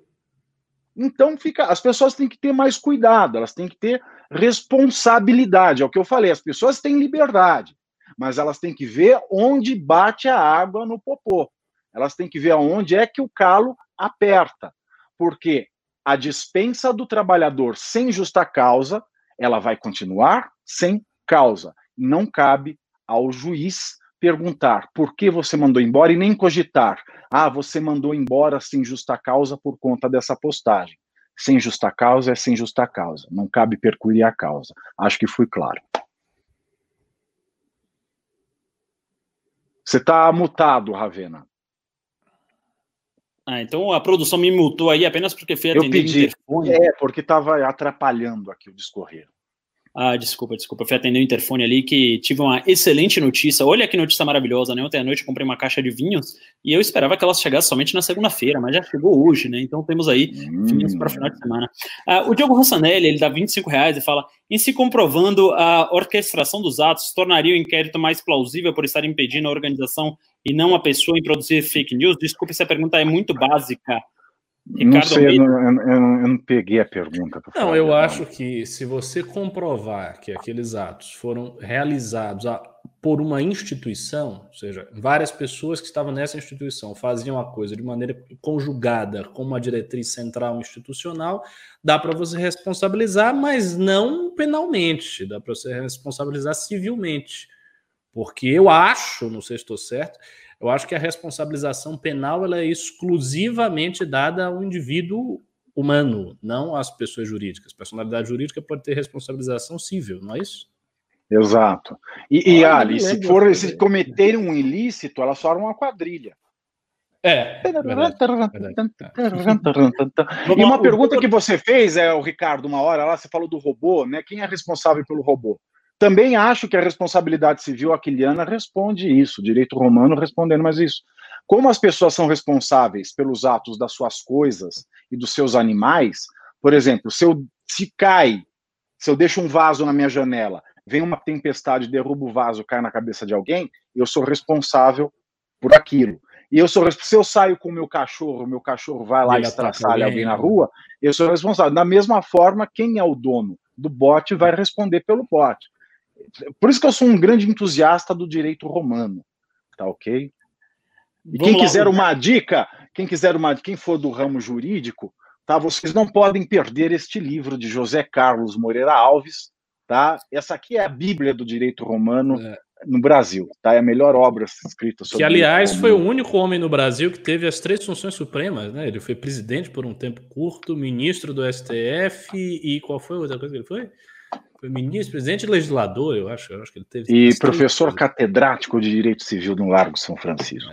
Então, as pessoas têm que ter mais cuidado, elas têm que ter responsabilidade. É o que eu falei, as pessoas têm liberdade, mas elas têm que ver onde bate a água no popô. Elas têm que ver onde é que o calo aperta. Porque a dispensa do trabalhador sem justa causa, ela vai continuar sem causa. Não cabe ao juiz perguntar por que você mandou embora e nem cogitar. Você mandou embora sem justa causa por conta dessa postagem. Sem justa causa é sem justa causa. Não cabe percurir a causa. Acho que fui claro. Você está mutado, Ravena. Então a produção me mutou aí apenas porque foi atender o interfone. Porque estava atrapalhando aqui o discorrer. Desculpa, eu fui atender o interfone ali, que tive uma excelente notícia. Olha que notícia maravilhosa, né? Ontem à noite eu comprei uma caixa de vinhos e eu esperava que ela chegasse somente na segunda-feira, mas já chegou hoje, né? Então temos aí vinhos para o final de semana. O Diogo Rossanelli, ele dá R$25 e fala: em se comprovando a orquestração dos atos, tornaria o inquérito mais plausível por estar impedindo a organização e não a pessoa em produzir fake news? Desculpe se a pergunta é muito básica. Ricardo, não sei, eu não peguei a pergunta. Não, eu acho que se você comprovar que aqueles atos foram realizados por uma instituição, ou seja, várias pessoas que estavam nessa instituição faziam a coisa de maneira conjugada com uma diretriz central institucional, dá para você responsabilizar, mas não penalmente, dá para você responsabilizar civilmente. Porque eu acho, não sei se estou certo, eu acho que a responsabilização penal ela é exclusivamente dada ao indivíduo humano, não às pessoas jurídicas. Personalidade jurídica pode ter responsabilização civil, não é isso? Exato. E Ali, se cometerem um ilícito, elas formam uma quadrilha. Verdade. E uma pergunta que você fez, Ricardo, uma hora lá, você falou do robô, né? Quem é responsável pelo robô? Também acho que a responsabilidade civil aquiliana responde isso, o direito romano respondendo mais isso. Como as pessoas são responsáveis pelos atos das suas coisas e dos seus animais, por exemplo, se eu deixo um vaso na minha janela, vem uma tempestade, derruba o vaso, cai na cabeça de alguém, eu sou responsável por aquilo. E se eu saio com o meu cachorro vai lá e estraçalha alguém na rua, eu sou responsável. Da mesma forma, quem é o dono do bote vai responder pelo bote. Por isso que eu sou um grande entusiasta do direito romano, tá ok? E quem quiser uma dica, quem for do ramo jurídico, tá? Vocês não podem perder este livro de José Carlos Moreira Alves, tá? Essa aqui é a Bíblia do direito romano no Brasil, tá? É a melhor obra escrita sobre. Que, aliás, foi o único homem no Brasil que teve as 3 funções supremas, né? Ele foi presidente por um tempo curto, ministro do STF e qual foi a outra coisa que ele foi? Foi ministro, presidente e legislador, eu acho que ele teve. E professor catedrático de Direito Civil no Largo São Francisco.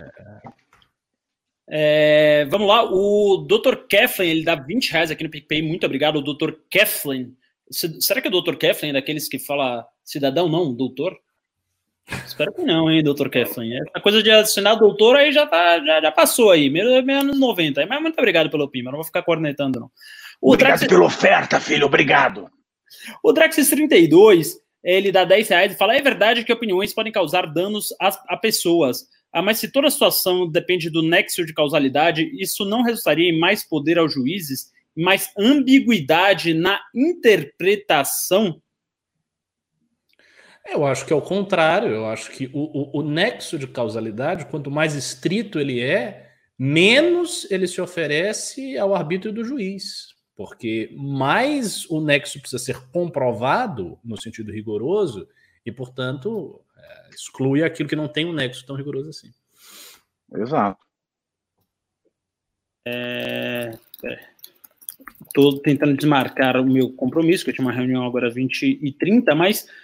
Vamos lá, o Dr. Keflin, ele dá R$20 aqui no PicPay, muito obrigado, o Dr. Keflin. Será que o Dr. Keflin é daqueles que fala cidadão, não, doutor? Espero que não, hein, Dr. Keflin. A coisa de assinar doutor aí já passou aí, menos 90. Mas muito obrigado pelo Pima, não vou ficar cornetando, não. Obrigado pela oferta, filho, obrigado. O Draxis32, ele dá R$10 e fala: é verdade que opiniões podem causar danos a pessoas, mas se toda a situação depende do nexo de causalidade, isso não resultaria em mais poder aos juízes, mais ambiguidade na interpretação? Eu acho que é o contrário. Eu acho que o nexo de causalidade, quanto mais estrito ele é, menos ele se oferece ao arbítrio do juiz. Porque mais o nexo precisa ser comprovado no sentido rigoroso e, portanto, exclui aquilo que não tem um nexo tão rigoroso assim. Exato. Estou tentando desmarcar o meu compromisso, que eu tinha uma reunião agora às 20h30,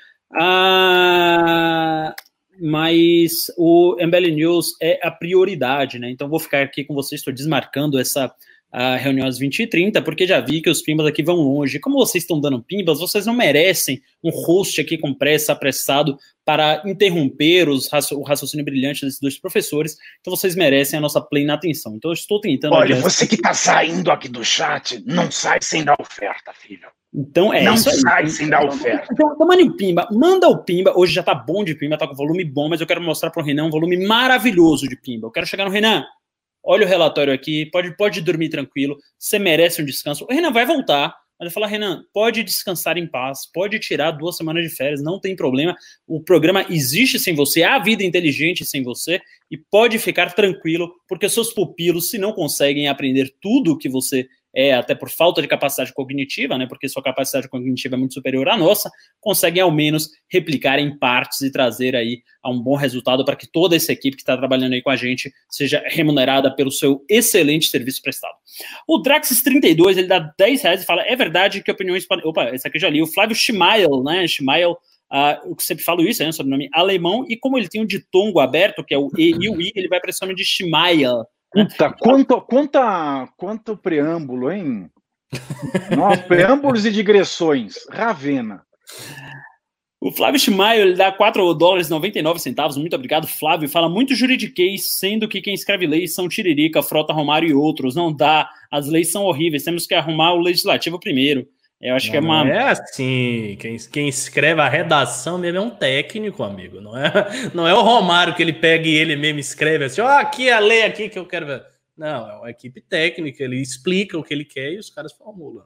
mas o MBL News é a prioridade, né? Então vou ficar aqui com vocês, estou desmarcando essa reunião às 20h30, porque já vi que os pimbas aqui vão longe. Como vocês estão dando pimbas, vocês não merecem um host aqui com pressa, apressado, para interromper o raciocínio brilhante desses 2 professores. Então vocês merecem a nossa plena atenção. Então eu estou tentando... Olha, você que está saindo aqui do chat, não sai sem dar oferta, filho. Então não sai sem dar oferta. Então manda o Pimba, manda o Pimba. Hoje já tá bom de Pimba, tá com volume bom, mas eu quero mostrar pro Renan um volume maravilhoso de Pimba. Eu quero chegar no Renan. Olha o relatório aqui, pode dormir tranquilo, você merece um descanso. O Renan vai voltar, mas eu falo: Renan, pode descansar em paz, pode tirar 2 semanas de férias, não tem problema. O programa existe sem você, há vida inteligente sem você, e pode ficar tranquilo, porque seus pupilos, se não conseguem aprender tudo que você até por falta de capacidade cognitiva, né, porque sua capacidade cognitiva é muito superior à nossa, conseguem ao menos replicar em partes e trazer aí a um bom resultado para que toda essa equipe que está trabalhando aí com a gente seja remunerada pelo seu excelente serviço prestado. O Draxis32, ele dá R$10 e fala: é verdade que opiniões... Opa, esse aqui eu já li. O Flávio Schimael, né, Schimael, eu sempre falo isso, né, sobrenome alemão, e como ele tem um ditongo aberto, que é o E e o I, ele vai para esse nome de Schimael. Puta, quanto preâmbulo, hein? Nossa, preâmbulos e digressões. Ravena. O Flávio Chimaio, ele dá $4,99. Muito obrigado, Flávio. Fala muito juridiquês, sendo que quem escreve leis são Tiririca, Frota Romário e outros. Não dá. As leis são horríveis. Temos que arrumar o legislativo primeiro. Eu acho que é uma... Não é assim. Quem escreve a redação mesmo é um técnico, amigo. Não é o Romário que ele pega e ele mesmo escreve assim, aqui é a lei aqui que eu quero ver. Não, é uma equipe técnica. Ele explica o que ele quer e os caras formulam.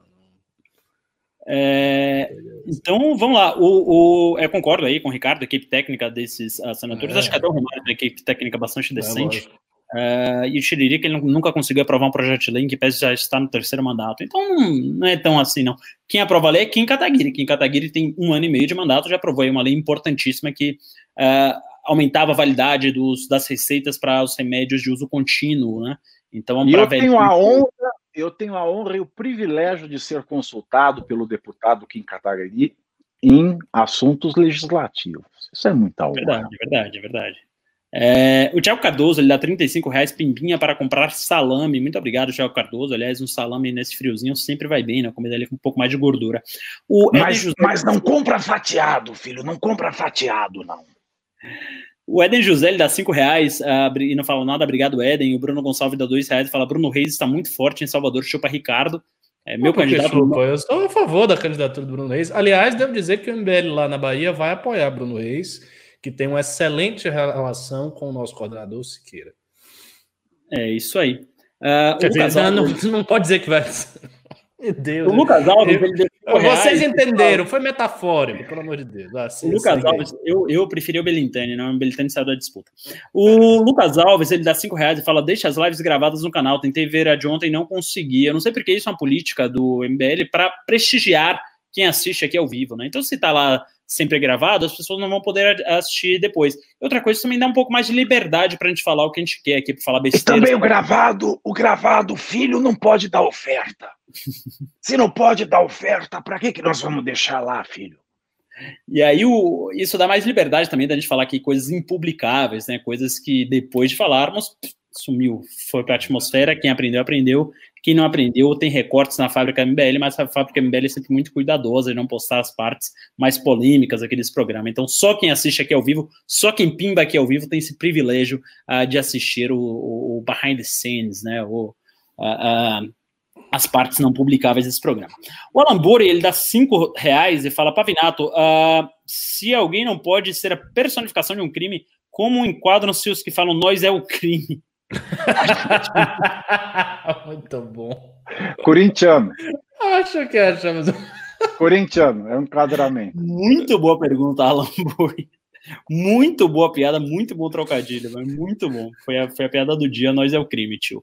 Então, vamos lá. Eu concordo aí com o Ricardo, a equipe técnica desses senadores. Acho que até o Romário tem uma equipe técnica bastante decente. E o Tiririca, ele nunca conseguiu aprovar um projeto de lei em que pese já está no 3º mandato. Então, não é tão assim, não. Quem aprova a lei é Kim Kataguiri. Kim Kataguiri tem 1 ano e meio de mandato, já aprovou aí uma lei importantíssima que aumentava a validade das receitas para os remédios de uso contínuo, né? Então, eu tenho a honra e o privilégio de ser consultado pelo deputado Kim Kataguiri em assuntos legislativos. Isso é muita honra. Verdade. O Thiago Cardoso, ele dá R$35, pimbinha para comprar salame. Muito obrigado, Thiago Cardoso. Aliás, um salame nesse friozinho sempre vai bem, né? Comida ali com um pouco mais de gordura. Mas não compra fatiado, filho. Não compra fatiado, não. O Eden José, ele dá R$5 e não fala nada, obrigado, Eden. O Bruno Gonçalves dá R$2 e fala: Bruno Reis está muito forte em Salvador, chupa Ricardo. Meu candidato. Eu sou a favor da candidatura do Bruno Reis. Aliás, devo dizer que o MBL lá na Bahia vai apoiar Bruno Reis, que tem uma excelente relação com o nosso coordenador Siqueira. É isso aí. Não pode dizer que vai. Meu Deus. O Lucas Alves, ele deu vocês entenderam, foi metafórico, pelo amor de Deus. O Lucas Alves, eu preferi o Belintani, não, o Belintani saiu da disputa. O Lucas Alves, ele dá R$5 e fala: deixa as lives gravadas no canal, tentei ver a de ontem e não consegui. Eu não sei porque isso é uma política do MBL para prestigiar quem assiste aqui ao vivo, né? Então, se tá lá sempre gravado, as pessoas não vão poder assistir depois. Outra coisa, também dá um pouco mais de liberdade pra gente falar o que a gente quer aqui, pra falar besteira. E também o gravado, filho, não pode dar oferta. Se não pode dar oferta, pra que nós vamos deixar lá, filho? E aí, isso dá mais liberdade também da gente falar aqui coisas impublicáveis, né? Coisas que depois de falarmos, sumiu, foi pra atmosfera, quem aprendeu, aprendeu. Quem não aprendeu tem recortes na Fábrica MBL, mas a Fábrica MBL é sempre muito cuidadosa em não postar as partes mais polêmicas aqui desse programa. Então, só quem assiste aqui ao vivo, só quem pimba aqui ao vivo tem esse privilégio de assistir o behind the scenes, né? As partes não publicáveis desse programa. O Alan Bori, ele dá R$5 e fala: Pavinato, se alguém não pode ser a personificação de um crime, como enquadram-se os que falam nós é o crime? Muito bom. Corintiano. Acho que achamos. Corintiano, é um enquadramento. Muito boa pergunta, Alan Boi. Muito boa piada, muito bom trocadilho, mas muito bom. Foi a piada do dia, nós é o crime, tio.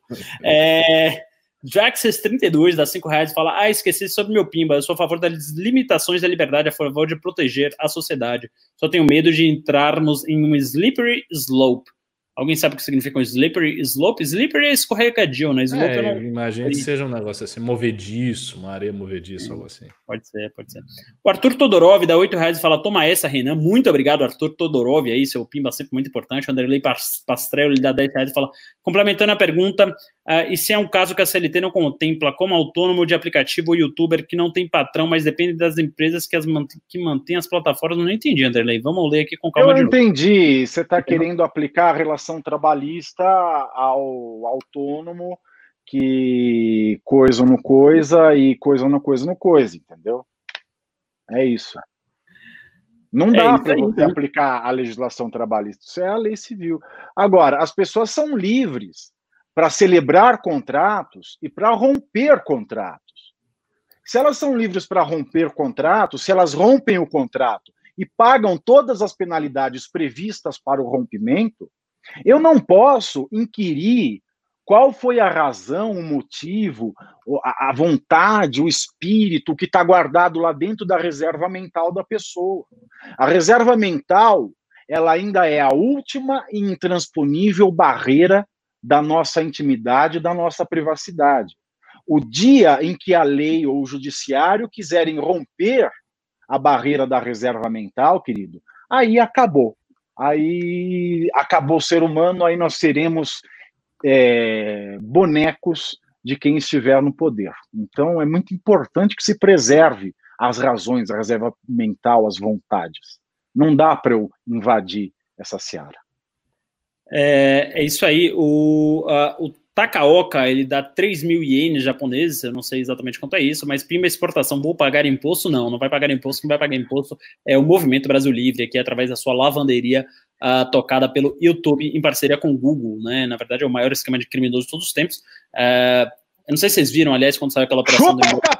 Jaxes32 dá R$5 e fala: esqueci sobre meu pimba, eu sou a favor das limitações da liberdade, a favor de proteger a sociedade. Só tenho medo de entrarmos em um slippery slope. Alguém sabe o que significa um slippery slope? Slippery é escorregadio, né? Slope eu não... Imagina que seja um negócio assim, movediço, uma areia movediça, algo assim. Pode ser. O Arthur Todorov dá R$8 e fala: toma essa, Renan. Muito obrigado, Arthur Todorov, aí, seu pimba sempre muito importante. O Anderlei Pastrello, ele dá R$10 e fala: complementando a pergunta, e se é um caso que a CLT não contempla como autônomo de aplicativo ou youtuber que não tem patrão, mas depende das empresas que mantêm as plataformas? Não entendi, Anderlei. Vamos ler aqui com calma de novo. Eu entendi. Você está querendo aplicar a relação trabalhista ao autônomo que coisa no coisa e coisa no coisa no coisa, entendeu? É isso. Não dá para você aplicar a legislação trabalhista, isso é a lei civil. Agora, as pessoas são livres para celebrar contratos e para romper contratos. Se elas são livres para romper contratos, se elas rompem o contrato e pagam todas as penalidades previstas para o rompimento, eu não posso inquirir qual foi a razão, o motivo, a vontade, o espírito que está guardado lá dentro da reserva mental da pessoa. A reserva mental, ela ainda é a última e intransponível barreira da nossa intimidade, da nossa privacidade. O dia em que a lei ou o judiciário quiserem romper a barreira da reserva mental, querido, aí acabou. Aí acabou o ser humano, aí nós seremos bonecos de quem estiver no poder. Então é muito importante que se preserve as razões, a reserva mental, as vontades. Não dá para eu invadir essa seara. É isso aí. O Takaoka, ele dá 3 mil ienes japoneses, eu não sei exatamente quanto é isso, mas Pimba Exportação, vou pagar imposto? Não vai pagar imposto. Quem vai pagar imposto é o Movimento Brasil Livre, aqui através da sua lavanderia tocada pelo YouTube em parceria com o Google, né? Na verdade, é o maior esquema de criminoso de todos os tempos. Eu não sei se vocês viram, aliás, quando saiu aquela operação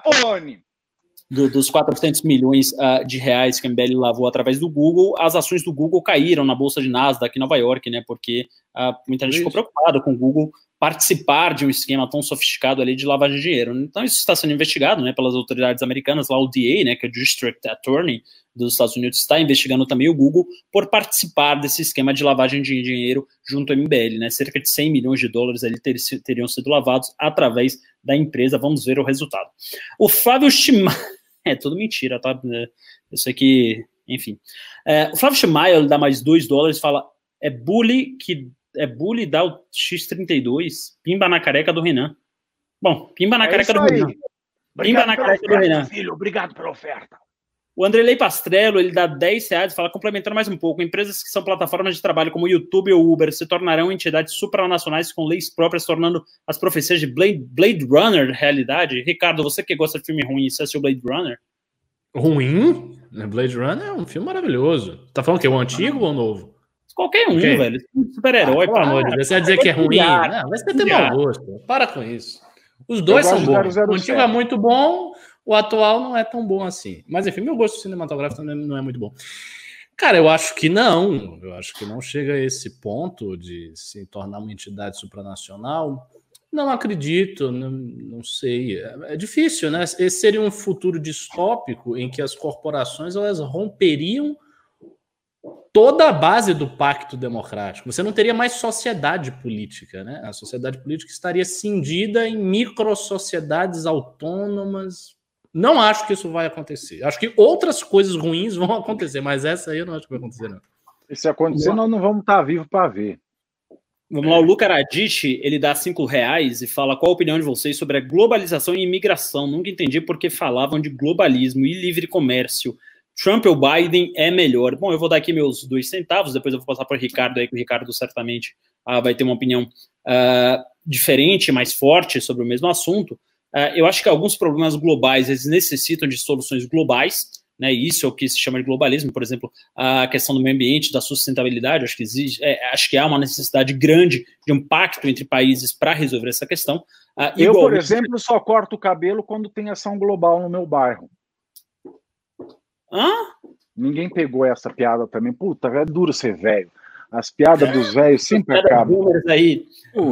dos 400 milhões de reais que a MBL lavou através do Google, as ações do Google caíram na bolsa de Nasdaq em Nova York, né? Porque muita gente ficou preocupada com o Google participar de um esquema tão sofisticado ali de lavagem de dinheiro. Então isso está sendo investigado, né, pelas autoridades americanas, lá o DA, né, que é o District Attorney dos Estados Unidos, está investigando também o Google por participar desse esquema de lavagem de dinheiro junto ao MBL, né, cerca de 100 milhões de dólares ali teriam sido lavados através da empresa. Vamos ver o resultado. O Flávio Chimaio, é tudo mentira, tá? Eu sei que, enfim. O Flávio Chimaio dá mais $2, fala, é bully dar o X32, pimba na careca do Renan. Bom, pimba na careca do Renan. Pimba na careca do Renan. Filho, obrigado pela oferta. O Andrelei Pastrello, ele dá R$10, fala, complementando mais um pouco, empresas que são plataformas de trabalho como o YouTube ou Uber se tornarão entidades supranacionais com leis próprias, tornando as profecias de Blade Runner realidade. Ricardo, você que gosta de filme ruim, você assistiu Blade Runner? Ruim? Blade Runner é um filme maravilhoso. Tá falando que é o antigo ou o novo? Qualquer um, velho. Super-herói. Pelo amor de Deus, você vai dizer que é ruim? Não, vai ter mau gosto. Para com isso. Os dois são bons. O antigo é muito bom, o atual não é tão bom assim. Mas, enfim, meu gosto cinematográfico também não é muito bom. Cara, eu acho que não. Eu acho que não chega a esse ponto de se tornar uma entidade supranacional. Não acredito, não sei. É difícil, né? Esse seria um futuro distópico em que as corporações elas romperiam toda a base do pacto democrático. Você não teria mais sociedade política, né? A sociedade política estaria cindida em microsociedades autônomas. Não acho que isso vai acontecer. Acho que outras coisas ruins vão acontecer, mas essa aí eu não acho que vai acontecer, não. Se acontecer, nós não vamos estar vivos para ver. Vamos lá, o Luca Radici, ele dá R$5 e fala, qual a opinião de vocês sobre a globalização e imigração? Nunca entendi porque falavam de globalismo e livre comércio. Trump ou Biden é melhor? Bom, eu vou dar aqui meus 2 centavos, depois eu vou passar para o Ricardo aí, que o Ricardo certamente vai ter uma opinião diferente, mais forte sobre o mesmo assunto. Eu acho que alguns problemas globais, eles necessitam de soluções globais, né? Isso é o que se chama de globalismo, por exemplo, a questão do meio ambiente, da sustentabilidade, acho que há uma necessidade grande de um pacto entre países para resolver essa questão. Eu, por exemplo, só corto o cabelo quando tem ação global no meu bairro. Hã? Ninguém pegou essa piada também. Puta, é duro ser velho. As piadas dos velhos sempre acabam. Aí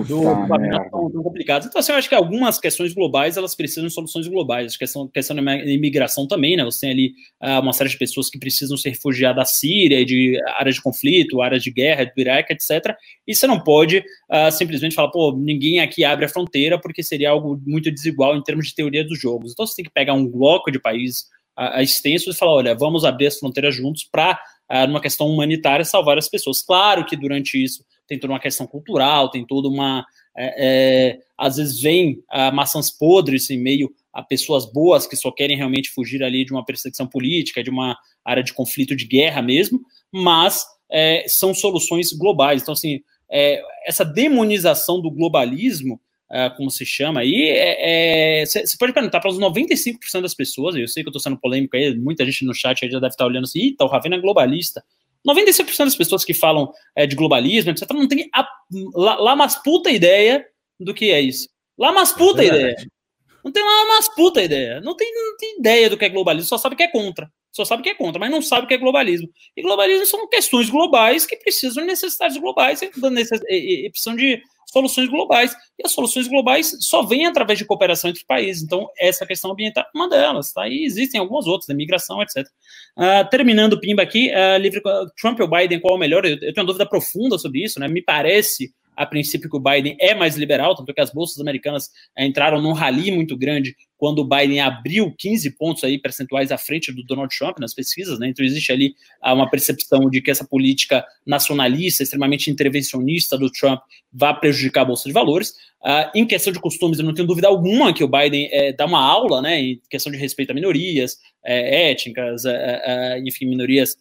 são complicadas. Então, assim, eu acho que algumas questões globais, elas precisam de soluções globais. Questão da imigração também, né? Você tem ali uma série de pessoas que precisam se refugiar da Síria, de áreas de conflito, áreas de guerra, do Iraque, etc. E você não pode simplesmente falar, pô, ninguém aqui abre a fronteira, porque seria algo muito desigual em termos de teoria dos jogos. Então, você tem que pegar um bloco de países extensos e falar, olha, vamos abrir as fronteiras juntos para numa questão humanitária, salvar as pessoas. Claro que durante isso tem toda uma questão cultural, tem toda uma... às vezes vem maçãs podres em meio a pessoas boas que só querem realmente fugir ali de uma perseguição política, de uma área de conflito, de guerra mesmo, mas são soluções globais. Então, assim, essa demonização do globalismo, como se chama aí, você pode perguntar para os 95% das pessoas, eu sei que eu estou sendo polêmico aí, muita gente no chat aí já deve estar olhando assim, eita, o Ravena é globalista. 95% das pessoas que falam de globalismo, etc., não tem lá umas puta ideia do que é isso. Lá umas puta ideia. Não tem lá umas puta ideia. Não tem ideia do que é globalismo, só sabe que é contra. Só sabe que é contra, mas não sabe o que é globalismo. E globalismo são questões globais que precisam de necessidades globais e precisam de soluções globais. E as soluções globais só vêm através de cooperação entre países. Então, essa questão ambiental é uma delas. Tá? E existem algumas outras, da migração, etc. Terminando o Pimba aqui, Trump ou Biden, qual é o melhor? Eu tenho uma dúvida profunda sobre isso. Né? Me parece, a princípio, que o Biden é mais liberal, tanto que as bolsas americanas entraram num rally muito grande quando o Biden abriu 15 pontos aí percentuais à frente do Donald Trump nas pesquisas, né? Então existe ali uma percepção de que essa política nacionalista, extremamente intervencionista do Trump vai prejudicar a Bolsa de Valores. Em questão de costumes, eu não tenho dúvida alguma que o Biden dá uma aula, né, em questão de respeito a minorias étnicas, enfim, minorias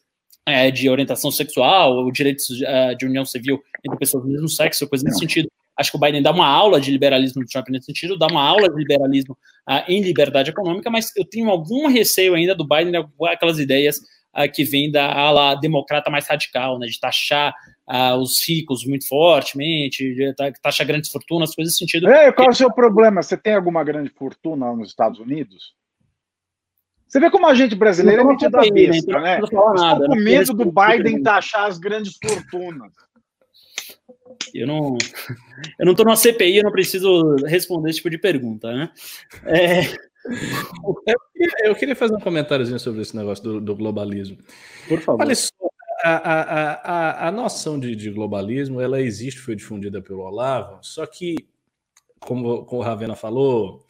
de orientação sexual, ou direitos de união civil entre pessoas do mesmo sexo, coisa nesse sentido. Acho que o Biden dá uma aula de liberalismo do Trump nesse sentido, dá uma aula de liberalismo em liberdade econômica, mas eu tenho algum receio ainda do Biden, aquelas ideias que vêm da ala democrata mais radical, né, de taxar os ricos muito fortemente, de taxar grandes fortunas, coisas nesse sentido. Qual é o seu problema? Você tem alguma grande fortuna nos Estados Unidos? Você vê como a gente brasileiro é metida a besta, né? Estou com medo do Biden taxar as grandes fortunas. Eu não estou numa CPI, eu não preciso responder esse tipo de pergunta, né? Eu queria fazer um comentáriozinho sobre esse negócio do globalismo. Por favor. Olha só, a noção de globalismo, ela existe, foi difundida pelo Olavo, só que, como o Ravena falou,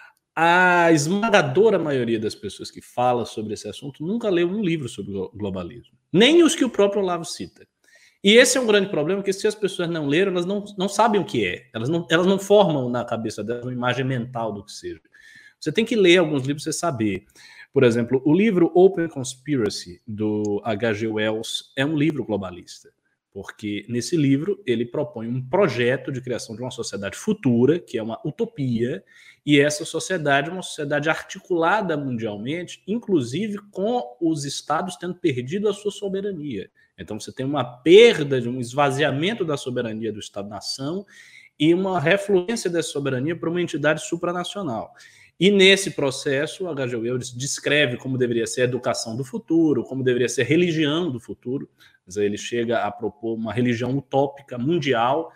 a esmagadora maioria das pessoas que fala sobre esse assunto nunca leu um livro sobre globalismo, nem os que o próprio Olavo cita. E esse é um grande problema, porque se as pessoas não leram, elas não sabem o que é. Elas não formam na cabeça delas uma imagem mental do que seja. Você tem que ler alguns livros para você saber. Por exemplo, o livro Open Conspiracy, do H.G. Wells, é um livro globalista. Porque nesse livro ele propõe um projeto de criação de uma sociedade futura, que é uma utopia, e essa sociedade é uma sociedade articulada mundialmente, inclusive com os estados tendo perdido a sua soberania. Então você tem uma perda, um esvaziamento da soberania do Estado-nação e uma refluência dessa soberania para uma entidade supranacional. E nesse processo, o H.G. Wells descreve como deveria ser a educação do futuro, como deveria ser a religião do futuro. Mas aí ele chega a propor uma religião utópica mundial,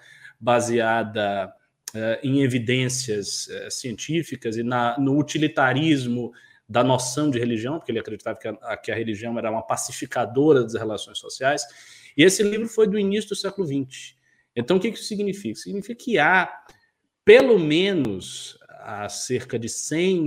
baseada em evidências científicas e no utilitarismo da noção de religião, porque ele acreditava que a religião era uma pacificadora das relações sociais. E esse livro foi do início do século XX. Então, o que isso significa? Significa que há, pelo menos, há cerca de 100,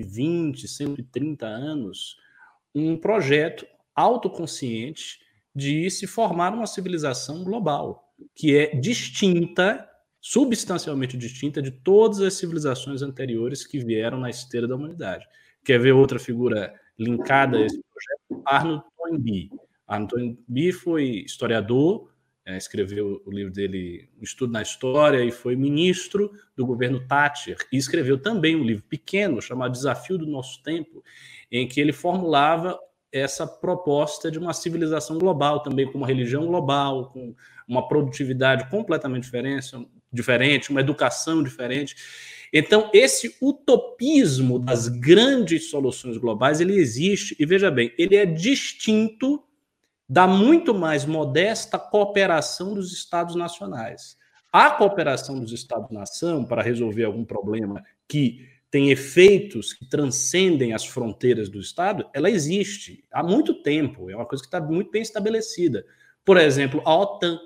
120, 130 anos, um projeto autoconsciente de se formar uma civilização global, que é distinta, substancialmente distinta de todas as civilizações anteriores que vieram na esteira da humanidade. Quer ver outra figura linkada a esse projeto? Arnold Toynbee. Arnold Toynbee foi historiador, escreveu o livro dele, Um Estudo na História, e foi ministro do governo Thatcher, e escreveu também um livro pequeno chamado Desafio do Nosso Tempo, em que ele formulava essa proposta de uma civilização global, também com uma religião global, com uma produtividade completamente diferente, uma educação diferente. Então, esse utopismo das grandes soluções globais, ele existe, e veja bem, ele é distinto da muito mais modesta cooperação dos Estados nacionais. A cooperação dos Estados-nação para resolver algum problema que tem efeitos que transcendem as fronteiras do Estado, ela existe há muito tempo, é uma coisa que está muito bem estabelecida. Por exemplo, a OTAN.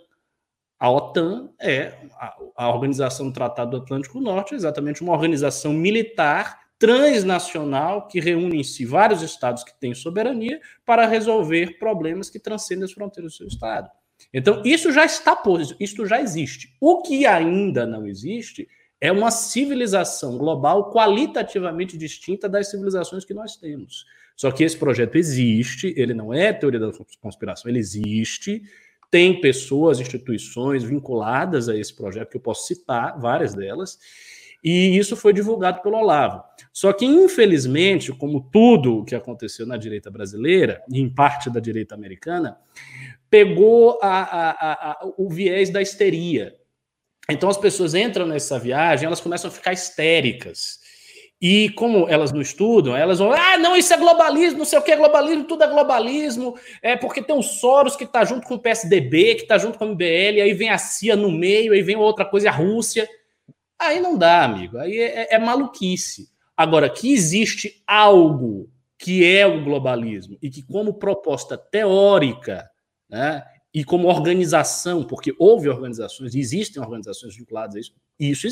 A OTAN é a Organização do Tratado do Atlântico Norte, exatamente uma organização militar transnacional que reúne em si vários estados que têm soberania para resolver problemas que transcendem as fronteiras do seu estado. Então, isso já está posto, isso já existe. O que ainda não existe é uma civilização global qualitativamente distinta das civilizações que nós temos. Só que esse projeto existe, ele não é teoria da conspiração, ele existe, tem pessoas, instituições vinculadas a esse projeto, que eu posso citar, várias delas, e isso foi divulgado pelo Olavo. Só que, infelizmente, como tudo o que aconteceu na direita brasileira, e em parte da direita americana, pegou o viés da histeria. Então as pessoas entram nessa viagem, elas começam a ficar histéricas. E como elas não estudam, elas vão, não, isso é globalismo, não sei o que é globalismo, tudo é globalismo, porque tem o Soros que está junto com o PSDB, que está junto com o MBL, aí vem a CIA no meio, aí vem outra coisa, a Rússia. Aí não dá, amigo, aí é maluquice. Agora, que existe algo que é o globalismo e que, como proposta teórica, né, e como organização, porque houve organizações, existem organizações vinculadas a isso, isso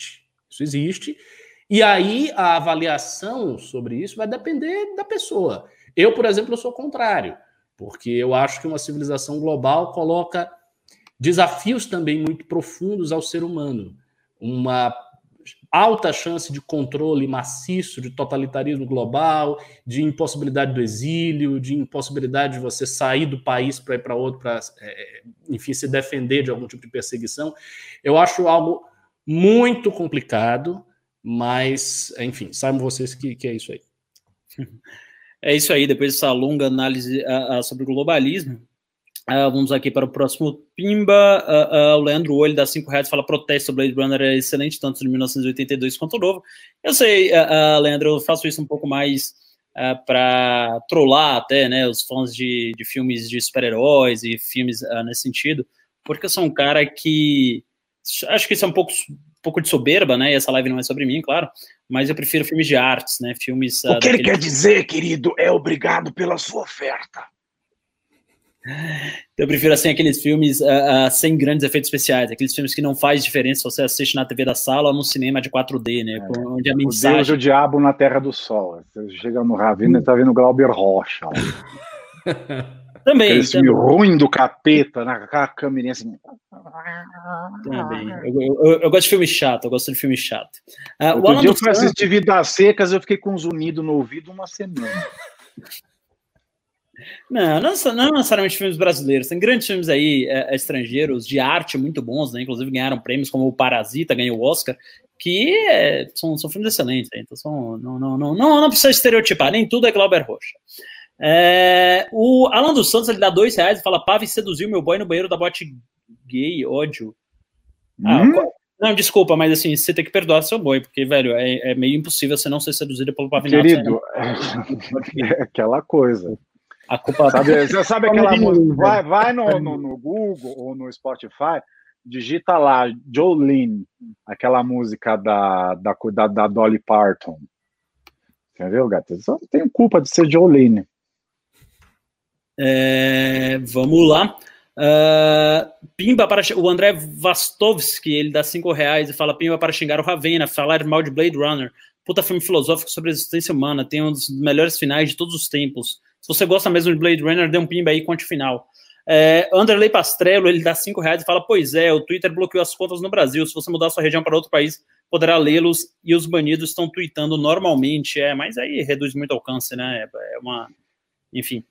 existe. E aí a avaliação sobre isso vai depender da pessoa. Eu, por exemplo, sou contrário, porque eu acho que uma civilização global coloca desafios também muito profundos ao ser humano. alta chance de controle maciço, de totalitarismo global, de impossibilidade do exílio, de impossibilidade de você sair do país para ir para outro, para, enfim, se defender de algum tipo de perseguição. Eu acho algo muito complicado, mas, enfim, saibam vocês que é isso aí. É isso aí, depois dessa longa análise sobre o globalismo, vamos aqui para o próximo Pimba. O Leandro Olho dá R$5, fala: protesto, Blade Runner é excelente, tanto de 1982 quanto o novo. Eu sei, Leandro, eu faço isso um pouco mais para trollar até, né, os fãs de filmes de super-heróis e filmes nesse sentido, porque eu sou um cara que acho que isso é um pouco de soberba, né? E essa live não é sobre mim, claro, mas eu prefiro filmes de artes, né? Filmes. O que ele quer dizer, querido, é obrigado pela sua oferta. Eu prefiro, assim, aqueles filmes sem grandes efeitos especiais, aqueles filmes que não faz diferença se você assiste na TV da sala ou no cinema de 4D, né? Onde a mensagem... O Deus e o Diabo na Terra do Sol. Você chega no Ravina e tá vendo Glauber Rocha. Também. Aquele filme ruim do capeta, né? Aquela câmerinha assim. Também. Eu gosto de filme chato, Outro dia eu fui assistir Vidas Secas, eu fiquei com um zunido no ouvido uma semana. Não necessariamente filmes brasileiros, tem grandes filmes aí estrangeiros de arte muito bons, né? Inclusive ganharam prêmios, como o Parasita ganhou o Oscar, que são filmes excelentes, né? Então não precisa estereotipar, nem tudo é Glauber Rocha. O Alan dos Santos, ele dá R$2 e fala: Pave seduziu meu boy no banheiro da boate gay, ódio. Não, desculpa, mas assim, você tem que perdoar seu boy, porque, velho, é meio impossível você não ser seduzido pelo Pavinato. Querido, é aquela coisa. A culpa... Sabe aquela música? Vai no Google ou no Spotify, digita lá Jolene, aquela música da Dolly Parton. Entendeu, gato? Eu só não tenho culpa de ser Jolene. Vamos lá. Pimba para o André Vastovski, ele dá R$5 e fala: Pimba para xingar o Ravena, falar mal de Blade Runner. Puta filme filosófico sobre a existência humana, tem um dos melhores finais de todos os tempos. Se você gosta mesmo de Blade Runner, dê um pimba aí, conte o final. Anderley Pastrello, ele dá R$5 e fala: pois é, o Twitter bloqueou as contas no Brasil, se você mudar sua região para outro país, poderá lê-los e os banidos estão tweetando normalmente. Mas aí reduz muito o alcance, né? Enfim.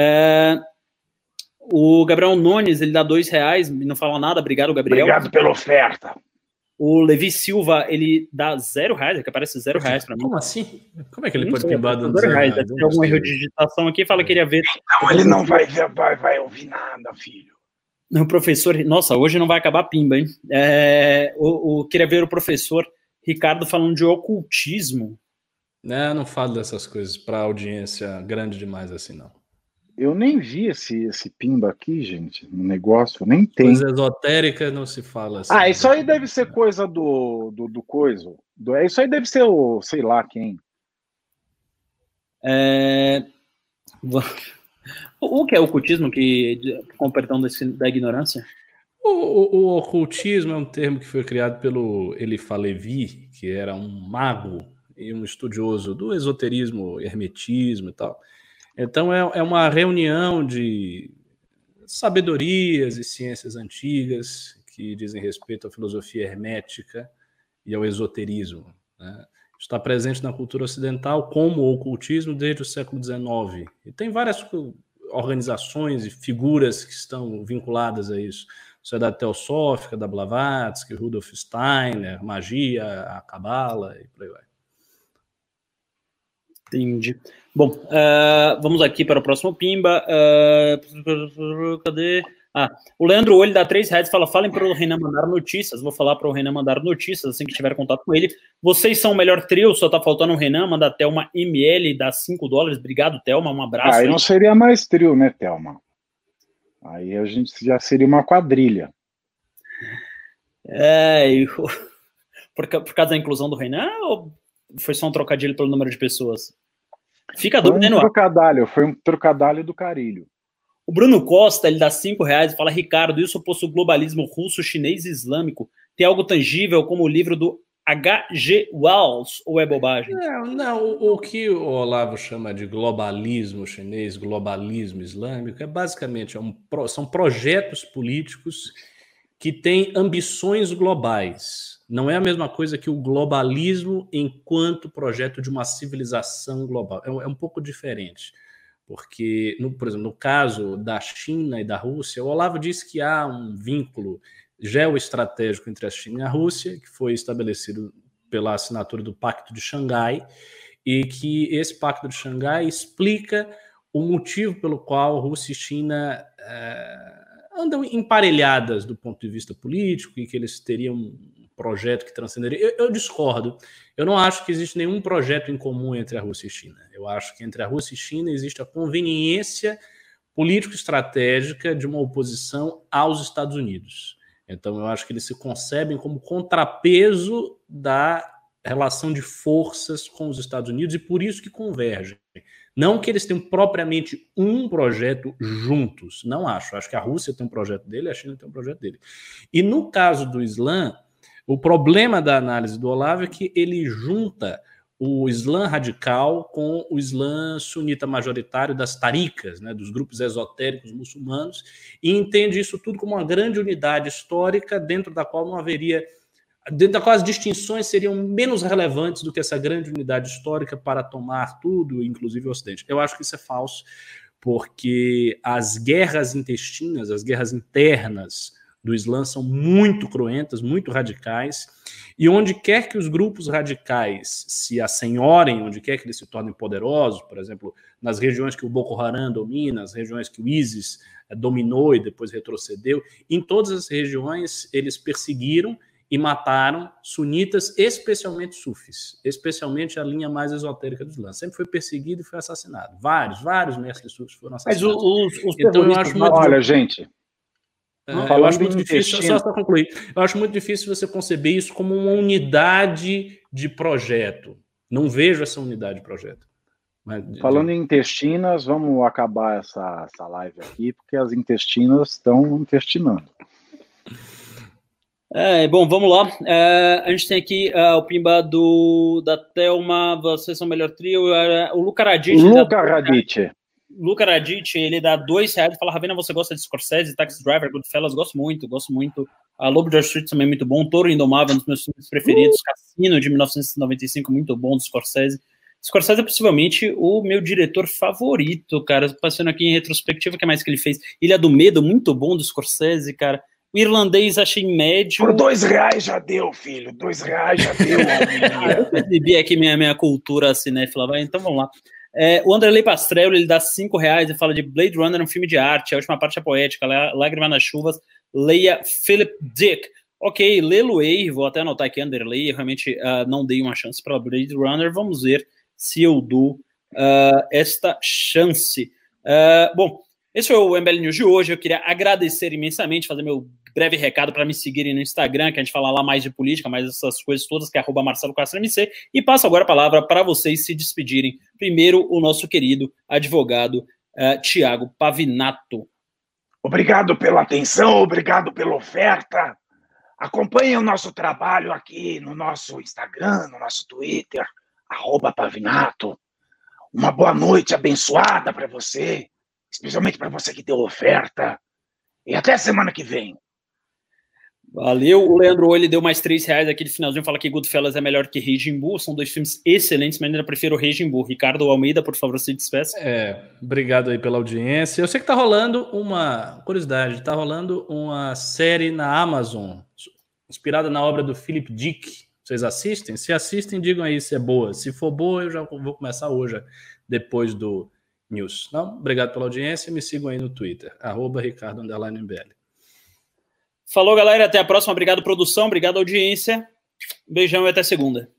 O Gabriel Nunes, ele dá R$2 e não fala nada. Obrigado, Gabriel. Obrigado pela oferta. O Levi Silva, ele dá R$0, que aparece R$0 para mim. Como assim? Como é que ele pode pimbar dando R$0? Deve ter algum erro de digitação aqui, fala que queria ver. Não, ele não vai ouvir nada, filho. O professor... Nossa, hoje não vai acabar pimba, hein? Queria ver o professor Ricardo falando de ocultismo. Não falo dessas coisas para audiência grande demais assim, não. Eu nem vi esse pimba aqui, gente, no negócio, nem tem. Coisa esotérica não se fala assim. Isso aí deve ser coisa do coisa. Isso aí deve ser o, sei lá quem. O que é o ocultismo, com perdão da ignorância? O ocultismo é um termo que foi criado pelo Eliphas Levi, que era um mago e um estudioso do esoterismo, hermetismo e tal. Então é uma reunião de sabedorias e ciências antigas que dizem respeito à filosofia hermética e ao esoterismo, né? Está presente na cultura ocidental como o ocultismo desde o século XIX. E tem várias organizações e figuras que estão vinculadas a isso. Sociedade Teosófica, da Blavatsky, Rudolf Steiner, magia, a cabala e por aí vai. Entendi. Bom, vamos aqui para o próximo pimba. Cadê? O Leandro Olho dá R$3 e fala: falem para o Renan mandar notícias. Vou falar para o Renan mandar notícias assim que tiver contato com ele. Vocês são o melhor trio, só tá faltando o Renan. Manda a Thelma ML, dá $5. Obrigado, Thelma, um abraço. Aí não seria mais trio, né, Thelma? Aí a gente já seria uma quadrilha. Por causa da inclusão do Renan, ou foi só um trocadilho pelo número de pessoas? Fica a dúvida, né, no ar. Foi um trocadilho do carilho. O Bruno Costa, ele dá R$5 e fala: Ricardo, isso oposto ao globalismo russo, chinês e islâmico, tem algo tangível como o livro do H.G. Wells, ou é bobagem? Não, o que o Olavo chama de globalismo chinês, globalismo islâmico, basicamente são projetos políticos que tem ambições globais. Não é a mesma coisa que o globalismo enquanto projeto de uma civilização global. É um pouco diferente. Porque, por exemplo, no caso da China e da Rússia, o Olavo disse que há um vínculo geoestratégico entre a China e a Rússia, que foi estabelecido pela assinatura do Pacto de Xangai, e que esse Pacto de Xangai explica o motivo pelo qual Rússia e China andam emparelhadas do ponto de vista político e que eles teriam um projeto que transcenderia. Eu discordo. Eu não acho que existe nenhum projeto em comum entre a Rússia e China. Eu acho que entre a Rússia e China existe a conveniência político-estratégica de uma oposição aos Estados Unidos. Então, eu acho que eles se concebem como contrapeso da relação de forças com os Estados Unidos e por isso que convergem. Não que eles tenham propriamente um projeto juntos, não acho. Acho que a Rússia tem um projeto dele, a China tem um projeto dele. E no caso do Islã, o problema da análise do Olavo é que ele junta o Islã radical com o Islã sunita majoritário das taricas, né, dos grupos esotéricos muçulmanos, e entende isso tudo como uma grande unidade histórica dentro da qual não haveria... dentro da qual as distinções seriam menos relevantes do que essa grande unidade histórica para tomar tudo, inclusive o Ocidente. Eu acho que isso é falso, porque as guerras intestinas, as guerras internas do Islã são muito cruentas, muito radicais, e onde quer que os grupos radicais se assenhorem, onde quer que eles se tornem poderosos, por exemplo, nas regiões que o Boko Haram domina, nas regiões que o ISIS dominou e depois retrocedeu, em todas as regiões eles perseguiram e mataram sunitas, especialmente sufis, especialmente a linha mais esotérica do Islã. Sempre foi perseguido e foi assassinado. Vários mestres sufis foram assassinados. Mas então, eu acho muito... Olha, gente... eu acho muito difícil, só para concluir, eu acho muito difícil você conceber isso como uma unidade de projeto. Não vejo essa unidade de projeto. Falando em intestinas, vamos acabar essa live aqui, porque as intestinas estão intestinando. Bom, vamos lá. A gente tem aqui o pimba da Thelma, vocês são o melhor trio. O Luca Radic. Luca Radic, ele dá R$2 e fala: Ravena, você gosta de Scorsese, Taxi Driver, Goodfellas? Gosto muito. A Lobo de Wall Street também é muito bom. Toro Indomável, um dos meus filmes preferidos. Cassino, de 1995, muito bom, do Scorsese. Scorsese é possivelmente o meu diretor favorito, cara. Passando aqui em retrospectiva, o que mais que ele fez? Ilha do Medo, muito bom, do Scorsese, cara. O Irlandês achei médio. Por R$2 já deu, filho. R$2 já deu. Eu percebi aqui minha cultura cinéfila. Vai, então vamos lá. O Anderley Pastrello, ele dá R$5 e fala de Blade Runner, um filme de arte. A última parte é poética. Lágrima nas chuvas. Leia Philip Dick. Ok, Leluei. Vou até anotar aqui, Anderley. Eu realmente não dei uma chance para Blade Runner. Vamos ver se eu dou esta chance. Bom, esse foi o MBL News de hoje. Eu queria agradecer imensamente, fazer meu breve recado para me seguirem no Instagram, que a gente fala lá mais de política, mais essas coisas todas, que é @MarceloCastroMC, e passo agora a palavra para vocês se despedirem. Primeiro, o nosso querido advogado Thiago Pavinato. Obrigado pela atenção, obrigado pela oferta. Acompanhem o nosso trabalho aqui no nosso Instagram, no nosso Twitter, @Pavinato. Uma boa noite abençoada para você, especialmente para você que deu oferta. E até semana que vem. Valeu. O Leandro ele deu mais R$3 aqui de finalzinho, fala que Goodfellas é melhor que Raging Bull. São dois filmes excelentes, mas ainda prefiro Raging Bull. Ricardo Almeida, por favor, se despeça. Obrigado aí pela audiência. Eu sei que tá rolando uma curiosidade, tá rolando uma série na Amazon, inspirada na obra do Philip Dick. Vocês assistem? Se assistem, digam aí se é boa. Se for boa, eu já vou começar hoje, depois do News. Não? Obrigado pela audiência. Me sigam aí no Twitter, @Ricardo_MBL. Falou, galera. Até a próxima. Obrigado, produção. Obrigado, audiência. Beijão e até segunda.